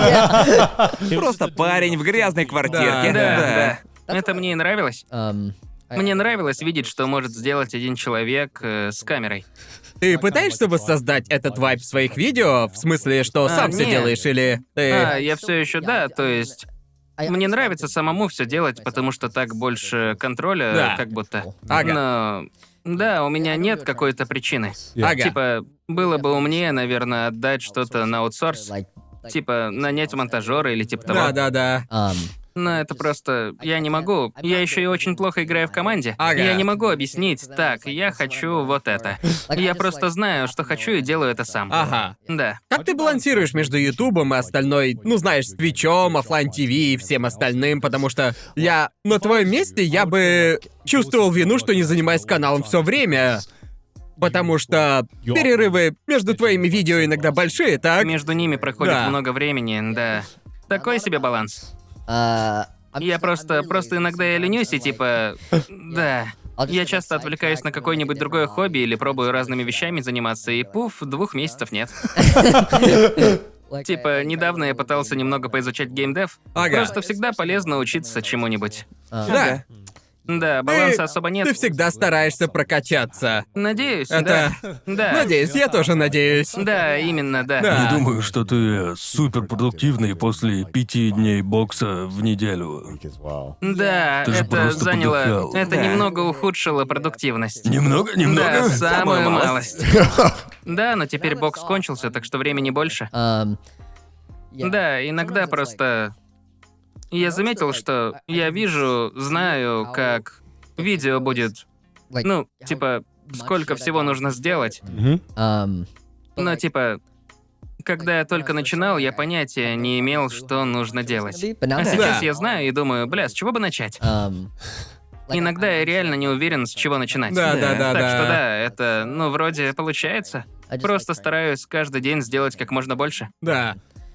S4: Просто парень в грязной квартирке.
S2: Да, да. Это мне и нравилось.
S5: um,
S2: Мне нравилось видеть, что может сделать один человек э, с камерой.
S1: Ты пытаешься воссоздать этот вайб в своих видео? В смысле, что
S2: А,
S1: сам все
S2: нет.
S1: делаешь, или ты...
S2: А, я все еще да, то есть мне нравится самому все делать, потому что так больше контроля,
S1: Да.
S2: как будто.
S1: Ага.
S2: Но да, у меня нет какой-то причины.
S1: Ага.
S2: Типа, было бы умнее, наверное, отдать что-то на аутсорс.
S5: like,
S2: Типа, нанять монтажера или типа того.
S1: Да-да-да.
S5: um,
S2: Но это просто... Я не могу. Я еще и очень плохо играю в команде.
S1: Ага.
S2: Я не могу объяснить, так, я хочу вот это. Я просто знаю, что хочу, и делаю это сам.
S1: Ага.
S2: Да.
S1: Как ты балансируешь между Ютубом и остальной, ну знаешь, с Твичом, оффлайн ти ви и всем остальным, потому что я на твоем месте я бы чувствовал вину, что не занимаюсь каналом все время. Потому что перерывы между твоими видео иногда большие, так?
S2: Между ними проходит
S1: Да.
S2: много времени, да. Такой себе баланс.
S5: uh, I'm-
S2: Я просто, просто иногда я ленюсь и типа... Да. Я часто отвлекаюсь на какое-нибудь другое хобби или пробую разными вещами заниматься, и пуф, двух месяцев нет.
S5: like,
S2: Типа, недавно я пытался немного поизучать геймдев.
S1: Ага.
S2: Просто всегда полезно учиться чему-нибудь.
S1: Да.
S2: Да, баланса
S1: Ты-
S2: особо нет.
S1: Ты всегда стараешься прокачаться.
S2: Надеюсь,
S1: Это...
S2: да. Да.
S1: Надеюсь, я тоже надеюсь.
S2: Да, именно, да.
S1: Да.
S3: Не думаю, что ты супер продуктивный после пяти дней бокса в неделю.
S2: Да,
S3: Ты же
S2: это
S3: просто
S2: заняло...
S3: подыхал.
S2: Это
S4: Да.
S2: немного ухудшило продуктивность.
S3: Немного, немного.
S2: Да, самую
S4: Самую
S2: малость. Да, но теперь бокс кончился, так что времени больше.
S5: um, yeah.
S2: Да, иногда просто... Я заметил, что я вижу, знаю, как видео будет...
S5: Like,
S2: Ну, типа, сколько всего нужно сделать.
S5: um,
S2: Но, типа, когда я только начинал, я понятия не имел, что нужно делать.
S5: but now
S2: А
S5: that-
S2: сейчас
S1: Да.
S2: я знаю и думаю, бля, с чего бы начать?
S5: um, like,
S2: Иногда я реально не уверен, с чего начинать.
S1: Да, да, да,
S2: Так
S1: да.
S2: что да, это, ну, вроде получается.
S5: I just
S2: Просто
S5: like-
S2: стараюсь каждый день сделать как можно больше.
S1: Да.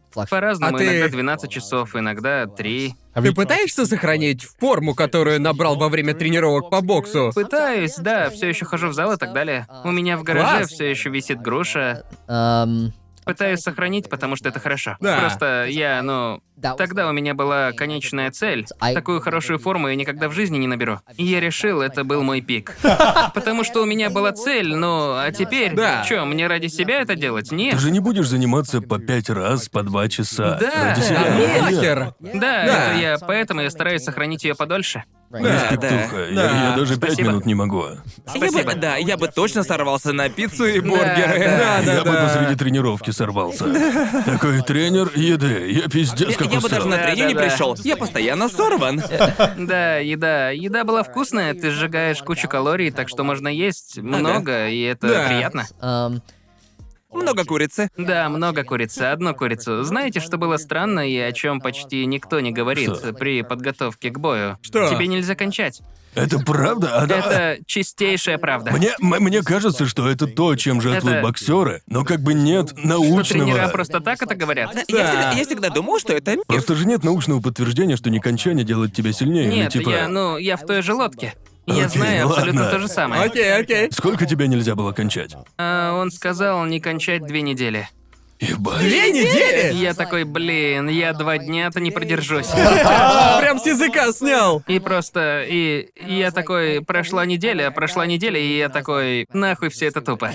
S2: По-разному,
S1: А ты-
S2: иногда двенадцать часов, иногда три.
S1: Ты пытаешься сохранить форму, которую набрал во время тренировок по боксу?
S2: Пытаюсь, да, все еще хожу в зал и так далее. У меня в гараже
S1: Класс.
S2: все еще висит груша.
S5: Um,
S2: Пытаюсь сохранить, потому что это хорошо.
S1: Да.
S2: Просто я, ну... Тогда у меня была конечная цель. Такую хорошую форму я никогда в жизни не наберу. И я решил, это был мой пик. Потому что у меня была цель, ну, а теперь...
S1: Да.
S2: Чё, мне ради себя это делать?
S3: Ты
S2: Нет.
S3: же не будешь заниматься по пять раз, по два часа.
S2: Да,
S3: Ради себя.
S2: да,
S1: Ну,
S2: нет.
S1: нахер.
S2: Да,
S1: Да.
S2: это я... Поэтому я стараюсь сохранить ее подольше.
S3: Без
S4: Да,
S3: петуха. Я,
S1: Да.
S3: я даже пять
S2: Спасибо.
S3: минут не могу.
S4: Я бы, да, я бы точно сорвался на пиццу и бургеры.
S1: да, да.
S3: я бы посреди тренировки сорвался. Такой тренер еды. Я пиздец
S4: Я,
S3: как
S4: я бы даже
S3: устал.
S4: на
S2: Да,
S4: тренинг не
S2: да, да.
S4: пришел. Я постоянно сорван.
S2: Да, еда. Еда была вкусная, ты сжигаешь кучу калорий, так что можно есть много, и это
S1: Да.
S2: приятно.
S5: um,
S4: Много курицы.
S2: Да, много курицы, одну курицу. Знаете, что было странно и о чем почти никто не говорит
S3: Что?
S2: при подготовке к бою?
S1: Что?
S2: Тебе нельзя кончать.
S3: Это правда? А да-
S2: Это чистейшая правда.
S3: Мне, м- мне кажется, что это то, чем жертвуют
S2: Это-
S3: боксеры, но как бы нет
S2: Что
S3: научного...
S2: тренера просто так это говорят?
S4: Я, всегда, я всегда думал, что это миф.
S3: Просто же нет научного подтверждения, что некончание делает тебя сильнее. или
S2: Нет,
S3: типа...
S2: я, ну, я в той же лодке. Я
S3: Окей,
S2: знаю абсолютно
S3: ладно.
S2: то же самое.
S1: Окей, окей.
S3: Сколько тебя нельзя было кончать?
S2: А, он сказал не кончать две недели.
S3: Ебать.
S1: Две
S2: И
S1: недели?
S2: я такой, блин, я два дня-то не продержусь.
S1: Прям с языка снял.
S2: И просто, и и я такой, прошла неделя, прошла неделя, и я такой, нахуй все это тупо.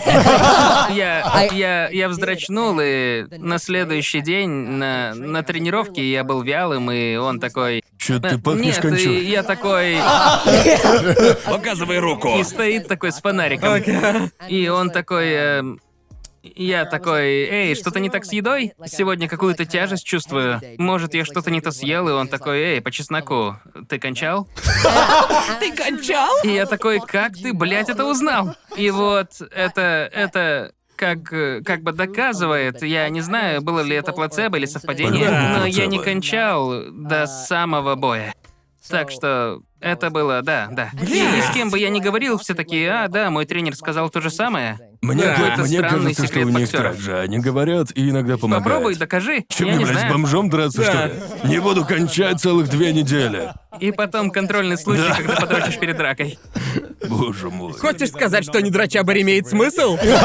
S2: Я, я, я вздрачнул, и на следующий день на, на тренировке я был вялым, и он такой...
S3: Чё ты
S2: «Э,
S3: пахнешь
S2: Нет, и
S3: кончой?
S2: я такой...
S4: Показывай руку.
S2: И стоит такой с фонариком. И он такой... эм, Я такой, эй, что-то не так с едой? Сегодня какую-то тяжесть чувствую. Может, я что-то не то съел, и он такой, эй, по чесноку, ты кончал?
S4: Ты кончал?
S2: И я такой, как ты, блядь, это узнал? И вот это, это как, э, как бы доказывает, я не знаю, было ли это плацебо или совпадение,
S3: По-любому
S2: но я не
S3: плацебо.
S2: кончал до самого боя. Так что это было, да, да. И, и с кем бы я ни говорил, все такие, а, да, мой тренер сказал то же самое.
S3: Мне,
S1: Да.
S3: ка-
S2: Это
S3: мне
S2: странный
S3: кажется, что
S2: секрет
S3: у них
S2: боксеров.
S3: так же. Они говорят и иногда помогают.
S2: Попробуй, докажи.
S3: Чем
S2: я
S3: мне,
S2: не
S3: блядь, с
S2: знаю.
S3: бомжом драться,
S1: Да.
S3: что ли? Не буду кончать целых две недели.
S2: И потом контрольный случай, когда подрочишь перед дракой.
S3: Боже мой.
S1: Хочешь сказать, что не дрочабор имеет смысл?
S4: Ты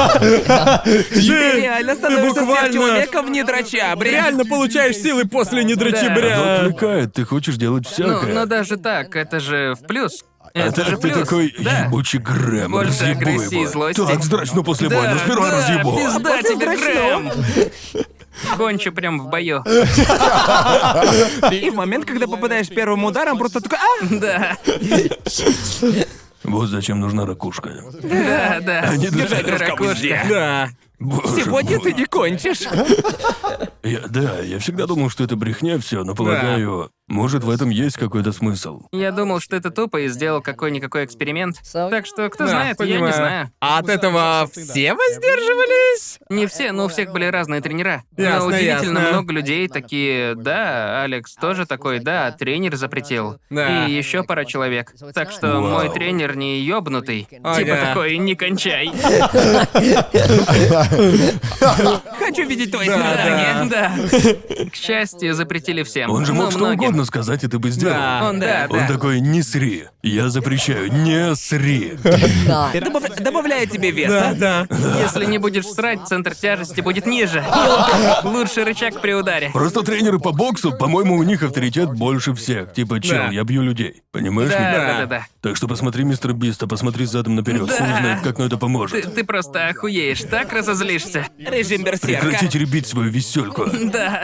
S4: реально становишься
S1: буквально-
S4: сверхчеловеком, не драча, блин.
S1: Реально получаешь силы после
S3: Оно
S1: недрочебря.
S3: отвлекает, ты хочешь делать
S2: Ну,
S3: всякое.
S2: но даже так, это же в плюс.
S3: А
S2: Это же
S3: так ты
S2: плюс.
S3: такой
S2: Да.
S3: ебучий Грэм,
S2: Больше
S3: разъебу
S2: агрессии и
S3: его.
S2: злости.
S3: Так, сдрачну после боя,
S2: Да,
S3: но сперва
S2: да,
S3: разъебу.
S2: пизда тебе, Грэм. Кончу прям в бою.
S4: И в момент, когда попадаешь первым ударом, просто такой, а!
S2: Да,
S3: Вот зачем нужна ракушка.
S2: да, да.
S3: А не для-
S4: Держать дружка в узде.
S1: Да.
S3: Боже
S4: Сегодня
S3: мой.
S4: ты не кончишь.
S3: Я- да, я всегда думал, что это брехня все, но полагаю, может в этом есть какой-то смысл.
S2: Я думал, что это тупо, и сделал какой-никакой эксперимент. Так что, кто
S1: Да,
S2: знает, я не
S1: понимаю.
S2: знаю.
S1: А от этого все воздерживались?
S2: Не все, но у всех были разные тренера.
S1: Ясно,
S2: но удивительно
S1: ясно.
S2: много людей такие, да, Алекс тоже такой, да, тренер запретил.
S1: Да.
S2: И еще пара человек. Так что
S3: Вау.
S2: мой тренер не ёбнутый.
S1: Ага.
S2: Типа такой, не кончай.
S4: Хочу видеть твои
S1: Да,
S4: страдания.
S2: Да. К счастью, запретили всем.
S3: Он же
S2: Ну,
S3: мог что
S2: многим.
S3: угодно сказать, и ты бы сделал.
S1: Да.
S2: Он, да,
S3: Он
S2: да.
S3: такой, не сри. Я запрещаю, не сри.
S5: not.
S4: Добав- Добавляет тебе
S1: Да,
S4: веса.
S1: да.
S2: Если не будешь срать, центр тяжести будет ниже. Лучший рычаг при ударе.
S3: Просто тренеры по боксу, по-моему, у них авторитет больше всех. Типа, чел,
S1: Да.
S3: я бью людей. Понимаешь
S2: Да,
S3: меня?
S2: да, да, да.
S3: Так что посмотри мистер Биста, посмотри задом наперед.
S2: Да.
S3: Хуй знает, как, но это
S2: Ты,
S3: поможет.
S2: ты просто охуеешь, так разозлишься.
S4: Режим берсерка.
S3: Прекратите ребить свою весельку.
S2: Да.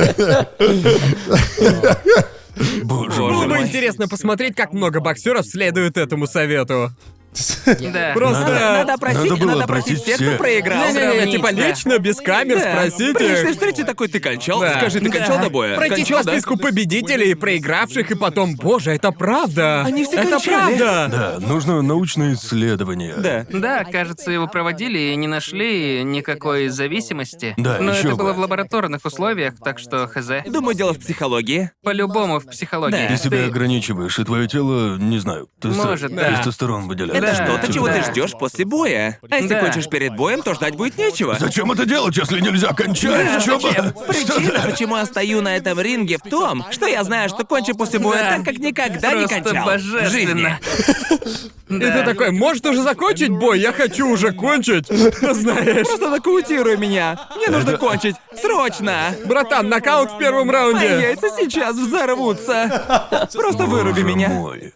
S3: Боже
S1: Было бы
S3: мой.
S1: интересно посмотреть, как много боксеров следует этому совету.
S2: Да.
S1: Просто...
S4: Надо опросить,
S3: Надо было
S4: надо опросить
S3: опросить
S4: всех,
S3: всех.
S4: кто проиграл.
S1: Не-не-не,
S2: сравнить,
S1: типа
S2: да.
S1: лично, без камер,
S4: Да.
S1: спросите.
S4: При личной встрече такой, ты кончал?
S1: Да.
S4: Скажи, ты кончал
S2: Да.
S4: до боя?
S1: Пройтись
S4: Кончал,
S1: по
S4: да?
S1: списку победителей, проигравших, и потом, боже, это правда.
S4: Они все
S1: Это
S4: кончали.
S1: правда.
S3: Да, нужно научное исследование.
S4: Да.
S2: Да, кажется, его проводили и не нашли никакой зависимости.
S3: Да,
S2: Но
S3: ещё
S2: это
S3: бы.
S2: было в лабораторных условиях, так что хз.
S4: Думаю, дело в психологии.
S2: По-любому в психологии.
S4: Да.
S3: Ты себя ограничиваешь, и твое тело, не знаю, тесто-
S2: Может, да.
S3: тестостерон выделяет.
S4: Это Это
S2: Да,
S4: что-то, чего
S2: да.
S4: ты ждешь после боя. А если
S2: Да.
S4: кончишь перед боем, то ждать будет нечего.
S3: Зачем это делать, если нельзя кончать? В чём-
S4: Причина, почему я стою на этом ринге, в том, что я знаю, что кончу после боя
S2: Да.
S4: так, как никогда не
S2: Просто
S4: кончал. В жизни.
S2: божественно.
S1: И ты такой, может уже закончить бой? Я хочу уже кончить. Знаешь.
S4: Просто нокаутируй меня. Мне нужно кончить. Срочно.
S1: Братан, нокаут в первом
S4: Мои
S1: раунде.
S4: яйца сейчас взорвутся. Просто выруби
S3: Боже
S4: меня.
S3: мой.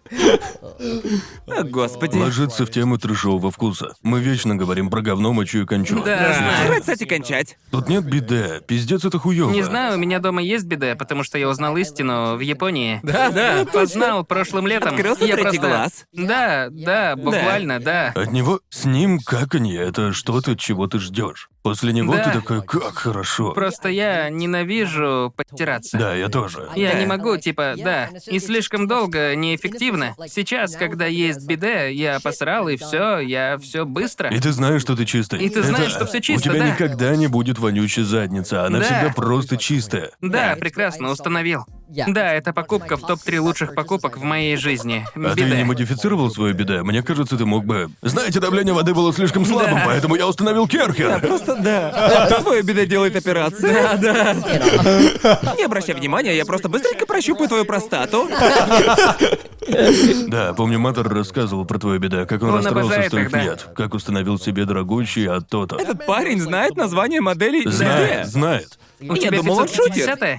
S4: О, господи.
S3: Ложится в тему трешового вкуса. Мы вечно говорим про говно, мочу и кончу.
S2: Да, знаю.
S4: Давай, кстати, кончать.
S3: Тут нет беды. Пиздец, это хуёво.
S2: Не знаю, у меня дома есть беда, потому что я узнал истину в Японии.
S1: Да, да.
S2: Познал прошлым летом.
S4: Открылся
S2: я
S4: третий
S2: просто...
S4: глаз.
S2: Да, да, буквально, да.
S3: От него с ним каканье — это что-то, чего ты ждешь. После него
S2: Да.
S3: ты такой, как хорошо.
S2: Просто я ненавижу подтираться.
S3: Да, я тоже.
S2: Я
S4: Да.
S2: не могу, типа, да. И слишком долго, неэффективно. Сейчас, когда есть беда, я посрал, и все, я все быстро.
S3: И ты знаешь, что ты чистый.
S2: И ты
S3: Это-
S2: знаешь, что всё чисто,
S3: У тебя
S2: да.
S3: никогда не будет вонючей задницы, она
S2: Да.
S3: всегда просто чистая.
S2: Да, прекрасно, установил. Да, это покупка в топ три лучших покупок в моей жизни.
S3: А ты
S2: Беда.
S3: не модифицировал свою беда? Мне кажется, ты мог бы... Знаете, давление воды было слишком слабым,
S2: Да.
S3: поэтому я установил керхер.
S4: Просто да. Твоя беда делает операцию. Да, да. Не обращай внимания, я просто быстренько прощупаю твою простату.
S3: Да, помню, Матер рассказывал про твою беда, как он,
S2: Он
S3: расстроился,
S2: обожает
S3: что их
S2: их, да.
S3: нет, как установил себе дорогущий от то-то.
S4: Этот парень знает название моделей
S3: Знает,
S4: себе.
S3: знает.
S2: У
S4: Я
S2: тебя
S4: думал, он шутит.
S2: пятьсот пятидесятая?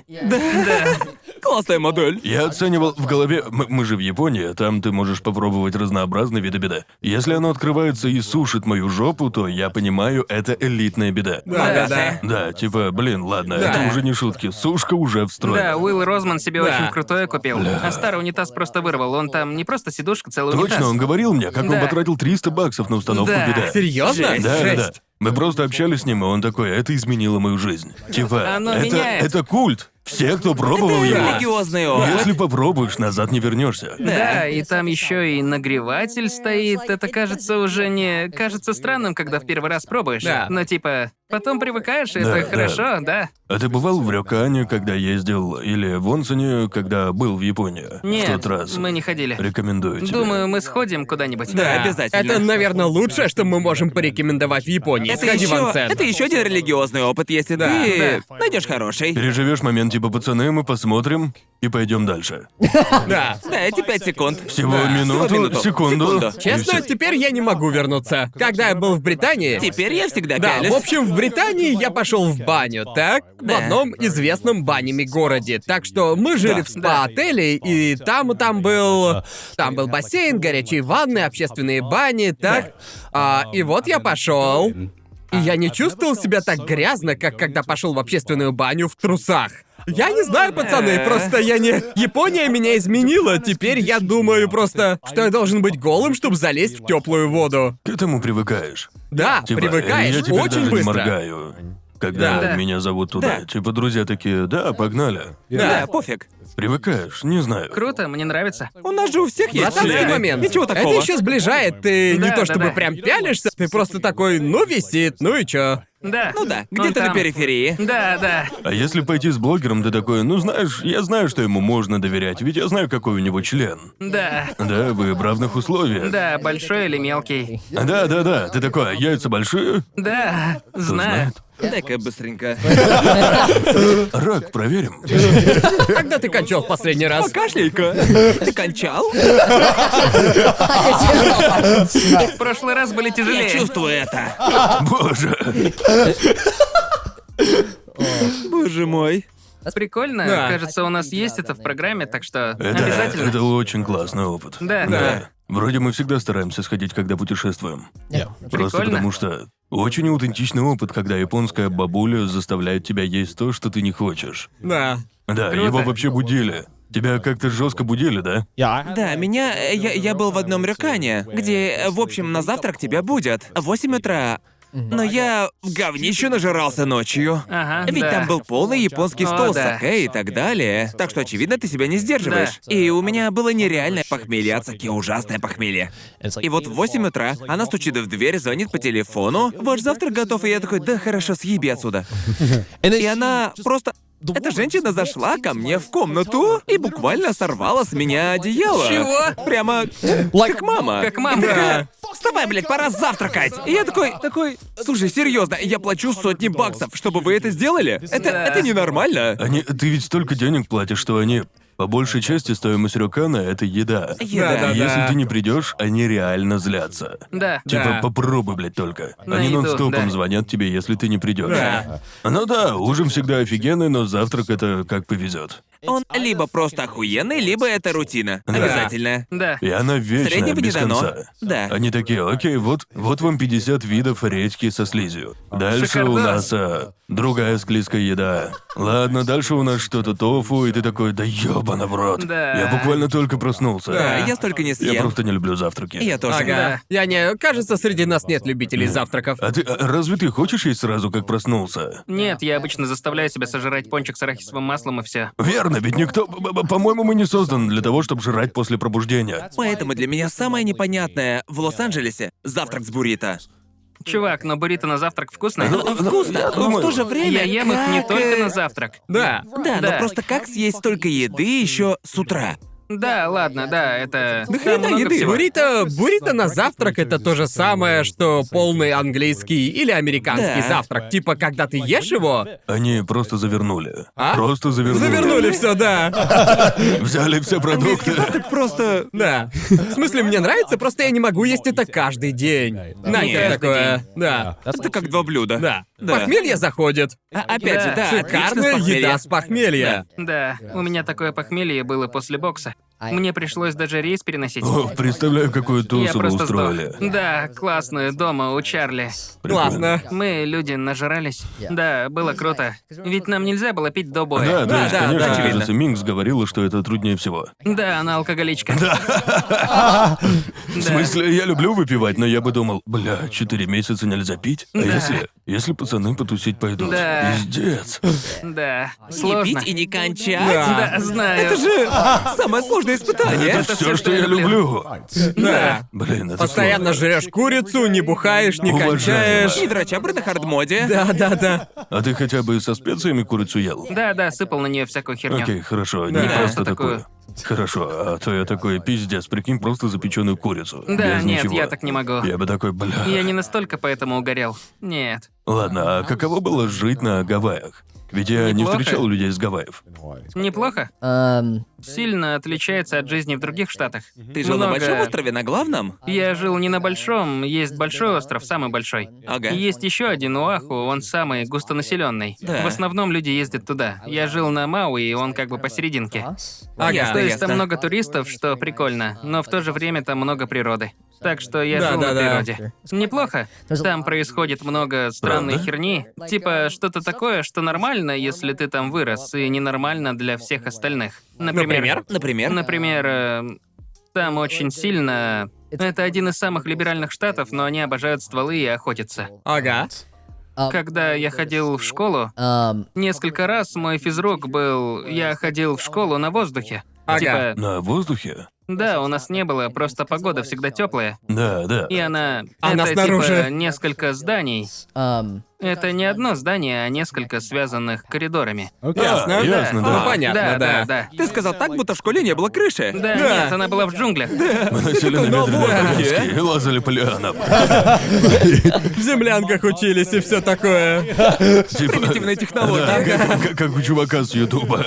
S4: Классная модель.
S3: Я оценивал в голове... Мы, мы же в Японии, там ты можешь попробовать разнообразные виды беда. Если оно открывается и сушит мою жопу, то я понимаю, это элитная беда.
S1: Да, да, да.
S3: Да, типа, блин, ладно,
S1: Да.
S3: это уже не шутки. Сушка уже встроена.
S2: Да, Уилл Розман себе
S1: Да.
S2: очень крутое купил. А старый унитаз просто вырвал. Он там не просто сидушка, целый унитаз.
S3: Точно, он говорил мне, как он
S2: Да.
S3: потратил триста баксов на установку
S2: Да.
S3: беда.
S1: Серьезно?
S2: Жесть.
S3: Да, да, да.
S1: Жесть.
S3: Мы просто общались с ним, и он такой, это изменило мою жизнь. Типа,
S2: Оно
S3: это,
S2: меняет.
S3: это культ. Все, кто пробовал
S4: Это
S3: его.
S4: религиозный опыт.
S3: Если попробуешь, назад не вернешься.
S2: Да, и там еще и нагреватель стоит. Это кажется уже не... Кажется странным, когда в первый раз пробуешь.
S1: Да.
S2: Но типа, потом привыкаешь, и
S3: Да,
S2: это
S3: да.
S2: хорошо, да.
S3: А ты бывал в Рёкане, когда ездил, или в Онсоне, когда был в Японии?
S2: Нет,
S3: В тот раз.
S2: мы не ходили.
S3: Рекомендую тебе.
S2: Думаю, мы сходим куда-нибудь.
S4: Да, обязательно.
S1: Это, наверное, лучшее, что мы можем порекомендовать в Японии.
S4: Это
S1: Сходи в
S4: еще,
S1: Ансен.
S4: это еще один религиозный опыт, если
S1: Да,
S4: ты найдешь хороший.
S3: Переживешь момент типа пацаны, мы посмотрим и пойдем дальше.
S1: Да.
S4: Да, эти пять секунд.
S3: Всего
S1: Да,
S3: минуту,
S4: всего минуту,
S3: секунду.
S4: секунду.
S3: и
S1: Честно,
S3: всё.
S1: теперь я не могу вернуться. Когда я был в Британии...
S4: Теперь я всегда
S1: Да,
S4: пялюсь.
S1: в общем, в Британии я пошел в баню, так? В
S4: Да.
S1: одном известном банями городе. Так что мы жили в спа-отеле, и там там был... Там был бассейн, горячие ванны, общественные бани, так? А, и вот я пошел. И я не чувствовал себя так грязно, как когда пошел в общественную баню в трусах. Я не знаю, пацаны, просто я не... Япония меня изменила, теперь я думаю просто, что я должен быть голым, чтобы залезть в теплую воду.
S3: К этому привыкаешь.
S1: Да,
S3: Типа,
S1: привыкаешь
S3: я теперь
S1: очень
S3: даже
S1: быстро.
S3: не моргаю, когда
S2: Да.
S3: меня зовут туда.
S4: Да.
S3: Типа друзья такие, да, погнали.
S4: Да, пофиг.
S3: Привыкаешь, не знаю.
S2: Круто, мне нравится.
S4: У нас же у всех есть
S1: Братанский
S4: члены.
S1: момент.
S4: Ничего такого.
S1: Это еще сближает. Ты
S2: Да,
S1: не то
S2: да,
S1: чтобы
S2: да.
S1: прям пялишься, ты просто такой, ну висит, ну и чё.
S2: Да.
S4: Ну да,
S2: Он
S4: где-то на
S2: там.
S4: периферии.
S2: Да, да.
S3: А если пойти с блогером, ты такой, ну знаешь, я знаю, что ему можно доверять, ведь я знаю, какой у него член.
S2: Да.
S3: Да, вы в равных условиях.
S2: Да, большой или мелкий.
S3: Да, да, да. Ты такой, а яйца большие?
S2: Да,
S3: Кто
S2: знаю.
S3: знает?
S4: Дай-ка быстренько.
S3: Рак, проверим.
S1: Когда ты кончал в последний раз?
S4: Покашляй-ка. Ты кончал?
S2: В прошлый раз были
S4: Я
S2: тяжелее.
S4: чувствую это.
S3: Боже.
S4: Боже мой.
S2: Прикольно.
S1: Да.
S2: Кажется, у нас есть это в программе, так что
S3: Это,
S2: обязательно.
S3: это очень классный опыт.
S2: Да.
S3: Да. Вроде мы всегда стараемся сходить, когда путешествуем. Просто
S2: Прикольно.
S3: потому что очень аутентичный опыт, когда японская бабуля заставляет тебя есть то, что ты не хочешь.
S1: Да.
S3: Да,
S2: Круто.
S3: его вообще будили. Тебя как-то жестко будили, да?
S4: Да, меня... Я, я был в одном рюкане, где, в общем, на завтрак тебя будят. В восемь утра. Но я в говнище нажирался ночью.
S2: Ага,
S4: Ведь
S2: да.
S4: там был полный японский
S2: О,
S4: стол,
S2: да.
S4: саке и так далее. Так что, очевидно, ты себя не сдерживаешь. И у меня было нереальное похмелье от саке, ужасное похмелье. И вот в восемь утра она стучит в дверь, звонит по телефону. Ваш завтрак готов, и я такой, да хорошо, съеби отсюда. И она просто Эта женщина зашла ко мне в комнату и буквально сорвала с меня одеяло.
S2: Чего?
S4: Прямо как мама.
S2: Как мама.
S4: Такая, вставай, блядь, пора завтракать. И я такой, такой, слушай, серьезно, я плачу сотни баксов, чтобы вы это сделали? Это,
S2: Да.
S4: это ненормально.
S3: Они, ты ведь столько денег платишь, что они... По большей части стоимость рюкана — это еда.
S4: Еда.
S3: И если
S1: Да-да-да.
S3: ты не придешь, они реально злятся.
S2: Да.
S3: Типа,
S1: Да.
S3: попробуй, блядь, только.
S2: На
S3: Они
S2: еду,
S3: нон-стопом
S2: да.
S3: звонят тебе, если ты не придешь.
S1: Да.
S3: Ну да, ужин всегда офигенный, но завтрак это как повезет.
S4: Он либо просто охуенный, либо это рутина.
S3: Да.
S4: Обязательно.
S2: Да.
S3: И она вечная,
S4: Среднего не
S3: без
S4: дано.
S3: конца.
S4: Да.
S3: Они такие, окей, вот, вот вам пятьдесят видов редьки со слизью. Дальше у
S2: Шикардос.
S3: нас а, другая склизкая еда. Ладно, дальше у нас что-то тофу, и ты такой, да ёбана в рот.
S2: Да.
S3: Я буквально только проснулся.
S4: Да, я столько не
S3: Я
S4: съем.
S3: просто не люблю завтраки.
S4: Я тоже.
S1: Ага.
S2: Да.
S1: Я не... Кажется, среди нас нет любителей завтраков.
S3: А ты, а разве ты хочешь есть сразу, как проснулся?
S2: Нет, я обычно заставляю себя сожрать пончик с арахисовым маслом и все.
S3: Верно, ведь никто... б- б- По-моему, мы не созданы для того, чтобы жрать после пробуждения.
S4: Поэтому для меня самое непонятное в Лос-Анджелесе — завтрак с буррито.
S2: Чувак, но буррито на завтрак вкусно.
S3: Ну,
S4: А вкусно,
S3: я
S4: но в
S3: думаю-
S4: то же время
S2: Я ем их не
S4: как,
S2: только
S4: э,
S2: на завтрак.
S1: Да.
S4: Да, но
S2: Да.
S4: просто как съесть столько еды еще с утра?
S2: Да, ладно, да, это...
S4: Да
S2: там
S4: хрена
S2: много
S4: еды.
S2: всего.
S1: Буррито, буррито на завтрак — это то же самое, что полный английский или американский
S4: Да.
S1: завтрак. Типа, когда ты ешь его,
S3: Они просто завернули.
S1: А?
S3: Просто завернули.
S1: завернули все, да.
S3: Взяли все продукты.
S4: Так просто...
S1: Да. В смысле, мне нравится, просто я не могу есть это каждый день. Знаете,
S4: Нет.
S1: такое. Да.
S4: Это как два блюда.
S1: Да.
S4: Да.
S1: Похмелье заходит.
S4: А, опять же, да, отлично
S1: Шикарная
S4: с похмелья.
S1: еда с похмелья.
S2: Да, у меня такое похмелье было после бокса. Мне пришлось даже рейс переносить.
S3: О, представляю, какую
S2: Я
S3: тусу вы
S2: просто сдох.
S3: устроили.
S2: Да, классную дома у Чарли.
S1: Классно.
S2: Мы, люди, нажрались. Да, было круто. Ведь нам нельзя было пить до
S3: Да,
S2: боя.
S3: то
S1: Да,
S3: есть,
S1: да,
S3: конечно,
S1: да,
S4: очевидно.
S3: кажется, Минкс говорила, что это труднее всего.
S2: Да, она алкоголичка.
S3: В смысле, я люблю выпивать, но я бы думал, бля, четыре месяца нельзя пить? А
S2: Да.
S3: если, если пацаны потусить пойдут?
S2: Да.
S3: Пиздец.
S2: Да,
S4: Не
S2: сложно.
S4: пить и не кончать.
S2: Да, знаю.
S4: Это же самое сложное испытание.
S3: Это все, что я люблю.
S1: Да.
S3: Блин, это
S1: Постоянно
S3: сложно.
S1: жрешь курицу, не бухаешь, не
S3: Уважаю.
S1: кончаешь.
S4: Не дрочабры на хардмоде.
S1: Да, да, да.
S3: А ты хотя бы со специями курицу ел?
S2: Да, да, сыпал на нее всякую херню.
S3: Окей, хорошо,
S1: Да.
S3: не просто
S2: Такую.
S3: такое. Хорошо, а то я такой, пиздец, прикинь, просто запеченную курицу.
S2: Да,
S3: без
S2: нет,
S3: ничего.
S2: я так не могу.
S3: Я бы такой, бля.
S2: Я не настолько поэтому угорел. Нет.
S3: Ладно, а каково было жить на Гавайях? Ведь я не
S2: Неплохо.
S3: встречал людей с Гавайев.
S2: Неплохо.
S5: Um,
S2: Сильно отличается от жизни в других штатах.
S4: Ты жил на
S2: Много-
S4: большом острове, на главном?
S2: Я жил не на большом, есть большой остров, самый большой.
S4: Ага.
S2: И есть еще один Оаху, он самый густонаселенный.
S4: Да.
S2: В основном люди ездят туда. Я жил на Мауи, и он как бы посерединке.
S5: us?
S1: Ага.
S4: Ясно,
S2: То есть
S4: ясно.
S2: там много туристов, что прикольно, но в то же время там много природы. Так что я
S1: Да,
S2: жил
S1: да,
S2: на
S1: да.
S2: природе. Неплохо. Там происходит много странной
S3: Правда?
S2: херни. Типа что-то такое, что нормально, если ты там вырос, и ненормально для всех остальных.
S1: Например?
S4: Например?
S2: Например, э, там очень сильно... Это один из самых либеральных штатов, но они обожают стволы и охотятся.
S1: Ага.
S2: Когда я ходил в школу,
S5: Um,
S2: несколько раз мой физрук был... Я ходил в школу на воздухе.
S1: Ага.
S2: Типа,
S3: На воздухе?
S2: да, у нас не было, просто погода всегда теплая.
S3: Да, да.
S2: И она...
S1: Она
S2: это
S1: снаружи.
S2: типа несколько зданий.
S5: um,
S2: Это не одно здание, а несколько связанных коридорами.
S1: Ясно.
S3: А, ясно,
S1: Ну,
S3: да.
S1: понятно,
S2: да,
S1: да.
S2: да, да.
S4: Ты сказал так, будто в школе не было крыши.
S2: Да,
S1: Да.
S2: нет, она была в джунглях.
S3: Мы носили на
S4: на
S3: медленные
S4: воздухе.
S3: повозки и лазали по лианам.
S1: В землянках учились и все такое.
S3: Типа-
S4: Примитивная технология.
S3: Да, как, как- как у чувака с Ютуба.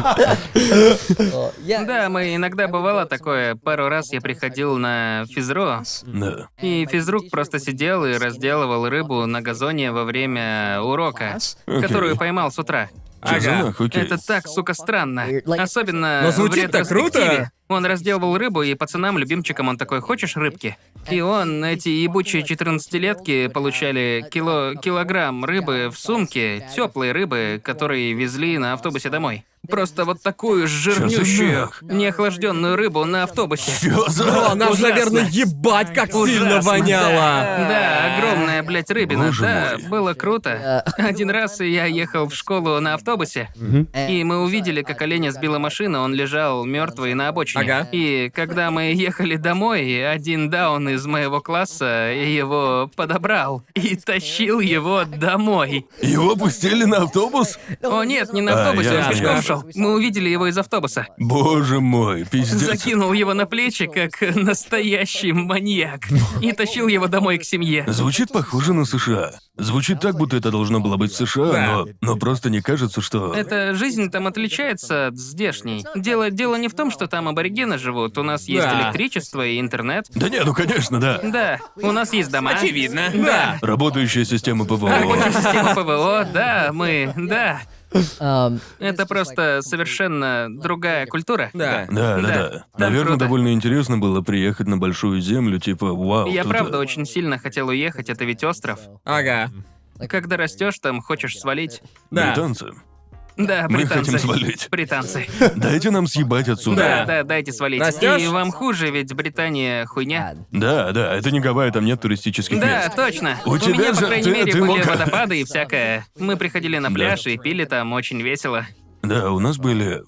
S5: uh, yeah.
S2: Да, мы иногда бывало такое. Пару раз я приходил на физро,
S3: Да.
S2: и физрук просто сидел и разделывал рыбу на газоне во время урока, которую поймал с утра.
S3: Чё за
S1: Ага.
S3: нах, окей.
S2: Это так, сука, странно. Особенно
S1: Но
S2: в
S1: звучит-то круто.
S2: ретроспективе. Он разделывал рыбу, и пацанам, любимчикам, он такой, хочешь рыбки? И он, эти ебучие четырнадцатилетки, получали кило, килограмм рыбы в сумке, теплой рыбы, которые везли на автобусе домой. Просто вот такую жирнющую,
S3: нах?
S2: неохлажденную рыбу на автобусе.
S3: Чё за...
S1: Она же,
S2: Ужасно.
S1: наверное, ебать, как сильно
S2: Ужасно,
S1: воняла.
S2: Да, да, огромная, блядь, рыбина.
S3: Боже
S2: Да,
S3: мой.
S2: было круто. Один раз я ехал в школу на автобусе, и мы увидели, как оленя сбила машина, он лежал мертвый на обочине.
S1: Ага.
S2: И когда мы ехали домой, один даун из моего класса его подобрал и тащил его домой.
S3: Его пустили на автобус?
S2: О нет, не на
S3: А,
S2: автобусе, он
S3: ясно,
S2: пешком
S3: ясно.
S2: шел. Мы увидели его из автобуса.
S3: Боже мой, пиздец.
S2: Закинул его на плечи, как настоящий маньяк. И тащил его домой к семье.
S3: Звучит похоже на США. Звучит так, будто это должно было быть в США,
S1: Да.
S3: но, но просто не кажется, что...
S2: Эта жизнь там отличается от здешней. Дело, дело не в том, что там аборигены живут. У нас есть
S1: Да.
S2: электричество и интернет.
S3: Да не, ну конечно, да.
S2: Да, у нас есть дома.
S4: Очевидно.
S2: Да.
S3: Работающая система ПВО.
S2: Рабочая система ПВО, да, мы, да.
S5: Um,
S2: Это просто совершенно другая культура.
S1: Да.
S3: Да, да,
S2: Да.
S3: да.
S2: Там
S3: Наверное,
S2: круто.
S3: довольно интересно было приехать на большую землю, типа, вау.
S2: Я
S3: тут,
S2: правда
S3: э,
S2: очень сильно хотел уехать, это ведь остров.
S1: Ага.
S2: Когда растешь, там хочешь свалить.
S1: Да.
S3: Британцы.
S2: Да,
S3: Мы
S2: британцы.
S3: хотим свалить.
S2: Британцы.
S3: Дайте нам съебать отсюда.
S2: Да, да, дайте свалить.
S1: Растёшь?
S2: И вам хуже, ведь Британия хуйня.
S3: Да, да, это не Гавайи, там нет туристических
S2: Да,
S3: мест.
S2: точно.
S3: У тебя
S2: меня,
S3: же-
S2: по крайней
S3: ты-
S2: мере,
S3: ты
S2: были
S3: мог-
S2: водопады и всякое. Мы приходили на пляж и пили там очень весело.
S3: Да, у нас были...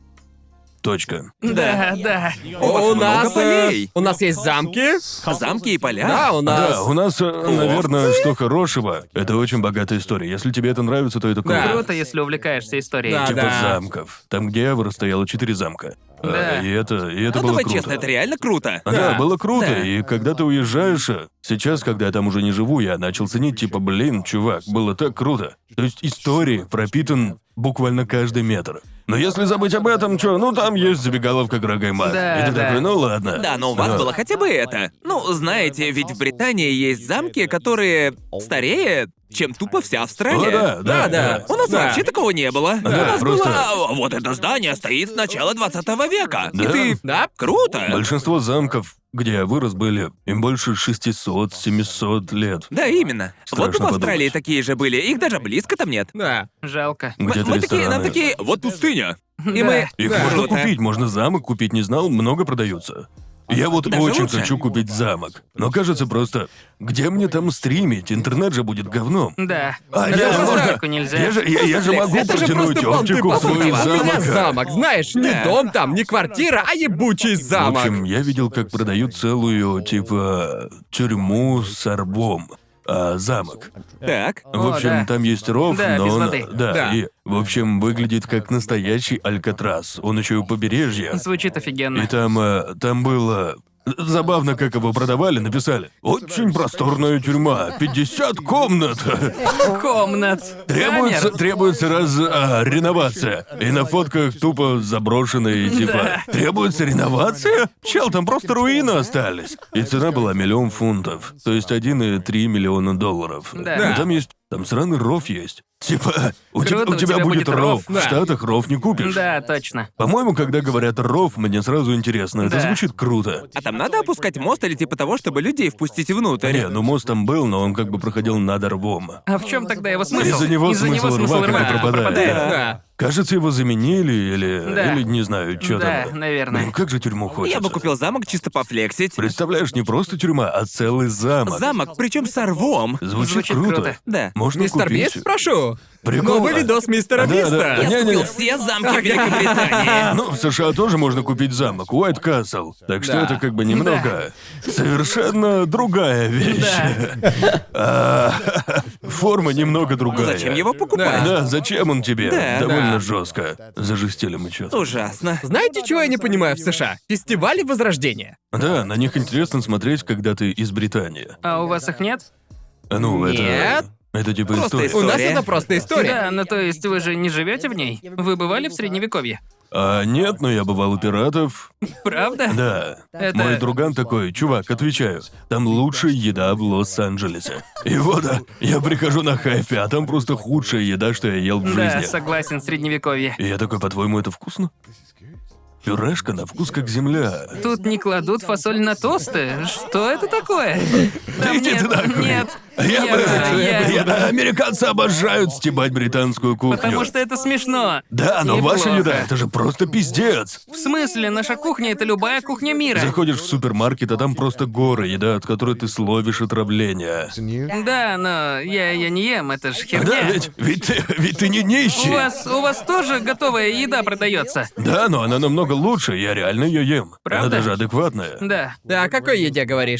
S3: Точка.
S2: Да, да.
S1: У,
S4: вас
S1: нас
S4: много полей.
S1: э, у нас есть замки.
S4: Замки и поля.
S1: Да, у нас.
S3: Да, у нас, э, наверное, что хорошего. Это очень богатая история. Если тебе это нравится, то это круто.
S1: Да.
S2: Круто, если увлекаешься историей.
S1: Да,
S3: Типа
S1: да.
S3: замков. Там, где я вырос, стояло четыре замка. А,
S2: Да.
S3: и это, и это
S4: Ну,
S3: было
S4: давай
S3: круто.
S4: честно, это реально круто.
S3: Да,
S1: Да.
S3: было круто.
S1: Да.
S3: И когда ты уезжаешь, э, сейчас, когда я там уже не живу, я начал ценить, типа, блин, чувак, было так круто. То есть истории пропитан буквально каждый метр. Но если забыть об этом, чё, ну там есть забегаловка Грега и Мак.
S2: Да,
S3: И ты
S2: да.
S3: такой, ну ладно.
S4: Да, но у вас
S3: А,
S4: было хотя бы это. Ну, знаете, ведь в Британии есть замки, которые старее, чем тупо вся Австралия.
S3: О, да, да,
S1: Да, да.
S4: У нас
S1: Да.
S4: вообще такого не было.
S3: Да,
S4: У нас
S3: просто-
S4: было, «А, вот это здание стоит с начала двадцатого века.
S3: Да.
S4: И ты...
S1: Да?
S4: Круто.
S3: Большинство замков, где я вырос, были им больше шестисот-семисот лет.
S4: Да, именно.
S3: Страшно
S4: вот бы в Австралии
S3: подумать.
S4: такие же были. Их даже близко там нет.
S1: Да.
S2: Жалко.
S3: Где-то
S4: мы такие, нам
S3: рестораны.
S4: такие, вот пустыня. И
S2: Да.
S4: мы...
S3: Их
S1: Да.
S3: можно
S4: Круто.
S3: купить, можно замок купить, не знал, много продаются. Я вот
S4: Даже
S3: очень
S4: лучше.
S3: хочу купить замок. Но кажется просто, где мне там стримить? Интернет же будет говном.
S2: Да.
S3: А,
S2: Даже
S3: я же
S2: на
S3: можно-
S2: стойку нельзя.
S3: Я же, я, я же могу
S1: Это же
S3: протянуть
S1: просто понты
S3: оптику в свой
S1: У меня
S3: замок.
S1: замок, знаешь, не
S4: Да.
S1: дом там, не квартира, а ебучий
S3: В
S1: замок.
S3: общем, я видел, как продают целую, типа, тюрьму с орбом. А, замок.
S4: Так.
S3: В
S2: О,
S3: общем,
S2: да.
S3: там есть ров,
S2: Да,
S3: но
S2: без
S3: он...
S2: воды.
S3: Да,
S1: Да.
S3: и, в общем, выглядит как настоящий Алькатрас. Он еще и у побережья.
S2: Звучит офигенно.
S3: И там, э, там было... Забавно, как его продавали, написали. Очень просторная тюрьма, пятьдесят комнат.
S2: Комнат.
S3: Требуется,
S2: Камер.
S3: требуется раз а, реновация. И на фотках тупо заброшенные, типа.
S2: Да.
S3: Требуется реновация? Чел, там просто руины остались. И цена была миллион фунтов. То есть один и три миллиона долларов.
S2: Да.
S3: И там есть. Там сраный ров есть. Типа, у, тебя,
S2: Круто,
S3: у тебя будет ров. В
S1: Да.
S3: Штатах ров не купишь.
S2: Да, точно.
S3: По-моему, когда говорят ров, мне сразу интересно. Это
S2: Да.
S3: звучит круто.
S4: А там надо опускать мост или типа того, чтобы людей впустить внутрь?
S3: Не, ну мост там был, но он как бы проходил над рвом.
S2: А в чем тогда его смысл?
S3: Из-за него смысл рва как бы
S2: рва
S3: пропадает.
S1: Да.
S3: Кажется, его заменили или...
S2: Да.
S3: Или не знаю, что
S2: Да,
S3: там.
S2: наверное.
S3: Блин, как же тюрьму хочется.
S4: Я бы купил замок чисто пофлексить.
S3: Представляешь, не просто тюрьма, а целый замок.
S4: Замок, причем с рвом.
S3: Звучит,
S2: Звучит
S3: круто.
S2: круто.
S4: Да.
S3: Можно
S1: Мистер
S3: купить.
S1: Бист, прошу.
S3: Прикол.
S1: Новый видос мистера
S3: Да,
S1: Биста.
S3: да.
S4: Я
S3: Не-не-не.
S4: купил все замки Великобритании.
S3: Ну, в США тоже можно купить замок, Уайт Касл. Так что
S1: Да.
S3: это как бы немного... Совершенно другая вещь. А, форма немного другая.
S4: Зачем его покупать?
S3: Да, зачем он тебе?
S4: Да,
S3: Довольно
S1: да.
S3: жестко. Зажестили мы что-то.
S4: Ужасно.
S1: Знаете, чего я не понимаю в США? Фестивали Возрождения.
S3: Да, на них интересно смотреть, когда ты из Британии.
S2: А у вас их нет?
S3: Ну,
S1: Нет.
S3: это... Это типа
S4: Просто
S3: история.
S1: У нас
S4: История.
S1: это просто история.
S2: Да, ну то есть вы же не живете в ней? Вы бывали в средневековье?
S3: А нет, но я бывал у пиратов.
S2: Правда?
S3: Да.
S2: Это-
S3: Мой друган такой, чувак, отвечаю, там лучшая еда в Лос-Анджелесе. И вот, а, я прихожу на хайпи, а там просто худшая еда, что я ел в
S2: Да,
S3: жизни.
S2: согласен, средневековье.
S3: И я такой, по-твоему, это вкусно? Пюрешка на вкус как земля.
S2: Тут не кладут фасоль на тосты. Что это такое? Там
S3: Иди
S2: нет,
S3: ты нахуй.
S2: нет.
S3: Я, бы-
S2: я-
S3: я- Американцы обожают стебать британскую кухню.
S2: Потому что это смешно.
S3: Да, но
S2: Неплохо.
S3: ваша еда, это же просто пиздец.
S2: В смысле, наша кухня — это любая кухня мира.
S3: Заходишь в супермаркет, а там просто горы еда, от которой ты словишь отравление.
S2: Да, но я, я не ем, это ж
S3: Да,
S2: херня.
S3: ведь, ведь, ты, ведь ты не нищий.
S2: У вас, у вас тоже готовая еда продается?
S3: Да, но она намного лучше, я реально ее ем.
S2: Правда?
S3: Она даже адекватная.
S2: Да.
S1: Да, о какой еде говоришь?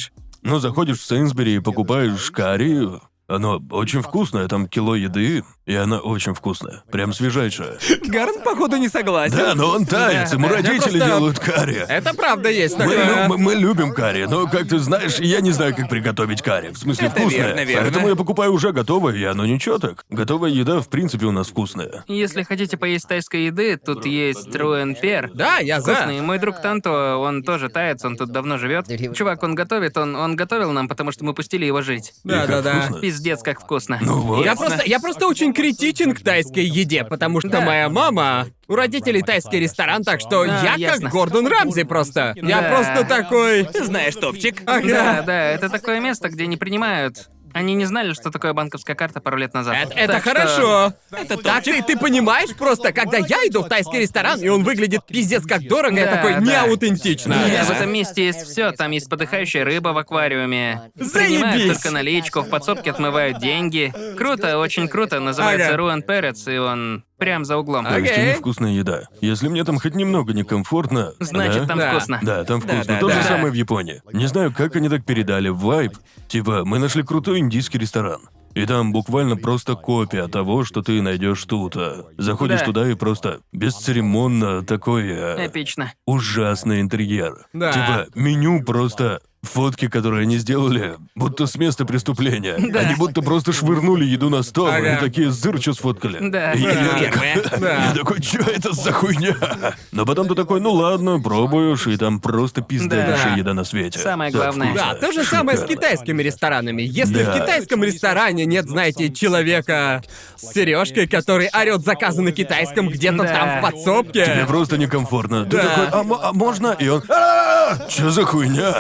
S3: Ну, заходишь в Сейнсбери и покупаешь карри. Оно очень вкусное, там кило еды, и она очень вкусная. Прям свежайшая.
S4: Гарн, походу, не согласен.
S3: Да, но он тает, ему родители
S1: просто-
S3: делают карри.
S1: Это правда есть
S3: Мы,
S1: такое.
S3: лю- мы- мы любим карри, но, как ты знаешь, я не знаю, как приготовить карри. В смысле,
S4: Это
S3: вкусное.
S4: верно, верно.
S3: Поэтому я покупаю уже готовое, и оно ничего так. Готовая еда, в принципе, у нас вкусная.
S2: Если хотите поесть тайской еды, тут есть Руэн Пер.
S1: Да, я за.
S2: Вкусный. Мой друг Танто, он тоже таец, он тут давно живет. Чувак, он готовит, он, он готовил нам, потому что мы пустили его жить.
S1: Да,
S3: И
S1: да,
S3: как
S1: да.
S3: вкусно.
S2: Пиздец, как вкусно.
S3: Ну вот.
S1: Я просто, я просто очень критичен к тайской еде, потому что
S2: Да.
S1: моя мама... У родителей тайский ресторан, так что
S2: А,
S1: я
S2: ясно.
S1: как Гордон Рамзи просто. Я
S2: Да.
S1: просто такой...
S4: Ты знаешь, топчик.
S2: Да,
S1: Ага.
S2: да, это такое место, где не принимают. Они не знали, что такое банковская карта пару лет назад.
S1: Это, это
S2: Так что-
S1: хорошо. Это так ты, ты понимаешь просто, когда я иду в тайский ресторан, и он выглядит пиздец как дорого, я
S2: Да,
S1: такой
S2: да.
S1: неаутентично.
S2: Не, в этом месте есть все. Там есть подыхающая рыба в аквариуме. Принимают
S1: Заебись.
S2: только наличку, в подсобке отмывают деньги. Круто, очень круто. Называется
S1: Ага.
S2: Руэн Перец, и он прям за углом.
S3: То есть у
S1: Окей.
S3: них вкусная еда. Если мне там хоть немного некомфортно...
S2: Значит,
S3: да?
S2: там
S1: Да.
S2: вкусно.
S3: Да, там вкусно.
S4: да,
S3: То же
S1: да.
S3: самое в Японии. Не знаю, как они так передали вайб. Типа, мы нашли крутой индийский ресторан. И там буквально просто копия того, что ты найдешь тут. а. Заходишь
S2: Да.
S3: туда и просто бесцеремонно такой а,
S2: Эпично.
S3: ужасный интерьер.
S1: Да.
S3: Типа, меню просто фотки, которые они сделали, будто с места преступления. Они будто просто швырнули еду на стол
S1: Ага.
S3: и такие зырчо сфоткали.
S2: Да.
S3: И я
S2: Да.
S3: такой-
S1: Да.
S3: я такой, что это за хуйня? Но потом ты такой, ну ладно, пробуешь, и там просто пиздатейшая
S2: Да.
S3: еда на свете.
S2: Самое
S3: Так
S2: главное.
S3: вкусно.
S1: Да, то же самое с
S3: Шикарно.
S1: китайскими ресторанами. Если
S3: Да.
S1: в китайском ресторане нет, знаете, человека с сережкой, который орет заказы на китайском где-то
S2: Да.
S1: там в подсобке.
S3: Тебе просто некомфортно. Ты
S1: Да.
S3: такой, а, мо- а можно? И он, что за хуйня?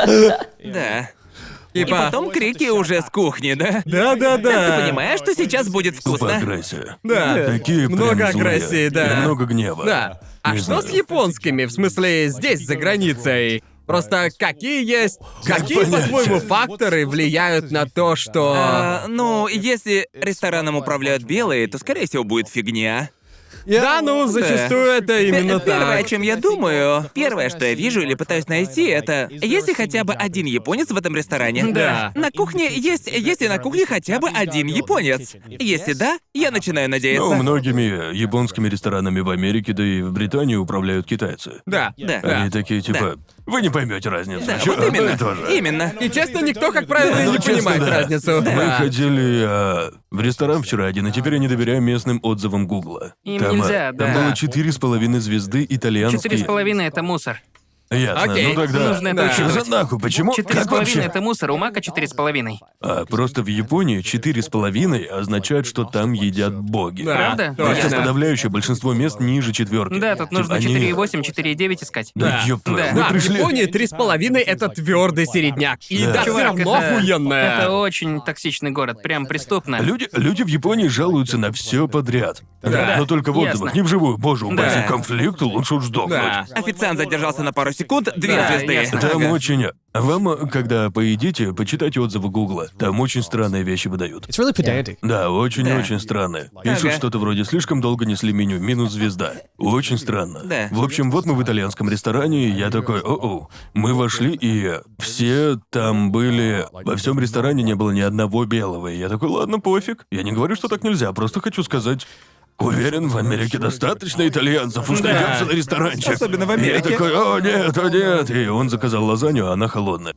S4: Да. И
S1: Типа-
S4: потом крики уже с кухни, да?
S1: Да, да, да.
S4: Ты понимаешь, что сейчас будет
S3: Тупо
S4: вкусно?
S3: агрессия.
S1: Да.
S3: Такие
S1: Много
S3: прям злые.
S1: агрессии, да.
S3: И много гнева.
S1: Да. А
S3: Не
S1: что
S3: знаю.
S1: с японскими? В смысле, здесь, за границей? Просто какие есть... Какие,
S3: понятия.
S1: по-твоему, факторы влияют на то, что...
S4: А, ну, если рестораном управляют белые, то, скорее всего, будет фигня.
S1: Да, ну, зачастую это именно
S4: Первое, о
S1: так.
S4: чем я думаю, первое, что я вижу или пытаюсь найти, это есть ли хотя бы один японец в этом ресторане?
S1: Да.
S4: На кухне есть, есть ли на кухне хотя бы один японец? Если да, я начинаю надеяться.
S3: Ну, многими японскими ресторанами в Америке, да и в Британии управляют китайцы.
S1: Да.
S4: Да.
S3: Они такие, типа, вы не поймете разницу.
S4: Да,
S3: Чё,
S4: вот
S3: одно и
S4: именно.
S3: то же.
S4: Именно.
S1: И честно, никто, как правило, и
S3: Ну,
S1: не
S3: честно,
S1: понимает
S3: да.
S1: разницу.
S3: Мы
S1: Да.
S3: ходили а, в ресторан вчера один, и теперь я не доверяю местным отзывам Гугла.
S2: Им
S3: Там, а,
S2: нельзя,
S3: Там
S2: да.
S3: было четыре с половиной звезды итальянские.
S2: Четыре с половиной это мусор.
S3: Ясно,
S1: Окей.
S3: ну тогда...
S2: Нужно это
S3: Что за
S2: учитывать.
S3: нахуй? Почему?
S2: Четыре с
S3: Как
S2: половиной
S3: вообще?
S2: это мусор, у Мака четыре с половиной.
S3: А, просто в Японии четыре с половиной означает, что там едят боги.
S1: Да,
S2: Правда?
S3: Просто
S1: точно.
S3: подавляющее большинство мест ниже четверки.
S2: Да, тут нужно
S3: Они-
S2: четыре и восемь, четыре и девять искать.
S3: Да, ёб твою,
S2: Да.
S3: мы
S1: Да, в
S3: пришли...
S1: Японии три с половиной это твердый середняк. И
S3: Да.
S1: да, все
S2: Чувак,
S1: равно
S2: это,
S1: охуенное.
S2: это очень токсичный город, прям преступно.
S3: Люди, люди в Японии жалуются на все подряд.
S1: Да.
S3: Но только в отзывах,
S2: Ясно.
S3: не вживую. Боже, упаси
S2: Да.
S3: конфликт, лучше уж сдохнуть.
S1: Да.
S4: Официант задержался на пару секунд, две
S2: Да,
S4: звезды.
S2: ясно.
S3: Там
S1: Ага.
S3: очень... А вам, э, когда поедите, почитайте отзывы Гугла. Там очень странные вещи выдают.
S5: It's really pedantic.
S3: Да, очень-очень странные. Пишут
S4: Ага.
S3: что-то вроде «слишком долго несли меню, минус звезда». Очень странно.
S4: Да.
S3: В общем, вот мы в итальянском ресторане, и я такой «о-о». Мы вошли, и все там были... Во всем ресторане не было ни одного белого. И я такой «ладно, пофиг». Я не говорю, что так нельзя, просто хочу сказать... Уверен, в Америке достаточно итальянцев, уж
S1: Да.
S3: найдётся на ресторанчик.
S4: Особенно в
S3: И
S4: Америке.
S3: я такой, о нет, о нет. И он заказал лазанью, а она холодная.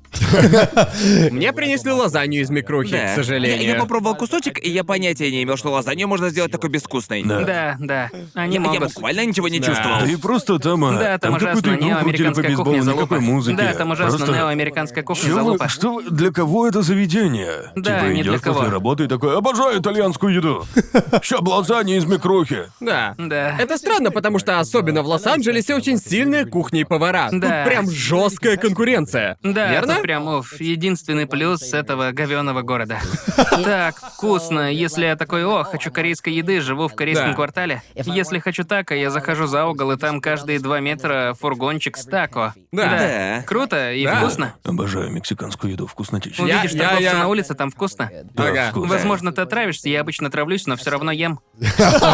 S1: Мне принесли лазанью из микрухи,
S4: Да.
S1: к сожалению.
S4: Я, я попробовал кусочек, и я понятия не имел, что лазанью можно сделать такой безвкусной.
S3: Да.
S2: Да, да. Они
S4: Я, я
S2: могут.
S4: буквально ничего не
S1: Да.
S4: чувствовал.
S3: Да и просто там, а,
S2: Да, там
S3: какую-то
S2: ужасно
S3: игру крутили по
S2: неоамериканская
S3: бейсболу,
S2: кухня
S3: никакой
S2: залупа.
S3: музыки.
S2: Да, там ужасно
S3: Просто...
S2: неоамериканская кухня
S3: Чё вы-
S2: залупа.
S3: что вы- для кого это заведение?
S2: Да,
S3: типа
S2: не для
S3: идёшь после
S2: кого.
S3: работы и такой, обожаю итальянскую еду. Ща лазанья из микрухи.
S1: Да.
S2: Да.
S1: Это странно, потому что особенно в Лос-Анджелесе очень сильная кухня и повара.
S2: Да.
S1: Тут прям жесткая конкуренция.
S2: Да,
S1: Верно?
S2: это прям уф, единственный плюс этого говёного города. Так вкусно. Если я такой, о, хочу корейской еды, живу в корейском
S1: Да.
S2: квартале. Если хочу тако, я захожу за угол, и там каждые два метра фургончик с тако.
S1: Да.
S4: Да.
S2: Круто и
S1: Да.
S2: вкусно.
S3: Обожаю мексиканскую еду, вкуснотища.
S1: Я-
S2: Увидишь
S1: я-
S2: торговца
S1: я-
S2: на улице, там вкусно.
S3: Да,
S1: Ага.
S3: вкусно.
S2: Возможно, ты отравишься, я обычно травлюсь, но все равно ем.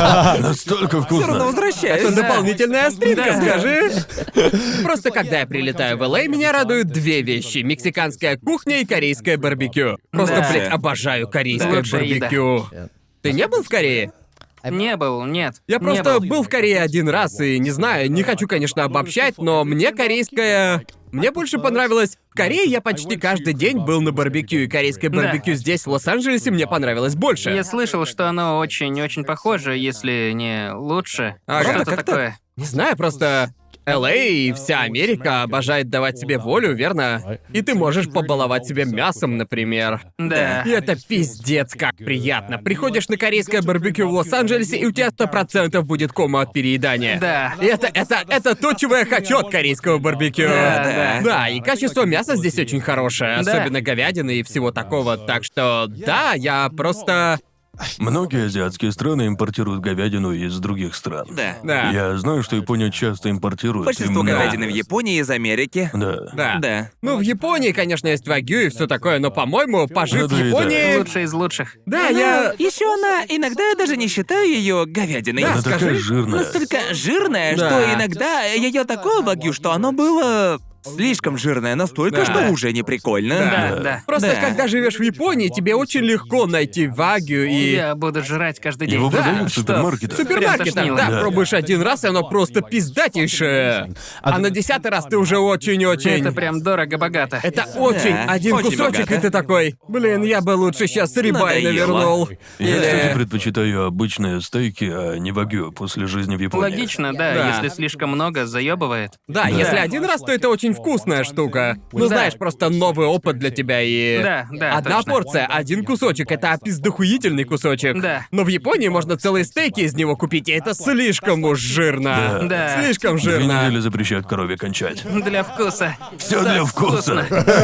S3: Настолько
S4: Все равно
S3: вкусно.
S4: возвращаюсь.
S1: Это дополнительная остринка,
S2: Да.
S1: скажи. Просто когда я прилетаю в Л А, меня радуют две вещи. Мексиканская кухня и корейское барбекю. Просто,
S2: Да.
S1: блядь, обожаю корейское
S2: Лучшая еда.
S1: барбекю. Ты не был в Корее?
S2: Не был, нет.
S1: Я
S2: не
S1: просто
S2: был.
S1: был в Корее один раз, и не знаю, не хочу, конечно, обобщать, но мне корейская... Мне больше понравилось... В Корее я почти каждый день был на барбекю, и корейское
S2: Да.
S1: барбекю здесь, в Лос-Анджелесе, мне понравилось больше.
S2: Я слышал, что оно очень-очень похоже, если не лучше.
S1: Ага.
S2: Что-то
S4: Как-то-
S2: такое.
S1: Не знаю, просто... Л А и вся Америка обожает давать себе волю, верно? И ты можешь побаловать себя мясом, например.
S2: Да.
S1: И это пиздец как приятно. Приходишь на корейское барбекю в Лос-Анджелесе, и у тебя сто процентов будет кома от переедания.
S2: Да.
S1: И это, это, это то, чего я хочу от корейского барбекю.
S2: Да, да.
S1: Да, и качество мяса здесь очень хорошее,
S2: Да.
S1: особенно говядины и всего такого. Так что, да, я просто...
S3: Многие азиатские страны импортируют говядину из других стран.
S4: Да.
S1: Да.
S3: Я знаю, что Япония часто импортирует.
S4: Большинство
S3: именно-
S4: говядины в Японии из Америки.
S3: Да.
S1: Да.
S4: Да.
S1: Ну, в Японии, конечно, есть вагю и все такое, но, по-моему, пожив
S3: Да,
S1: в
S3: да, и да.
S1: Японии...
S2: Лучший из лучших.
S1: Да, я...
S4: Еще она, иногда я даже не считаю ее говядиной.
S1: Да,
S3: Она
S1: скажи.
S3: такая жирная.
S4: Настолько жирная,
S1: Да.
S4: что иногда ее такое вагю, что оно было слишком жирное, настолько,
S1: Да.
S4: что уже не прикольно.
S2: Да, да.
S1: Просто
S4: Да.
S1: когда живешь в Японии, тебе очень легко найти вагю и...
S2: Я буду жрать каждый день.
S3: Его
S1: Да,
S3: продают в
S1: что?
S3: супермаркетах.
S1: В супермаркетах,
S2: тошнило.
S1: да,
S3: Да.
S1: пробуешь один раз, и оно просто пиздатейшее. А на десятый раз ты уже очень-очень...
S2: Это прям дорого-богато.
S1: Это очень
S4: Да,
S1: один
S4: очень
S1: кусочек,
S4: богато.
S1: и ты такой, блин, я бы лучше сейчас рибай
S4: Надоело.
S1: навернул.
S3: Я,
S1: Или-
S3: кстати, предпочитаю обычные стейки, а не вагю после жизни в Японии.
S2: Логично, да,
S1: Да.
S2: если слишком много, заебывает.
S1: Да, если один раз, то это очень вкусная штука. Ну,
S2: Да.
S1: знаешь, просто новый опыт для тебя и...
S2: Да, да,
S1: Одна
S2: точно.
S1: порция, один кусочек, это опиздохуительный кусочек.
S2: Да.
S1: Но в Японии можно целые стейки из него купить, и это слишком уж жирно.
S3: Да.
S2: Да.
S1: Слишком
S3: Две
S1: жирно.
S3: недели запрещают корове кончать.
S2: Для вкуса.
S3: Все для вкуса.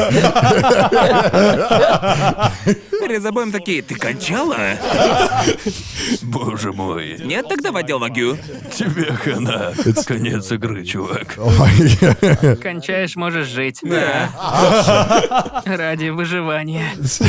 S4: Перед забоем такие, ты кончала?
S3: Боже мой.
S4: Нет, тогда в отдел вагю.
S3: Тебе хана. Конец игры, чувак.
S2: Кончаешь, можешь жить.
S1: Да.
S2: Ради выживания.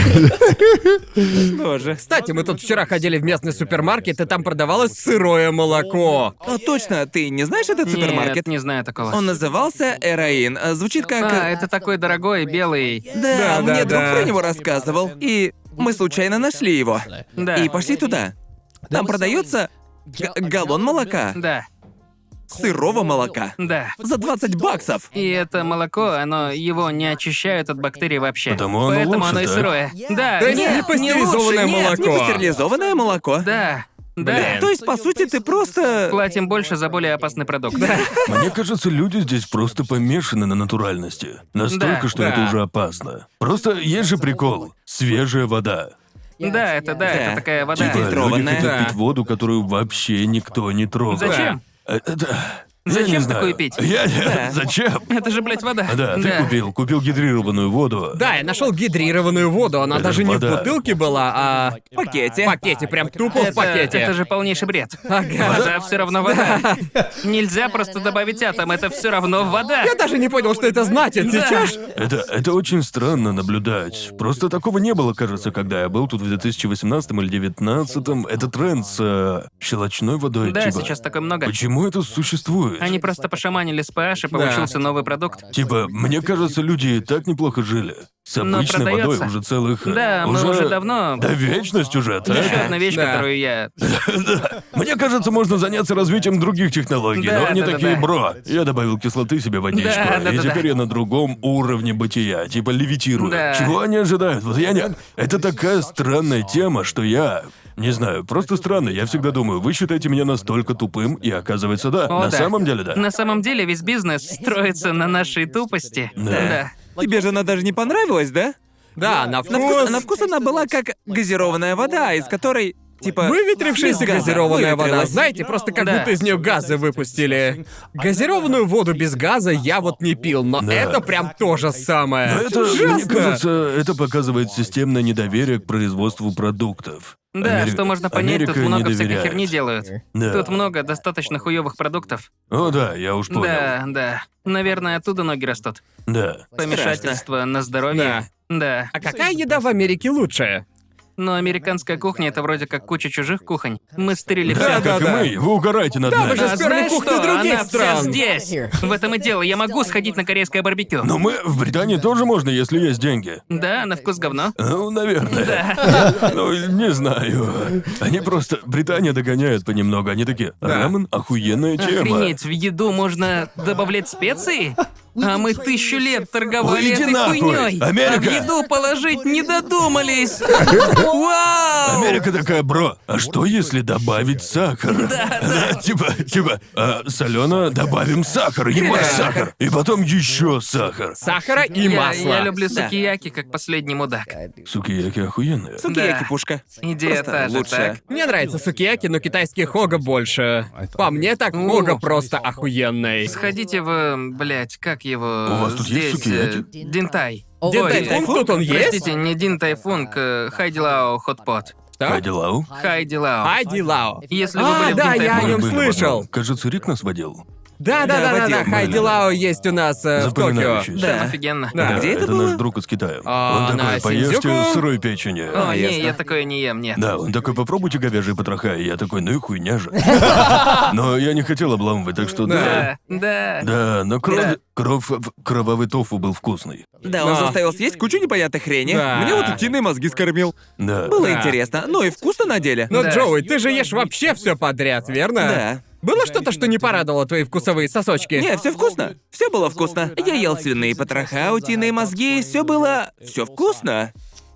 S4: Боже.
S1: Кстати, мы тут вчера ходили в местный супермаркет, и там продавалось сырое молоко.
S4: О, точно, ты не знаешь этот супермаркет?
S2: Нет, не знаю такого.
S4: Он назывался Эроин. А, Звучит как...
S2: А, это такой дорогой, белый.
S4: Да,
S1: Да,
S4: мне
S1: да,
S4: друг
S1: да.
S4: про него рассказывал. И мы случайно нашли его.
S2: Да.
S4: И пошли туда. Там продается г- галлон молока.
S2: Да,
S4: Сырого молока.
S2: да.
S4: За двадцать баксов.
S2: И это молоко, оно его не очищают от бактерий вообще.
S3: Потому оно
S2: Поэтому
S3: лучше,
S2: оно и
S3: так?
S2: сырое. Да,
S1: То есть
S2: нет,
S1: не
S2: не
S1: пастеризованное
S2: лучше, нет.
S1: молоко.
S4: Не пастеризованное молоко.
S2: Да, да.
S1: Блин.
S4: То есть, по сути, ты просто...
S2: Платим больше за более опасный продукт.
S3: Мне кажется, люди здесь просто помешаны на натуральности. Настолько,
S2: Да,
S3: что
S1: да.
S3: это уже опасно. Просто есть же прикол. Свежая вода.
S2: Да, это да, это такая вода.
S3: Типа, люди
S4: Фильтрованная.
S3: хотят
S1: Да.
S3: пить воду, которую вообще никто не трогал.
S2: Зачем?
S3: Э, Это... я
S2: Зачем
S3: не знаю.
S2: такое пить?
S3: Я, я- Зачем?
S2: Это же, блядь, вода.
S3: Да, ты купил, купил гидрированную воду.
S1: Да, я нашел гидрированную воду, она
S3: Это
S1: даже не в
S3: вода.
S1: бутылке была, а
S4: В пакете.
S1: в пакете, прям тупо в
S2: Это,
S1: пакете.
S2: это же полнейший бред.
S1: Ага.
S2: Вода все равно вода. Нельзя просто добавить атом, это все равно вода.
S1: Я даже не понял, что это значит,
S2: Да.
S1: сейчас.
S3: Это, это очень странно наблюдать. Просто такого не было, кажется, когда я был тут в две тысячи восемнадцатом или девятнадцатом. Это тренд с э, щелочной водой.
S2: Да,
S3: типа.
S2: сейчас такое много.
S3: Почему это существует?
S2: Они просто пошаманили с pH, и получился новый продукт.
S3: Типа, мне кажется, люди и так неплохо жили. С
S2: Но
S3: обычной водой
S2: продается.
S3: уже целых... э,
S2: Да, мы уже давно-
S3: Да вечность уже, так?
S2: Еще одна вещь,
S1: Да.
S2: которую я...
S3: Мне кажется, можно заняться развитием других технологий,
S2: Да,
S3: но они
S2: да, да,
S3: такие,
S2: да.
S3: бро. Я добавил кислоты себе в водичку,
S2: Да, да,
S3: и
S2: да,
S3: теперь
S2: да.
S3: я на другом уровне бытия, типа левитирую.
S2: Да.
S3: Чего они ожидают? Вот я не... Это такая странная тема, что я... Не знаю, просто странно. Я всегда думаю, вы считаете меня настолько тупым, и оказывается, да.
S2: О,
S3: на
S2: да.
S3: самом деле, да.
S2: На самом деле весь бизнес строится на нашей тупости.
S3: Да.
S4: Тебе же она даже не понравилась, да?
S1: Да, на
S4: На вкус,
S1: вкус.
S4: на вкус она была как газированная вода, из которой, типа...
S1: Выветрившаяся
S4: из газа
S1: газированная вода,
S4: выветрилась.
S1: знаете, просто как
S2: Да.
S1: будто из нее газы выпустили. Газированную воду без газа я вот не пил, но
S3: Да.
S1: это прям то же самое.
S3: Но это, мне
S1: Ужасно.
S3: кажется, это показывает системное недоверие к производству продуктов.
S2: Да,
S3: Америка-
S2: что можно понять,
S3: Америка
S2: тут
S3: не
S2: много всякой
S3: доверяет.
S2: херни делают.
S3: Да.
S2: Тут много достаточно хуёвых продуктов.
S3: О, да, я уж понял.
S2: Да, да. Наверное, оттуда ноги растут.
S3: Да.
S2: Помешательство на здоровье. Да.
S1: А какая еда в Америке лучшая?
S2: Но американская кухня — это вроде как куча чужих кухонь. Мы стырили
S3: Да,
S2: все.
S3: как
S1: да,
S3: и
S1: да.
S3: мы, вы угораете над
S1: вы
S3: нами.
S1: же
S2: А
S1: сперли
S2: знаешь
S1: кухню
S2: что?
S1: других
S2: Она
S1: стран.
S2: вся здесь. В этом и дело. Я могу сходить на корейское барбекю.
S3: Но мы в Британии тоже можно, если есть деньги.
S2: Да, на вкус говно.
S3: Ну, наверное. Ну, не знаю. Они просто... Британия догоняет понемногу. Они такие, рамен — охуенная тема.
S2: Охренеть, в еду можно добавлять специи? А мы тысячу лет торговали
S3: Ой, иди
S2: этой
S3: нахуй!
S2: хуйней.
S3: Америка!
S2: А в еду положить не додумались. Вау!
S3: Америка такая, бро, а что если добавить сахар? Да, да. Типа, типа, а, солено добавим сахар, ебать сахар. И потом еще сахар.
S1: Сахара и
S2: Я,
S1: масла.
S2: я люблю
S4: Да.
S2: сукияки, как последний мудак.
S3: Сукияки охуенные.
S4: Сукияки
S2: Да.
S4: пушка.
S2: Идея
S4: Просто
S2: та же,
S4: лучше.
S2: так?
S1: Мне нравится сукияки, но китайский хога больше. По мне так
S2: У.
S1: хога просто охуенный.
S2: Сходите в, блять, как его?
S3: У вас тут есть
S2: здесь, э,
S3: сукияки?
S2: Динтай.
S1: Динтай
S2: Ой,
S1: фунг тут он есть?
S2: Простите, не Динтай фунг, э, Хайдилао хотпот.
S1: Что?
S3: Кадилау?
S2: Хайдилао.
S1: Айди Лао.
S2: Если вы
S1: А,
S2: были в
S1: да,
S2: Динтай
S1: я о
S2: Фунг-
S1: нем
S3: Были в
S1: слышал.
S3: одном. Кажется, Рик нас водил.
S1: Да, да,
S4: Да,
S1: да, да, да.
S4: водил.
S1: Хайди Лао есть у нас э, в Токио.
S3: Запоминающийся.
S4: Да.
S2: Офигенно.
S1: Да.
S4: Где это
S3: это
S4: было?
S3: наш друг из Китая.
S1: А,
S3: Он
S1: на
S3: такой, поешьте
S1: Синдзюку?
S3: сырой печени.
S2: О, не,
S4: ясно.
S2: я такое не ем, нет.
S3: Да, он такой, попробуйте говяжьи потроха, и я такой, ну и хуйня же. Но я не хотел обламывать, так что да.
S2: Да, да.
S3: Да, но кровь,
S2: Да.
S3: кровь, кровавый тофу был вкусный.
S4: Да, он
S1: Да.
S4: заставил съесть кучу непонятной хрени.
S1: Да.
S4: Мне вот утиные мозги скормил.
S3: Да.
S4: Было
S1: Да.
S4: интересно. Ну и вкусно на деле.
S1: Но,
S2: Да.
S1: Джоуи, ты же ешь вообще все подряд, верно?
S4: Да.
S1: Было что-то, что не порадовало твои вкусовые сосочки?
S4: Не, все вкусно. Все было вкусно. Я ел свиные потроха, утиные мозги, все было. Все вкусно.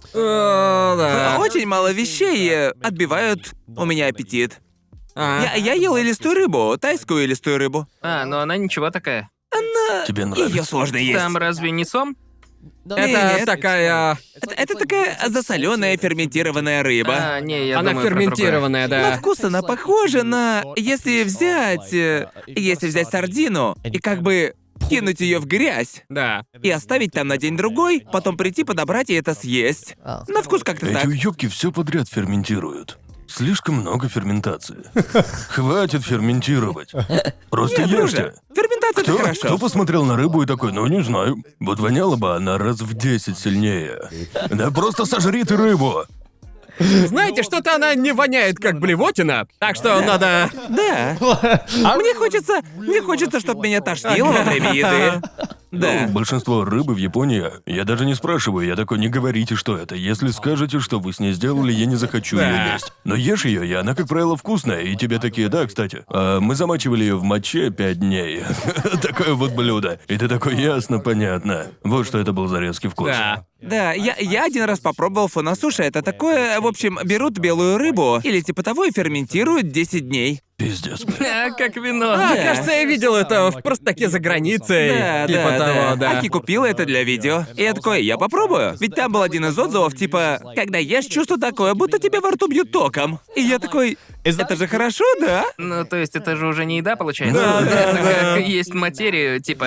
S1: О, да.
S4: Очень мало вещей э, отбивают у меня аппетит.
S1: А.
S4: Я, я ел илистую рыбу, тайскую илистую рыбу.
S2: А, но она ничего такая.
S3: Тебе
S4: Ее
S3: нравится?
S4: сложно есть.
S2: Там разве не сом?
S1: Это
S4: Нет.
S1: такая...
S4: Это, это такая засоленная ферментированная рыба.
S2: А, не, я
S1: Она
S2: думаю про
S1: ферментированная,
S4: На
S1: да.
S4: вкус она похожа на... Если взять... э, Если взять сардину и как бы кинуть ее в грязь
S1: Да.
S4: и оставить там на день-другой, потом прийти подобрать и это съесть. На вкус как-то так.
S3: Эти уёбки все подряд ферментируют. Слишком много ферментации. Хватит ферментировать. Просто
S4: Нет,
S3: ешьте.
S4: друже, ферментация это
S3: Кто,
S4: хорошо.
S3: кто посмотрел на рыбу и такой, ну не знаю, вот воняла бы она раз в десять сильнее. Да просто сожри ты рыбу.
S1: Знаете, что-то она не воняет как блевотина, так что надо...
S4: Да. Мне хочется... Мне хочется, чтобы меня тошнило во время еды. Да.
S3: Ну, большинство рыбы в Японии, я даже не спрашиваю, я такой, не говорите, что это. Если скажете, что вы с ней сделали, я не захочу ее
S1: Да.
S3: есть. Но ешь ее, и она, как правило, вкусная. И тебе такие, да, кстати, а мы замачивали ее в моче пять дней. Такое вот блюдо. И ты такой, ясно, понятно. Вот что это был за резкий вкус.
S1: Да.
S4: Да, я, я один раз попробовал фунасуши. Это такое, в общем, берут белую рыбу или типа того и ферментируют десять дней.
S3: Пиздец, блядь.
S2: А, как вино.
S1: А,
S4: Да.
S1: кажется, я видел это в простаке за границей.
S4: Да,
S1: типа
S4: да,
S1: того,
S4: да.
S1: да.
S4: Аки купила это для видео. И я такой, я попробую. Ведь там был один из отзывов, типа, когда ешь, чувство такое, будто тебя во рту бьют током. И я такой, это же хорошо, да?
S2: Ну, то есть это же уже не еда, получается?
S1: Да, да,
S2: это
S1: да.
S2: как есть материю, типа...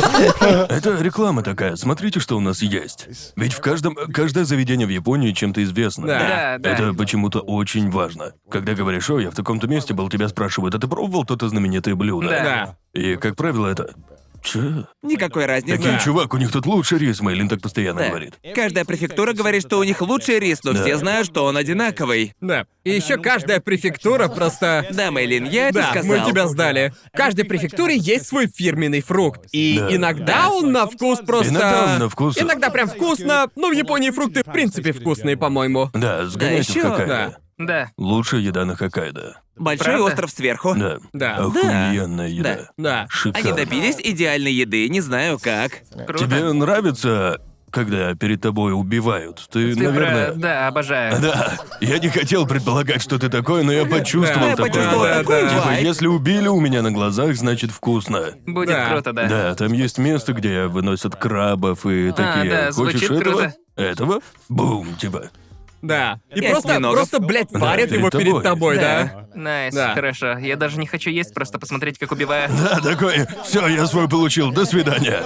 S3: Это реклама такая, смотрите, что у нас есть. Ведь в каждом... Каждое заведение в Японии чем-то известно.
S1: Да.
S2: Да, да.
S3: Это почему-то очень важно. Когда говоришь, о, я в таком-то месте был, тебя спрашивают, а ты пробовал то-то знаменитое блюдо?
S1: Да.
S3: И, как правило, это... Чё?
S4: Никакой разницы.
S3: Такие, чувак, у них тут лучший рис, Мэйлин так постоянно
S4: Да.
S3: говорит.
S4: Каждая префектура говорит, что у них лучший рис, но
S3: Да.
S4: все знают, что он одинаковый.
S1: Да. И еще каждая префектура просто...
S4: Да, Мэйлин, я это
S1: Да,
S4: сказал.
S1: мы тебя сдали. В каждой префектуре есть свой фирменный фрукт. И
S3: Да.
S1: иногда он на вкус просто...
S3: Иногда он на вкус.
S1: Иногда прям вкусно, но в Японии фрукты в принципе вкусные, по-моему.
S3: Да, сгоняйте
S4: ещё-
S3: в Хоккайдо.
S1: Да.
S2: Да.
S3: Лучшая еда на Хоккайдо.
S4: Большой
S2: Правда?
S4: остров сверху.
S3: Да.
S1: Да.
S3: Охуенная еда.
S1: Да.
S3: Шикарно.
S4: Они добились идеальной еды, не знаю как.
S2: Круто.
S3: Тебе нравится, когда перед тобой убивают? Ты,
S2: Ты
S3: наверное...
S2: про- Да, обожаю.
S3: Да, я не хотел предполагать, что ты такое, но я почувствовал
S1: Да,
S4: я
S3: такое.
S4: почувствовал
S1: Да,
S4: такой
S1: да.
S3: Типа,
S4: вайб.
S3: если убили у меня на глазах, значит вкусно.
S2: Будет
S1: Да.
S2: круто, да.
S3: Да, там есть место, где выносят крабов и такие.
S2: да,
S3: Хочешь
S2: звучит
S3: этого?
S2: круто.
S3: Этого? Бум, типа.
S1: Да. И
S4: Я
S1: просто,
S4: осьминогов.
S1: просто, блядь,
S3: Да,
S1: варят
S3: перед
S1: его перед
S3: тобой.
S1: тобой, да?
S4: Да.
S2: Найс,
S1: Да.
S2: хорошо. Я даже не хочу есть, просто посмотреть, как убивают.
S3: Да, такой. Все, я свой получил. До свидания.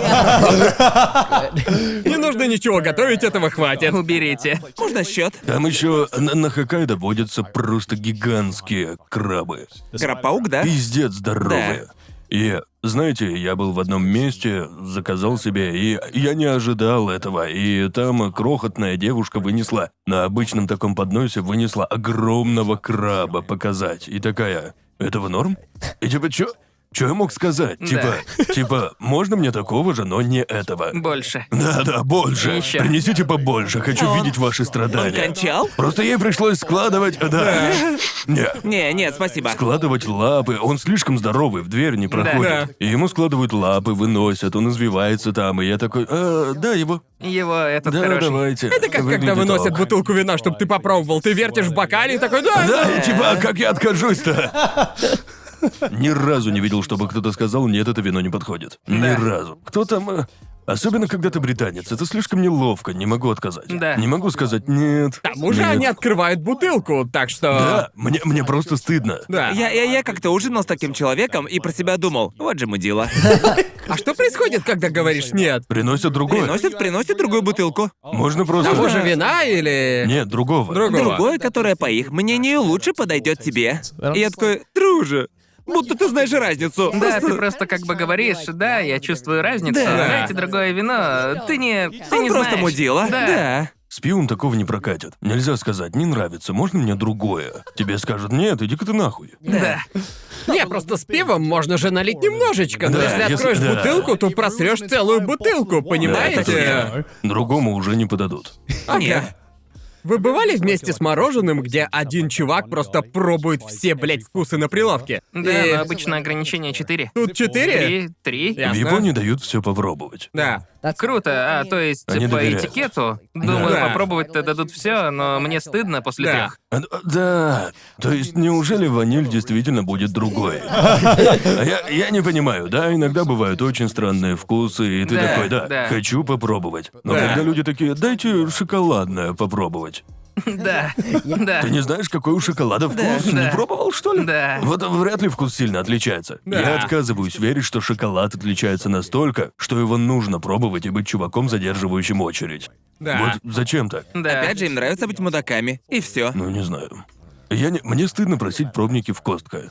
S1: Не нужно ничего готовить, этого хватит.
S2: Уберите.
S4: Можно счет?
S3: Там еще на, на Хоккайдо водятся просто гигантские крабы.
S4: Краб-паук, да?
S3: Пиздец здоровые. И, знаете, я был в одном месте, заказал себе, и я не ожидал этого. И там крохотная девушка вынесла, на обычном таком подносе вынесла огромного краба показать. И такая, этого норм? И типа, чё? Чё я мог сказать?
S2: Да.
S3: Типа, типа, можно мне такого же, но не этого?
S2: Больше.
S3: Да-да, больше.
S2: Ещё.
S3: Принесите побольше, хочу видеть ваши страдания.
S4: Кончал?
S3: Просто ей пришлось складывать, да. Не,
S4: Не, нет, спасибо.
S3: складывать лапы, он слишком здоровый, в дверь не проходит.
S1: Да.
S3: И ему складывают лапы, выносят, он извивается там, и я такой, а, да, его.
S2: Его этот
S3: Да,
S2: хороший.
S3: давайте.
S1: Это как когда выносят бутылку вина, чтобы ты попробовал. Ты вертишь в бокале и такой, да,
S3: Да, и типа, а как я откажусь-то? Ни разу не видел, чтобы кто-то сказал, нет, это вино не подходит. Ни
S2: Да.
S3: разу. Кто там... э, Особенно, когда ты британец, это слишком неловко, не могу отказать.
S2: Да.
S3: Не могу сказать нет.
S1: К тому же
S3: нет.
S1: они открывают бутылку, так что...
S3: Да, мне, мне просто стыдно.
S1: Да.
S4: Я, я, я как-то ужинал с таким человеком и про себя думал, вот же мудила.
S1: А что происходит, когда говоришь нет?
S3: Приносят другое.
S4: Приносит, приносит другую бутылку.
S3: Можно просто...
S1: Того же вина или...
S3: Нет, другого.
S1: Другого.
S4: Другое, которое, по их мнению, лучше подойдет тебе. И я такой, друже, будто ты знаешь разницу.
S2: Да,
S4: Просто-
S2: ты просто как бы говоришь, да, я чувствую разницу.
S4: Да.
S2: Дайте другое вино. Ты не. Ты
S4: Он
S2: не
S4: просто
S2: знаешь.
S4: мудила.
S2: Да.
S4: Да.
S3: С пивом такого не прокатит. Нельзя сказать, не нравится, можно мне другое? Тебе скажут, нет, иди-ка ты нахуй.
S2: Да.
S1: Не, просто с пивом можно же налить немножечко, но
S3: Да,
S1: если
S3: если-
S1: откроешь
S3: да.
S1: бутылку, то просрешь целую бутылку,
S3: Да, это
S1: понимаете?
S3: точно. Другому уже не подадут.
S1: Ага.
S4: Нет.
S1: Вы бывали вместе с мороженым, где один чувак просто пробует все, блядь, вкусы на прилавке?
S2: Да,
S1: И
S2: но обычно ограничение четыре.
S1: тут четыре?
S2: Три. Три.
S1: Я-
S3: В
S1: Ясно.
S3: Японии дают все попробовать.
S1: Да.
S2: Круто, а то есть
S3: Они
S2: по
S3: доверяют.
S2: этикету, думаю,
S1: Да.
S2: попробовать-то дадут все, но мне стыдно после
S1: Да.
S2: трех.
S3: А, а, Да, то есть неужели ваниль действительно будет другой? А я, я не понимаю, да, иногда бывают очень странные вкусы, и ты
S2: Да,
S3: такой, да,
S2: да.
S3: хочу попробовать. Но
S1: Да.
S3: когда люди такие, дайте шоколадное попробовать.
S2: Да, да.
S3: Ты не знаешь, какой у шоколада вкус? Не
S2: Да.
S3: пробовал, что ли?
S2: Да.
S3: Вот вряд ли вкус сильно отличается.
S1: Да.
S3: Я отказываюсь верить, что шоколад отличается настолько, что его нужно пробовать и быть чуваком, задерживающим очередь.
S1: Да.
S3: Вот зачем так?
S2: Да.
S4: Опять же, им нравится быть мудаками. И все.
S3: Ну, не знаю. Я не... Мне стыдно просить пробники в Костко.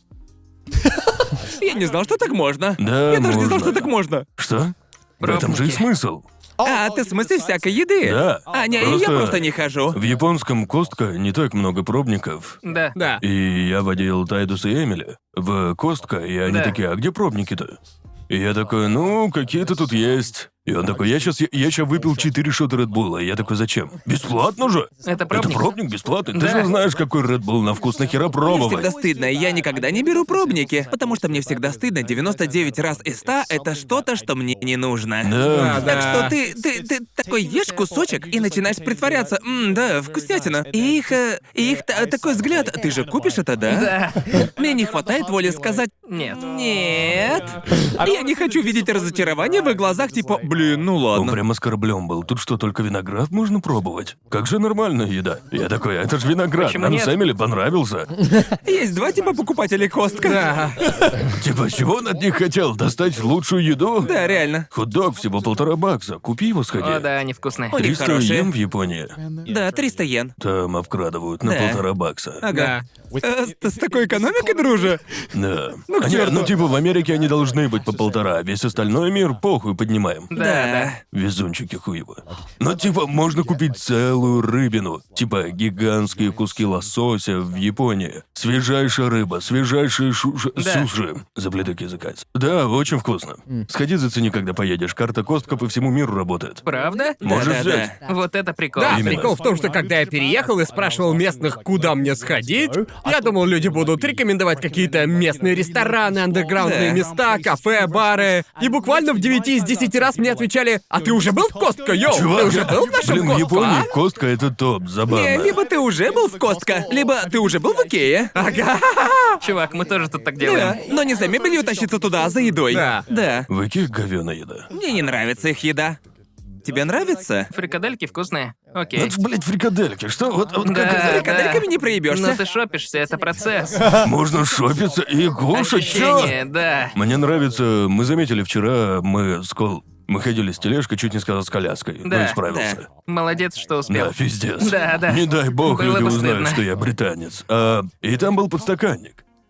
S4: Я не знал, что так можно.
S3: Да,
S4: Я даже не знал,
S3: можно.
S4: что так можно.
S3: Что? В этом же и
S2: Пробники.
S3: смысл.
S4: А, ты в смысле всякой еды?
S3: Да.
S4: А, не,
S3: Просто
S4: я просто не хожу.
S3: В японском Костко не так много пробников.
S2: Да.
S1: Да.
S3: И я водил Тайдус и Эмили в Костко, и они
S2: Да.
S3: такие, а где пробники-то? И я такой, ну, какие-то тут есть. И он такой, я сейчас, я, я щас выпил четыре шота Редбула. И я такой, зачем? Бесплатно же?
S2: Это пробник.
S3: Это пробник бесплатный. Ты
S2: Да.
S3: же знаешь, какой Редбул на вкус, нахера
S4: Мне
S3: пробовать.
S4: всегда стыдно, и я никогда не беру пробники, потому что мне всегда стыдно. девяносто девять раз из ста это что-то, что мне не нужно.
S3: Да.
S1: Да,
S4: Так
S1: да.
S4: что ты, ты, ты такой ешь кусочек и начинаешь притворяться. Ммм, да, вкуснятина. И их, э, и их та- такой взгляд. Ты же купишь это, да?
S2: Да.
S4: Мне не хватает воли сказать
S2: Нет.
S4: нет. Я не хочу видеть разочарование в их глазах, типа, блин, ну
S3: Он
S4: ладно.
S3: прям оскорблен был. Тут что, только виноград можно пробовать? Как же нормальная еда? Я такой, это же виноград.
S2: Почему
S3: Нам
S2: нет?
S3: с Эмили понравился.
S4: Есть два типа покупателей Костка.
S1: Да.
S3: Типа, чего он от них хотел? Достать лучшую еду?
S4: Да, реально.
S3: Хот-дог всего полтора бакса. Купи его, сходи.
S2: О, да, они вкусные.
S4: Ой.
S3: триста
S4: хорошие.
S3: йен в Японии.
S4: Да, триста йен.
S3: Там обкрадывают на
S4: Да.
S3: полтора бакса.
S4: Ага. Э, с, с такой экономикой, друже?
S3: Да.
S4: Ну, к
S3: Они-
S4: чёрту.
S3: ну, типа, в Америке они должны быть по полтора, а весь остальной мир похуй поднимаем.
S2: Да, да.
S3: Везунчики хуево. Но типа можно купить целую рыбину. Типа гигантские куски лосося в Японии. Свежайшая рыба, свежайшие шуши...
S2: Да.
S3: суши. Заплеток языка. Да, очень вкусно. Сходи зацени, когда поедешь. Карта Костка по всему миру работает.
S2: Правда?
S3: Можешь
S4: да,
S3: взять.
S2: Вот это прикол.
S1: Да,
S3: Именно.
S1: прикол в том, что когда я переехал и спрашивал местных, куда мне сходить, я думал, люди будут рекомендовать какие-то местные рестораны, андерграундные
S4: Да.
S1: места, кафе, бары. И буквально в девяти из десяти раз мне отвечали, а ты уже был в Костко, йоу? Ты
S3: Чувак,
S1: уже был в нашем
S3: блин, в
S1: Костко,
S3: Японии
S1: а?
S3: Костка это топ, забавно.
S4: Не, либо ты уже был в Костка, либо ты уже был в Икее.
S1: Ага.
S2: Чувак, мы тоже тут так
S4: Да,
S2: делаем.
S4: но не за мебелью тащиться туда, а за едой.
S1: Да.
S4: Да.
S3: В Икее говёная еда.
S4: Мне не нравится их еда. Тебе нравится?
S2: Фрикадельки вкусные. Окей.
S3: Вот, блядь, фрикадельки, что? Вот, вот
S2: Да,
S3: как это?
S4: Фрикадельками не
S2: Но
S4: проебешься.
S2: ты шопишься, это процесс.
S3: Можно шопиться и кушать, чё?
S2: Ощущение, да.
S3: Мне нравится, мы заметили вчера, мы с Кол... Мы ходили с тележкой, чуть не сказал с коляской, но
S2: Да,
S3: исправился.
S2: Молодец, что успел.
S3: Да, пиздец.
S2: Да, да.
S3: Не дай бог
S2: Было
S3: люди
S2: бы
S3: узнают,
S2: стыдно.
S3: что я британец. А, и там был подстаканник.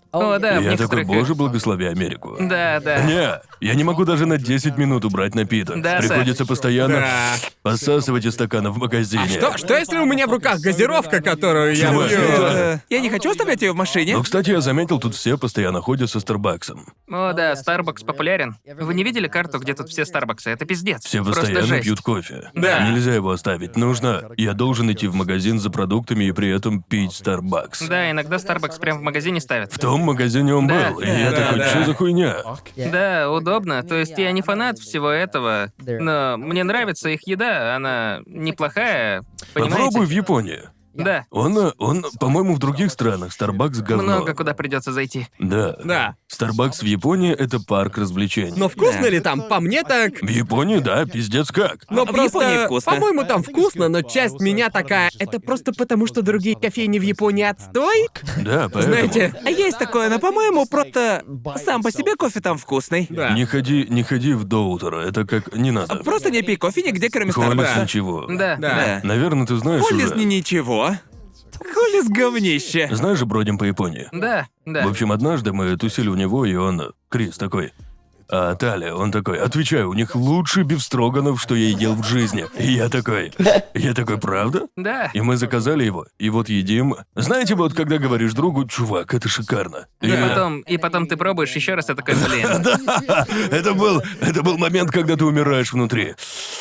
S2: О, да,
S3: И
S2: в
S3: я такой,
S2: некоторых...
S3: боже, благослови Америку.
S2: Да, да.
S3: Не, я не могу даже на десять минут убрать напиток.
S2: Да, сэр.
S3: Приходится постоянно
S1: Да.
S3: посасывать из стакана в магазине.
S1: Что, что если у меня в руках газировка, которую я
S3: Чувак,
S1: пью?
S3: это-
S4: Э, Я не хочу оставлять ее в машине.
S3: Ну, кстати, я заметил, тут все постоянно ходят со Старбаксом.
S2: О, да, Starbucks популярен. Вы не видели карту, где тут все Старбаксы? Это пиздец.
S3: Все
S2: Просто
S3: постоянно
S2: жесть.
S3: пьют кофе.
S2: Да.
S3: Нельзя его оставить. Нужно... Я должен идти в магазин за продуктами и при этом пить Старбакс.
S2: Да, иногда Starbucks прям в магазине ставят.
S3: В том магазине он
S2: Да.
S3: был, и я
S1: Да,
S3: такой,
S1: да.
S3: что за хуйня?
S2: Да, удобно. То есть я не фанат всего этого, но мне нравится их еда, она неплохая, понимаете?
S3: Попробуй в Японии.
S2: Да.
S3: Он, э, он, по-моему, в других странах Starbucks говно.
S2: Много куда придется зайти.
S3: Да.
S1: Да.
S3: Starbucks в Японии — это парк развлечений.
S1: Но вкусно ли там? По мне так...
S3: В Японии, да, пиздец как.
S1: Но
S4: В
S1: просто,
S4: Японии вкусно.
S1: по-моему, там вкусно, но часть меня такая, это просто потому, что другие кофейни в Японии отстой?
S3: Да, поэтому...
S1: Знаете,
S4: А есть такое, но, по-моему, просто сам по себе кофе там вкусный.
S1: да.
S3: Не ходи, не ходи в Доутера, это как... Не надо.
S4: Просто не пей кофе нигде, кроме
S3: Холлис
S4: Старбакса.
S3: ничего.
S2: Да,
S1: Да.
S2: да.
S3: Наверное, ты знаешь
S4: Холлис
S3: уже.
S4: не ничего. Холлис говнище.
S3: Знаешь же, бродим по Японии.
S2: Да, да.
S3: В общем, однажды мы тусили у него, и он... Крис такой... А Таля, он такой, отвечаю, у них лучший бифстроганов, что я ел в жизни. И я такой, я такой, правда?
S2: Да.
S3: И мы заказали его, и вот едим. Знаете, вот когда говоришь другу, чувак, это шикарно.
S2: И
S3: Или-
S2: потом, и потом ты пробуешь еще раз, и такой, блин.
S3: Это был, это был момент, когда ты умираешь внутри.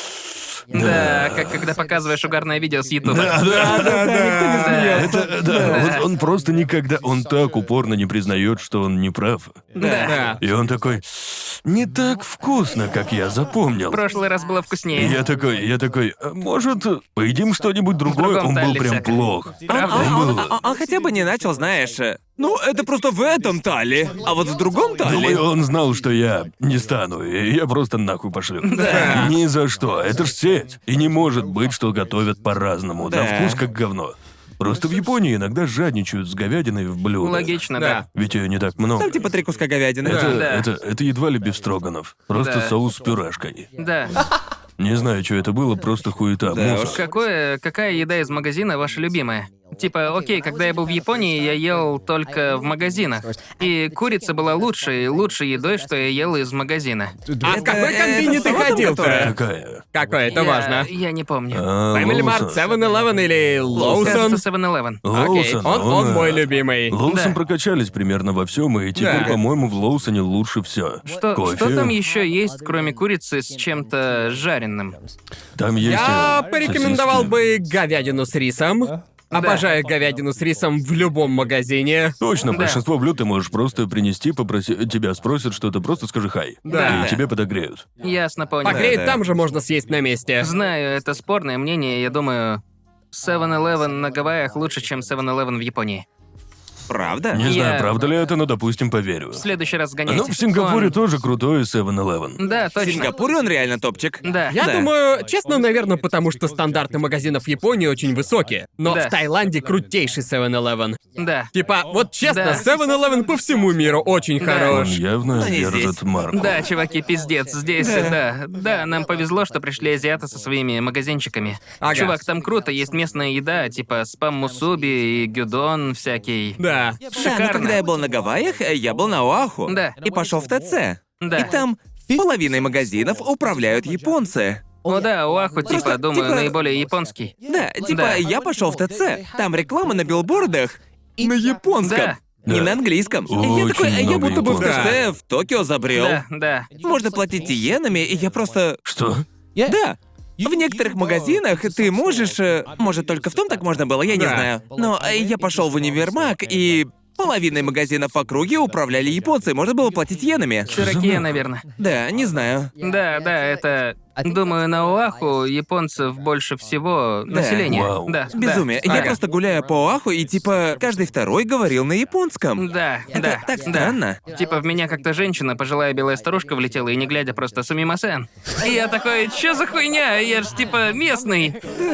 S2: Да, как когда показываешь угарное видео с Ютуба.
S3: Да, да, да,
S2: Да.
S3: Это, да, он, он просто никогда, он так упорно не признает, что он не прав.
S1: Да.
S3: И он такой, не так вкусно, как я запомнил.
S2: В прошлый раз было
S3: И
S2: вкуснее.
S3: я такой, я такой, «А может, поедим что-нибудь другое?
S2: другом
S3: Он был
S2: Талле
S3: прям
S2: всякое.
S3: плох.
S2: Правда?
S4: А,
S3: Он
S4: он,
S3: был...
S4: а- он хотя бы не начал, знаешь. э, Ну, это просто в этом тале. А вот в другом тале.
S3: Думаю, он знал, что я не стану, и я просто нахуй пошлю.
S1: Да.
S3: Ни за что, это ж сеть. И не может быть, что готовят по-разному, на
S4: Да.
S3: вкус как говно. Просто в Японии иногда жадничают с говядиной в блюдах.
S2: Логично,
S1: Да.
S2: да.
S3: Ведь ее не так много.
S4: Там типа три куска говядины.
S3: это,
S2: Да.
S3: это, это едва ли бифстроганов. Просто
S2: Да.
S3: соус с пюрешкой.
S2: Да.
S3: Не знаю, что это было, просто хуета,
S4: Да
S3: мусор.
S4: уж.
S2: Какое, какая еда из магазина ваша любимая? Типа, окей, когда я был в Японии, я ел только в магазинах. И курица была лучшей, лучшей едой, что я ел из магазина.
S1: А в какой
S4: это
S1: комбине ты
S4: соусом,
S1: ходил-то?
S4: которая?
S3: Какая?
S1: Какой, это
S2: я,
S1: важно.
S2: Я не помню.
S3: А,
S1: Family Mart,
S3: Лоусон.
S1: севен элевен или Лоусон?
S2: Кажется, севен элевен.
S1: Окей,
S3: Лоусон,
S1: он, он
S3: э,
S1: мой любимый.
S3: Лоусон
S2: Да.
S3: прокачались примерно во всем, и теперь,
S1: Да.
S3: по-моему, в Лоусоне лучше все.
S2: Что,
S3: Кофе.
S2: что там еще есть, кроме курицы с чем-то жареным?
S3: Там есть.
S1: Я
S3: э,
S1: порекомендовал
S3: сосиски.
S1: бы говядину с рисом. Обожаю говядину с рисом в любом магазине.
S3: Точно,
S2: Да.
S3: большинство блюд ты можешь просто принести, попросить, тебя спросят что-то, просто скажи хай.
S1: Да.
S3: И тебе подогреют.
S2: Ясно, понял.
S1: Погреть
S4: да.
S1: там же можно съесть на месте.
S2: Знаю, это спорное мнение, я думаю, севен элевен на Гавайях лучше, чем севен элевен в Японии.
S4: Правда?
S3: Не
S2: Я-
S3: знаю, правда ли это, но, допустим, поверю.
S2: В следующий раз сгоняйте.
S3: Ну, в Сингапуре
S2: Он-
S3: тоже крутой севен элевен.
S2: Да,
S4: В
S2: точно.
S4: Сингапуре он реально топчик.
S2: Да.
S1: Я
S4: Да.
S1: думаю, честно, наверное, потому что стандарты магазинов в Японии очень высокие. Но
S2: Да.
S1: в Таиланде крутейший севен элевен.
S2: Да.
S1: Типа, вот честно,
S2: Да.
S1: севен элевен по всему миру очень
S2: Да.
S3: Он
S1: хорош.
S3: явно
S4: Но не
S3: держит
S4: здесь.
S3: марку.
S2: Да, чуваки, пиздец, здесь, да. Да, нам повезло, что пришли азиаты со своими магазинчиками.
S1: Ага.
S2: Чувак, там круто, есть местная еда, типа спам-мусуби и гюдон всякий.
S1: Да.
S4: Да, но
S2: Шикарно.
S4: когда я был на Гавайях, э, я был на Оаху.
S2: Да.
S4: И пошел в ТЦ.
S2: Да.
S4: И там половиной магазинов управляют японцы.
S2: О, да, Оаху, типа,
S4: Просто,
S2: думаю,
S4: типа-
S2: наиболее японский.
S4: Да, типа,
S2: Да.
S4: я пошел в ТЦ. Там реклама на билбордах на японском.
S2: Да.
S4: Не
S3: Да.
S4: на английском. И я
S3: Очень
S4: такой, а я
S3: много
S4: будто бы в
S3: японцев.
S4: ТЦ в Токио забрел.
S2: Да, да.
S4: Можно платить иенами, и я просто...
S3: Что?
S4: Да. В некоторых магазинах ты можешь... э, Может, только в том так можно было, я не
S1: Да.
S4: знаю. Но э, я пошел в универмаг, и половиной магазинов в округе управляли японцы, можно было платить иенами.
S2: Чираки, наверное.
S4: Да, не знаю.
S2: Да, да, это... Думаю, на Оаху японцев больше всего населения.
S3: Вау.
S2: Да, да.
S4: Безумие. Я
S2: Ага.
S4: просто гуляю по Оаху, и типа каждый второй говорил на японском.
S2: Да,
S4: Это
S2: да,
S4: так
S2: да.
S4: странно.
S2: Типа в меня как-то женщина, пожилая белая старушка, влетела и не глядя просто сумимасен. И я такой, чё за хуйня? Я ж типа местный.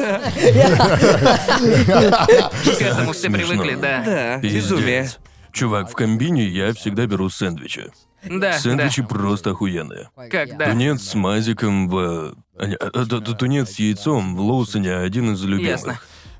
S2: К этому все
S3: Смешно.
S2: привыкли, да.
S4: Да,
S3: Пиздец.
S4: безумие.
S3: Чувак, в комбине я всегда беру сэндвичи.
S2: Да,
S3: Сэндвичи просто охуенные.
S2: да. Как, да.
S3: Тунец с мазиком в... а, не, а, т- т- Тунец с яйцом в Лоусоне один из любимых.
S2: Ясно.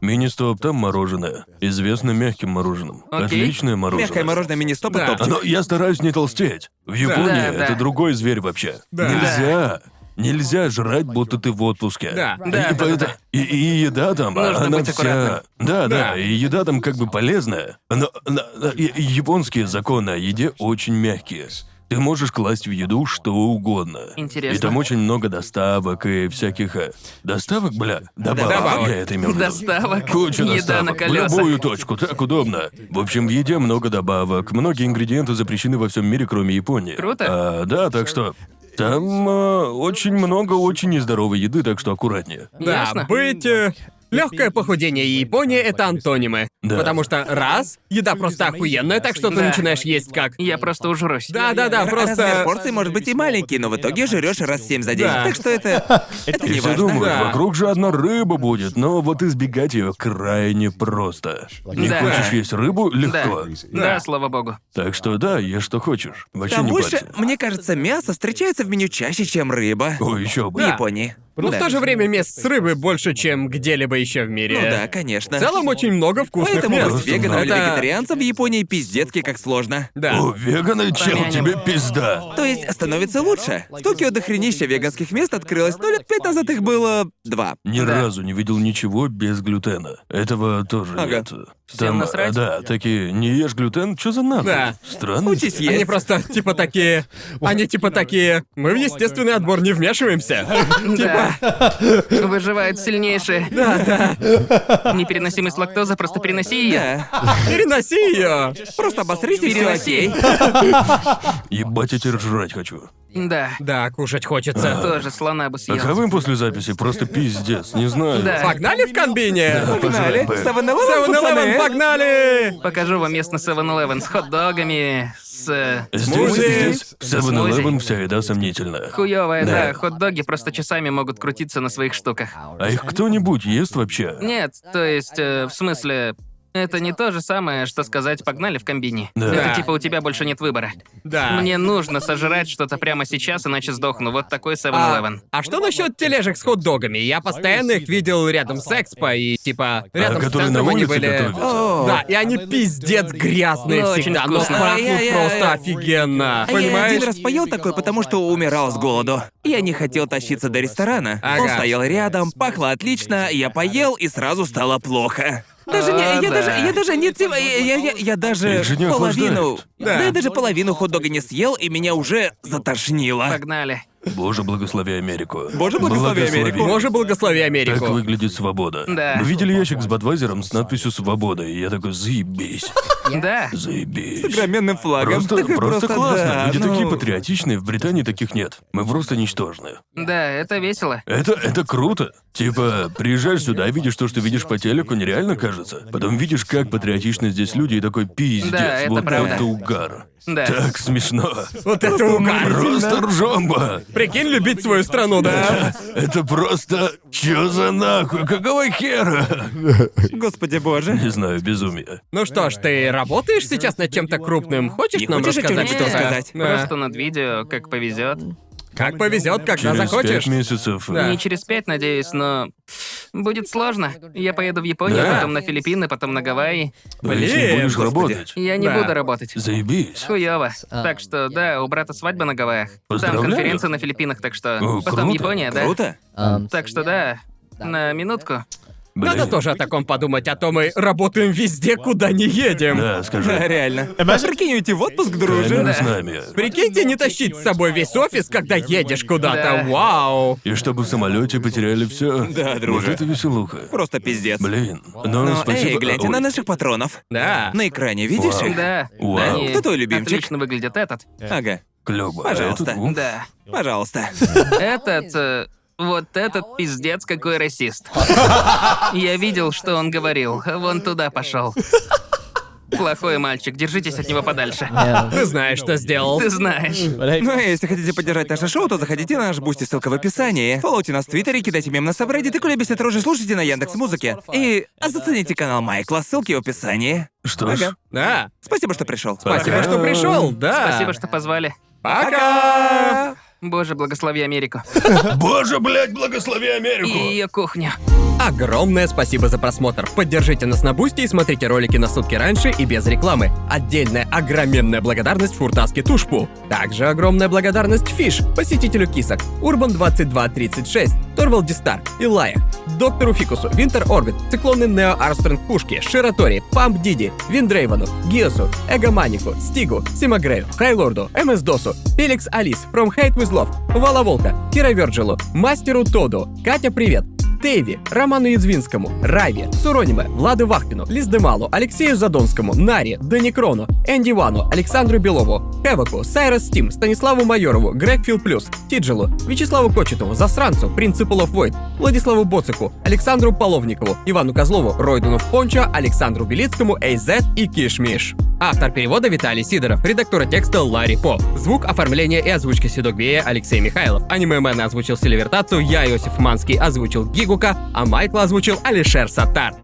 S3: Мини-стоп, там мороженое. Известно мягким мороженым.
S2: Окей.
S3: Отличное мороженое.
S4: Мягкое мороженое мини-стопа
S1: Да.
S4: топчик.
S3: Но я стараюсь не толстеть. В Японии
S2: Да,
S3: это
S2: да.
S3: другой зверь вообще.
S1: Да.
S3: Нельзя. Нельзя жрать, будто ты в отпуске.
S1: Да.
S3: И,
S2: Да, да,
S3: поэтому-
S2: да, да.
S3: и, и еда там,
S2: Нужно
S3: она
S2: быть
S3: вся.
S2: аккуратным.
S3: Да, да,
S1: Да.
S3: и еда там как бы полезная. Но, но- но и- и японские законы о еде очень мягкие. Ты можешь класть в еду что угодно.
S2: Интересно.
S3: И там очень много доставок и всяких... э, Доставок, бля? Добавок.
S1: Добавок.
S3: Я это имел в виду.
S2: Доставок,
S3: Куча
S2: еда
S3: доставок.
S2: на
S3: В
S2: колесах.
S3: любую точку, так удобно. В общем, в еде много добавок. Многие ингредиенты запрещены во всем мире, кроме Японии.
S2: Круто.
S3: А, да, так что... Там э, очень много очень нездоровой еды, так что аккуратнее.
S1: Да,
S2: Ясно.
S1: быть... Легкое похудение и Япония — это антонимы.
S3: Да.
S1: Потому что раз, еда просто охуенная, так что ты
S2: Да.
S1: начинаешь есть как...
S2: Я просто ужрусь.
S1: Да-да-да,
S4: Размер
S1: просто...
S4: порции может быть и маленький, но в итоге жрешь раз в семь за день.
S1: Да.
S4: Так что это... Это
S3: И
S4: не
S3: все
S4: важно.
S3: думают,
S1: Да.
S3: вокруг же одна рыба будет, но вот избегать ее крайне просто. Не
S2: Да.
S3: хочешь есть рыбу?
S2: Да.
S3: Легко.
S2: Да, слава богу.
S3: Так что да, ешь что хочешь. Вообще
S4: Там
S3: не
S4: больше,
S3: парься.
S4: мне кажется, мясо встречается в меню чаще, чем рыба.
S3: Ой, еще
S4: В
S3: бы.
S1: Да.
S4: Японии.
S1: Ну,
S4: Да.
S1: в то же время мест с рыбы больше, чем где-либо еще в мире.
S4: Ну да, конечно.
S1: В целом очень много вкусных
S4: Поэтому
S1: мест.
S4: быть веганом или
S1: Это-
S4: вегетарианцем в Японии пиздецки как сложно.
S1: Да.
S3: О, веганы, чел,
S2: Помянем.
S3: тебе пизда.
S4: То есть становится лучше. В Токио дохренища веганских мест открылось, но лет пять назад их было два.
S3: Ни
S2: Да.
S3: разу не видел ничего без глютена. Этого тоже
S4: Ага.
S3: нет.
S2: Всем насрать?
S3: да, такие, не ешь глютен, что за нахуй?
S1: Да.
S3: Странно.
S4: Учись есть.
S1: Они просто типа такие... Они типа такие... Мы в естественный отбор не вмешиваемся.
S2: Да. Выживают сильнейшие. Да, да. Непереносимость лактозы, просто переноси ее.
S4: Да.
S1: Переноси ее.
S4: Просто обосрите все
S2: Переноси.
S4: окей.
S3: Ебать, я теперь жрать хочу.
S2: Да.
S1: Да, кушать хочется.
S2: Тоже слона бы
S3: А
S2: съел.
S3: хаваем после записи? Просто пиздец, не знаю.
S2: Да.
S1: Погнали в комбине?
S3: Пожрать бы.
S4: севен элевен,
S1: севен элевен,
S4: пацаны.
S1: погнали!
S2: Покажу вам место севен элевен с хот-догами, с... э,
S3: Здесь,
S1: Смузи.
S3: здесь, в севен элевен
S2: Смузи.
S3: вся еда сомнительная.
S2: Хуёвая,
S3: Да.
S2: да. Хот-доги просто часами могут крутиться на своих штуках.
S3: А их кто-нибудь ест вообще?
S2: Нет, то есть, э, в смысле... Это не то же самое, что сказать «погнали в комбини».
S3: Да.
S2: Это типа у тебя больше нет выбора.
S1: Да.
S2: Мне нужно сожрать что-то прямо сейчас, иначе сдохну. Вот такой севен
S1: А,
S2: элевен.
S1: а что насчет тележек с хот-догами? Я постоянно их видел рядом с Экспо и типа рядом с
S3: которые на
S1: центром они
S3: улице
S1: были.
S3: готовятся?
S4: О.
S1: Да, и они пиздец грязные
S2: Ну, очень
S1: всегда, но
S2: вкусно.
S1: пахнут
S4: Я- я-
S1: просто
S4: я-
S1: офигенно.
S4: А я
S1: Понимаешь?
S4: один раз поел такой, потому что умирал с голоду. Я не хотел тащиться до ресторана. Он
S1: Ага.
S4: стоял рядом, пахло отлично, я поел и сразу стало плохо. Даже не,
S2: А,
S4: я
S2: да.
S4: даже, я даже не типа, я, я, я- я даже
S3: Их же не
S4: половину,
S3: охлаждают.
S4: да.
S1: Да.
S4: я даже половину хот-дога не съел, и меня уже затошнило.
S2: Погнали.
S3: Боже, благослови Америку.
S4: Боже, благослови Америку.
S1: Боже, благослови
S3: Так
S1: Америку.
S3: выглядит свобода.
S2: Да.
S3: Мы видели ящик с Бадвайзером с надписью «Свобода», и я такой, заебись,
S2: Да.
S3: заебись.
S4: С огроменным флагом.
S3: Просто,
S4: Такой
S3: просто классно.
S4: да,
S3: Люди
S4: ну,
S3: такие патриотичные, в Британии таких нет. Мы просто ничтожны.
S2: Да, это весело.
S3: Это, это круто. Типа, приезжаешь сюда, видишь то, что видишь по телеку, нереально кажется. Потом видишь, как патриотичны здесь люди, и такой пиздец,
S2: Да, это
S3: вот
S2: правда.
S3: это угар.
S2: Да.
S3: Так смешно.
S1: Вот это угар.
S3: Просто ржомба.
S1: Прикинь, любить свою страну, да?
S3: Это просто... Чё за нахуй? Какого хера?
S4: Господи боже.
S3: Не знаю, безумие.
S1: Ну что ж, ты работаешь сейчас над чем-то крупным? Хочешь
S4: Не
S1: нам
S4: хочешь о
S1: рассказать
S4: чём-нибудь
S1: что-то?
S4: рассказать?
S1: Да.
S2: Просто над видео, как повезет.
S1: Как повезет, когда
S3: Через
S1: захочешь.
S3: пять месяцев...
S1: Да.
S2: Не через пять, надеюсь, но будет сложно. Я поеду в Японию,
S3: Да.
S2: потом на Филиппины, потом на Гавайи.
S3: То есть не
S1: Блин,
S3: будешь
S4: господи.
S3: работать.
S2: Я не
S1: Да.
S2: буду работать.
S3: Заебись.
S2: Хуёво. Так что, да, у брата свадьба на Гавайях. Там
S3: Поздравляю.
S2: конференция на Филиппинах, так что...
S3: О,
S2: потом
S3: круто.
S2: Япония, да?
S4: Круто.
S5: Um,
S2: Так что, да, на минутку.
S1: Надо
S3: Блин.
S1: тоже о таком подумать, а то мы работаем везде, куда не едем.
S3: Да,
S4: Да,
S3: скажи.
S4: реально. Прикинь, уйти в отпуск, дружи.
S3: Камера
S2: Да.
S3: с нами.
S1: Прикиньте, не тащить с собой весь офис, когда едешь куда-то.
S2: Да.
S1: Вау.
S3: И чтобы в самолете потеряли все.
S4: Да, друже.
S3: Вот это веселуха.
S4: Просто пиздец.
S3: Блин. Но,
S4: Но,
S3: спасибо.
S4: эй, гляньте
S3: Ой.
S4: на наших патронов.
S1: Да.
S4: На экране, видишь
S3: Вау.
S4: их?
S2: Да.
S3: Вау.
S2: Они
S4: Кто твой любимчик?
S2: Отлично выглядит этот.
S4: Ага,
S3: Клёво.
S4: Пожалуйста.
S3: А этот, ух.
S2: Да.
S4: пожалуйста.
S2: Этот... э, Вот этот пиздец какой расист. Я видел, что он говорил. Вон туда пошел. Плохой мальчик, держитесь от него подальше.
S5: yeah.
S1: Ты знаешь, что сделал.
S2: Ты знаешь.
S4: Ну, а если хотите поддержать наше шоу, то заходите на наш бусти, ссылка в описании. Фоллоуте нас в Твиттере, кидайте мем на Сабреддит и коли бесит рожи, слушайте на Яндекс.Музыке. И зацените канал Майкла, ссылки в описании.
S3: Что ж,
S4: Ага.
S1: Да.
S4: Спасибо, что пришел.
S1: Спасибо,
S3: Пока.
S1: что пришел. Да.
S2: Спасибо, что позвали.
S1: Пока.
S2: Боже, благослови Америку.
S3: Боже, блядь, благослови Америку!
S2: И ее кухню.
S1: Огромное спасибо за просмотр. Поддержите нас на Бусти и смотрите ролики на сутки раньше и без рекламы. Отдельная огроменная благодарность Фуртаске Тушпу. Также огромная благодарность Фиш, посетителю кисок, Урбан двадцать два тридцать шесть, Торвалд Дистар, Илая, Доктору Фикусу, Винтер Орбит, Циклонный Нео Армстронг Пушки, Ширатори, Памп Диди, Виндрейвану, Гиосу, Эгоманику, Стигу, Симагрею, Хайлорду, МС Досу, Феликс Алис, From Hate With Love, Вала Волка, Кира Верджилу, Мастеру Тоду, Катя Привет, Тейви, Роману Язвинскому, Райве, Сурониме, Владу Вахтину, Лиздемалу, Алексею Задонскому, Наре, Даникрону, Энди Вану, Александру Белову, Хеваку, Сайрос Стим, Станиславу Майорову, Грег Фил Плюс, Тиджилу, Вячеславу Кочетову, Засранцу, Принципу Лов Войд, Владиславу Боцику, Александру Половникову, Ивану Козлову, Ройдуну в Пончо, Александру Белицкому, Эйзет и Кишмиш. Автор перевода Виталий Сидоров, редактора текста Ларри По. Звук, оформление и озвучка Седогвея Алексей Михайлов. Аниме-мена озвучил Селивертацию, я, Иосиф Манский, озвучил Гигука, а Майкла озвучил Алишер Саттар.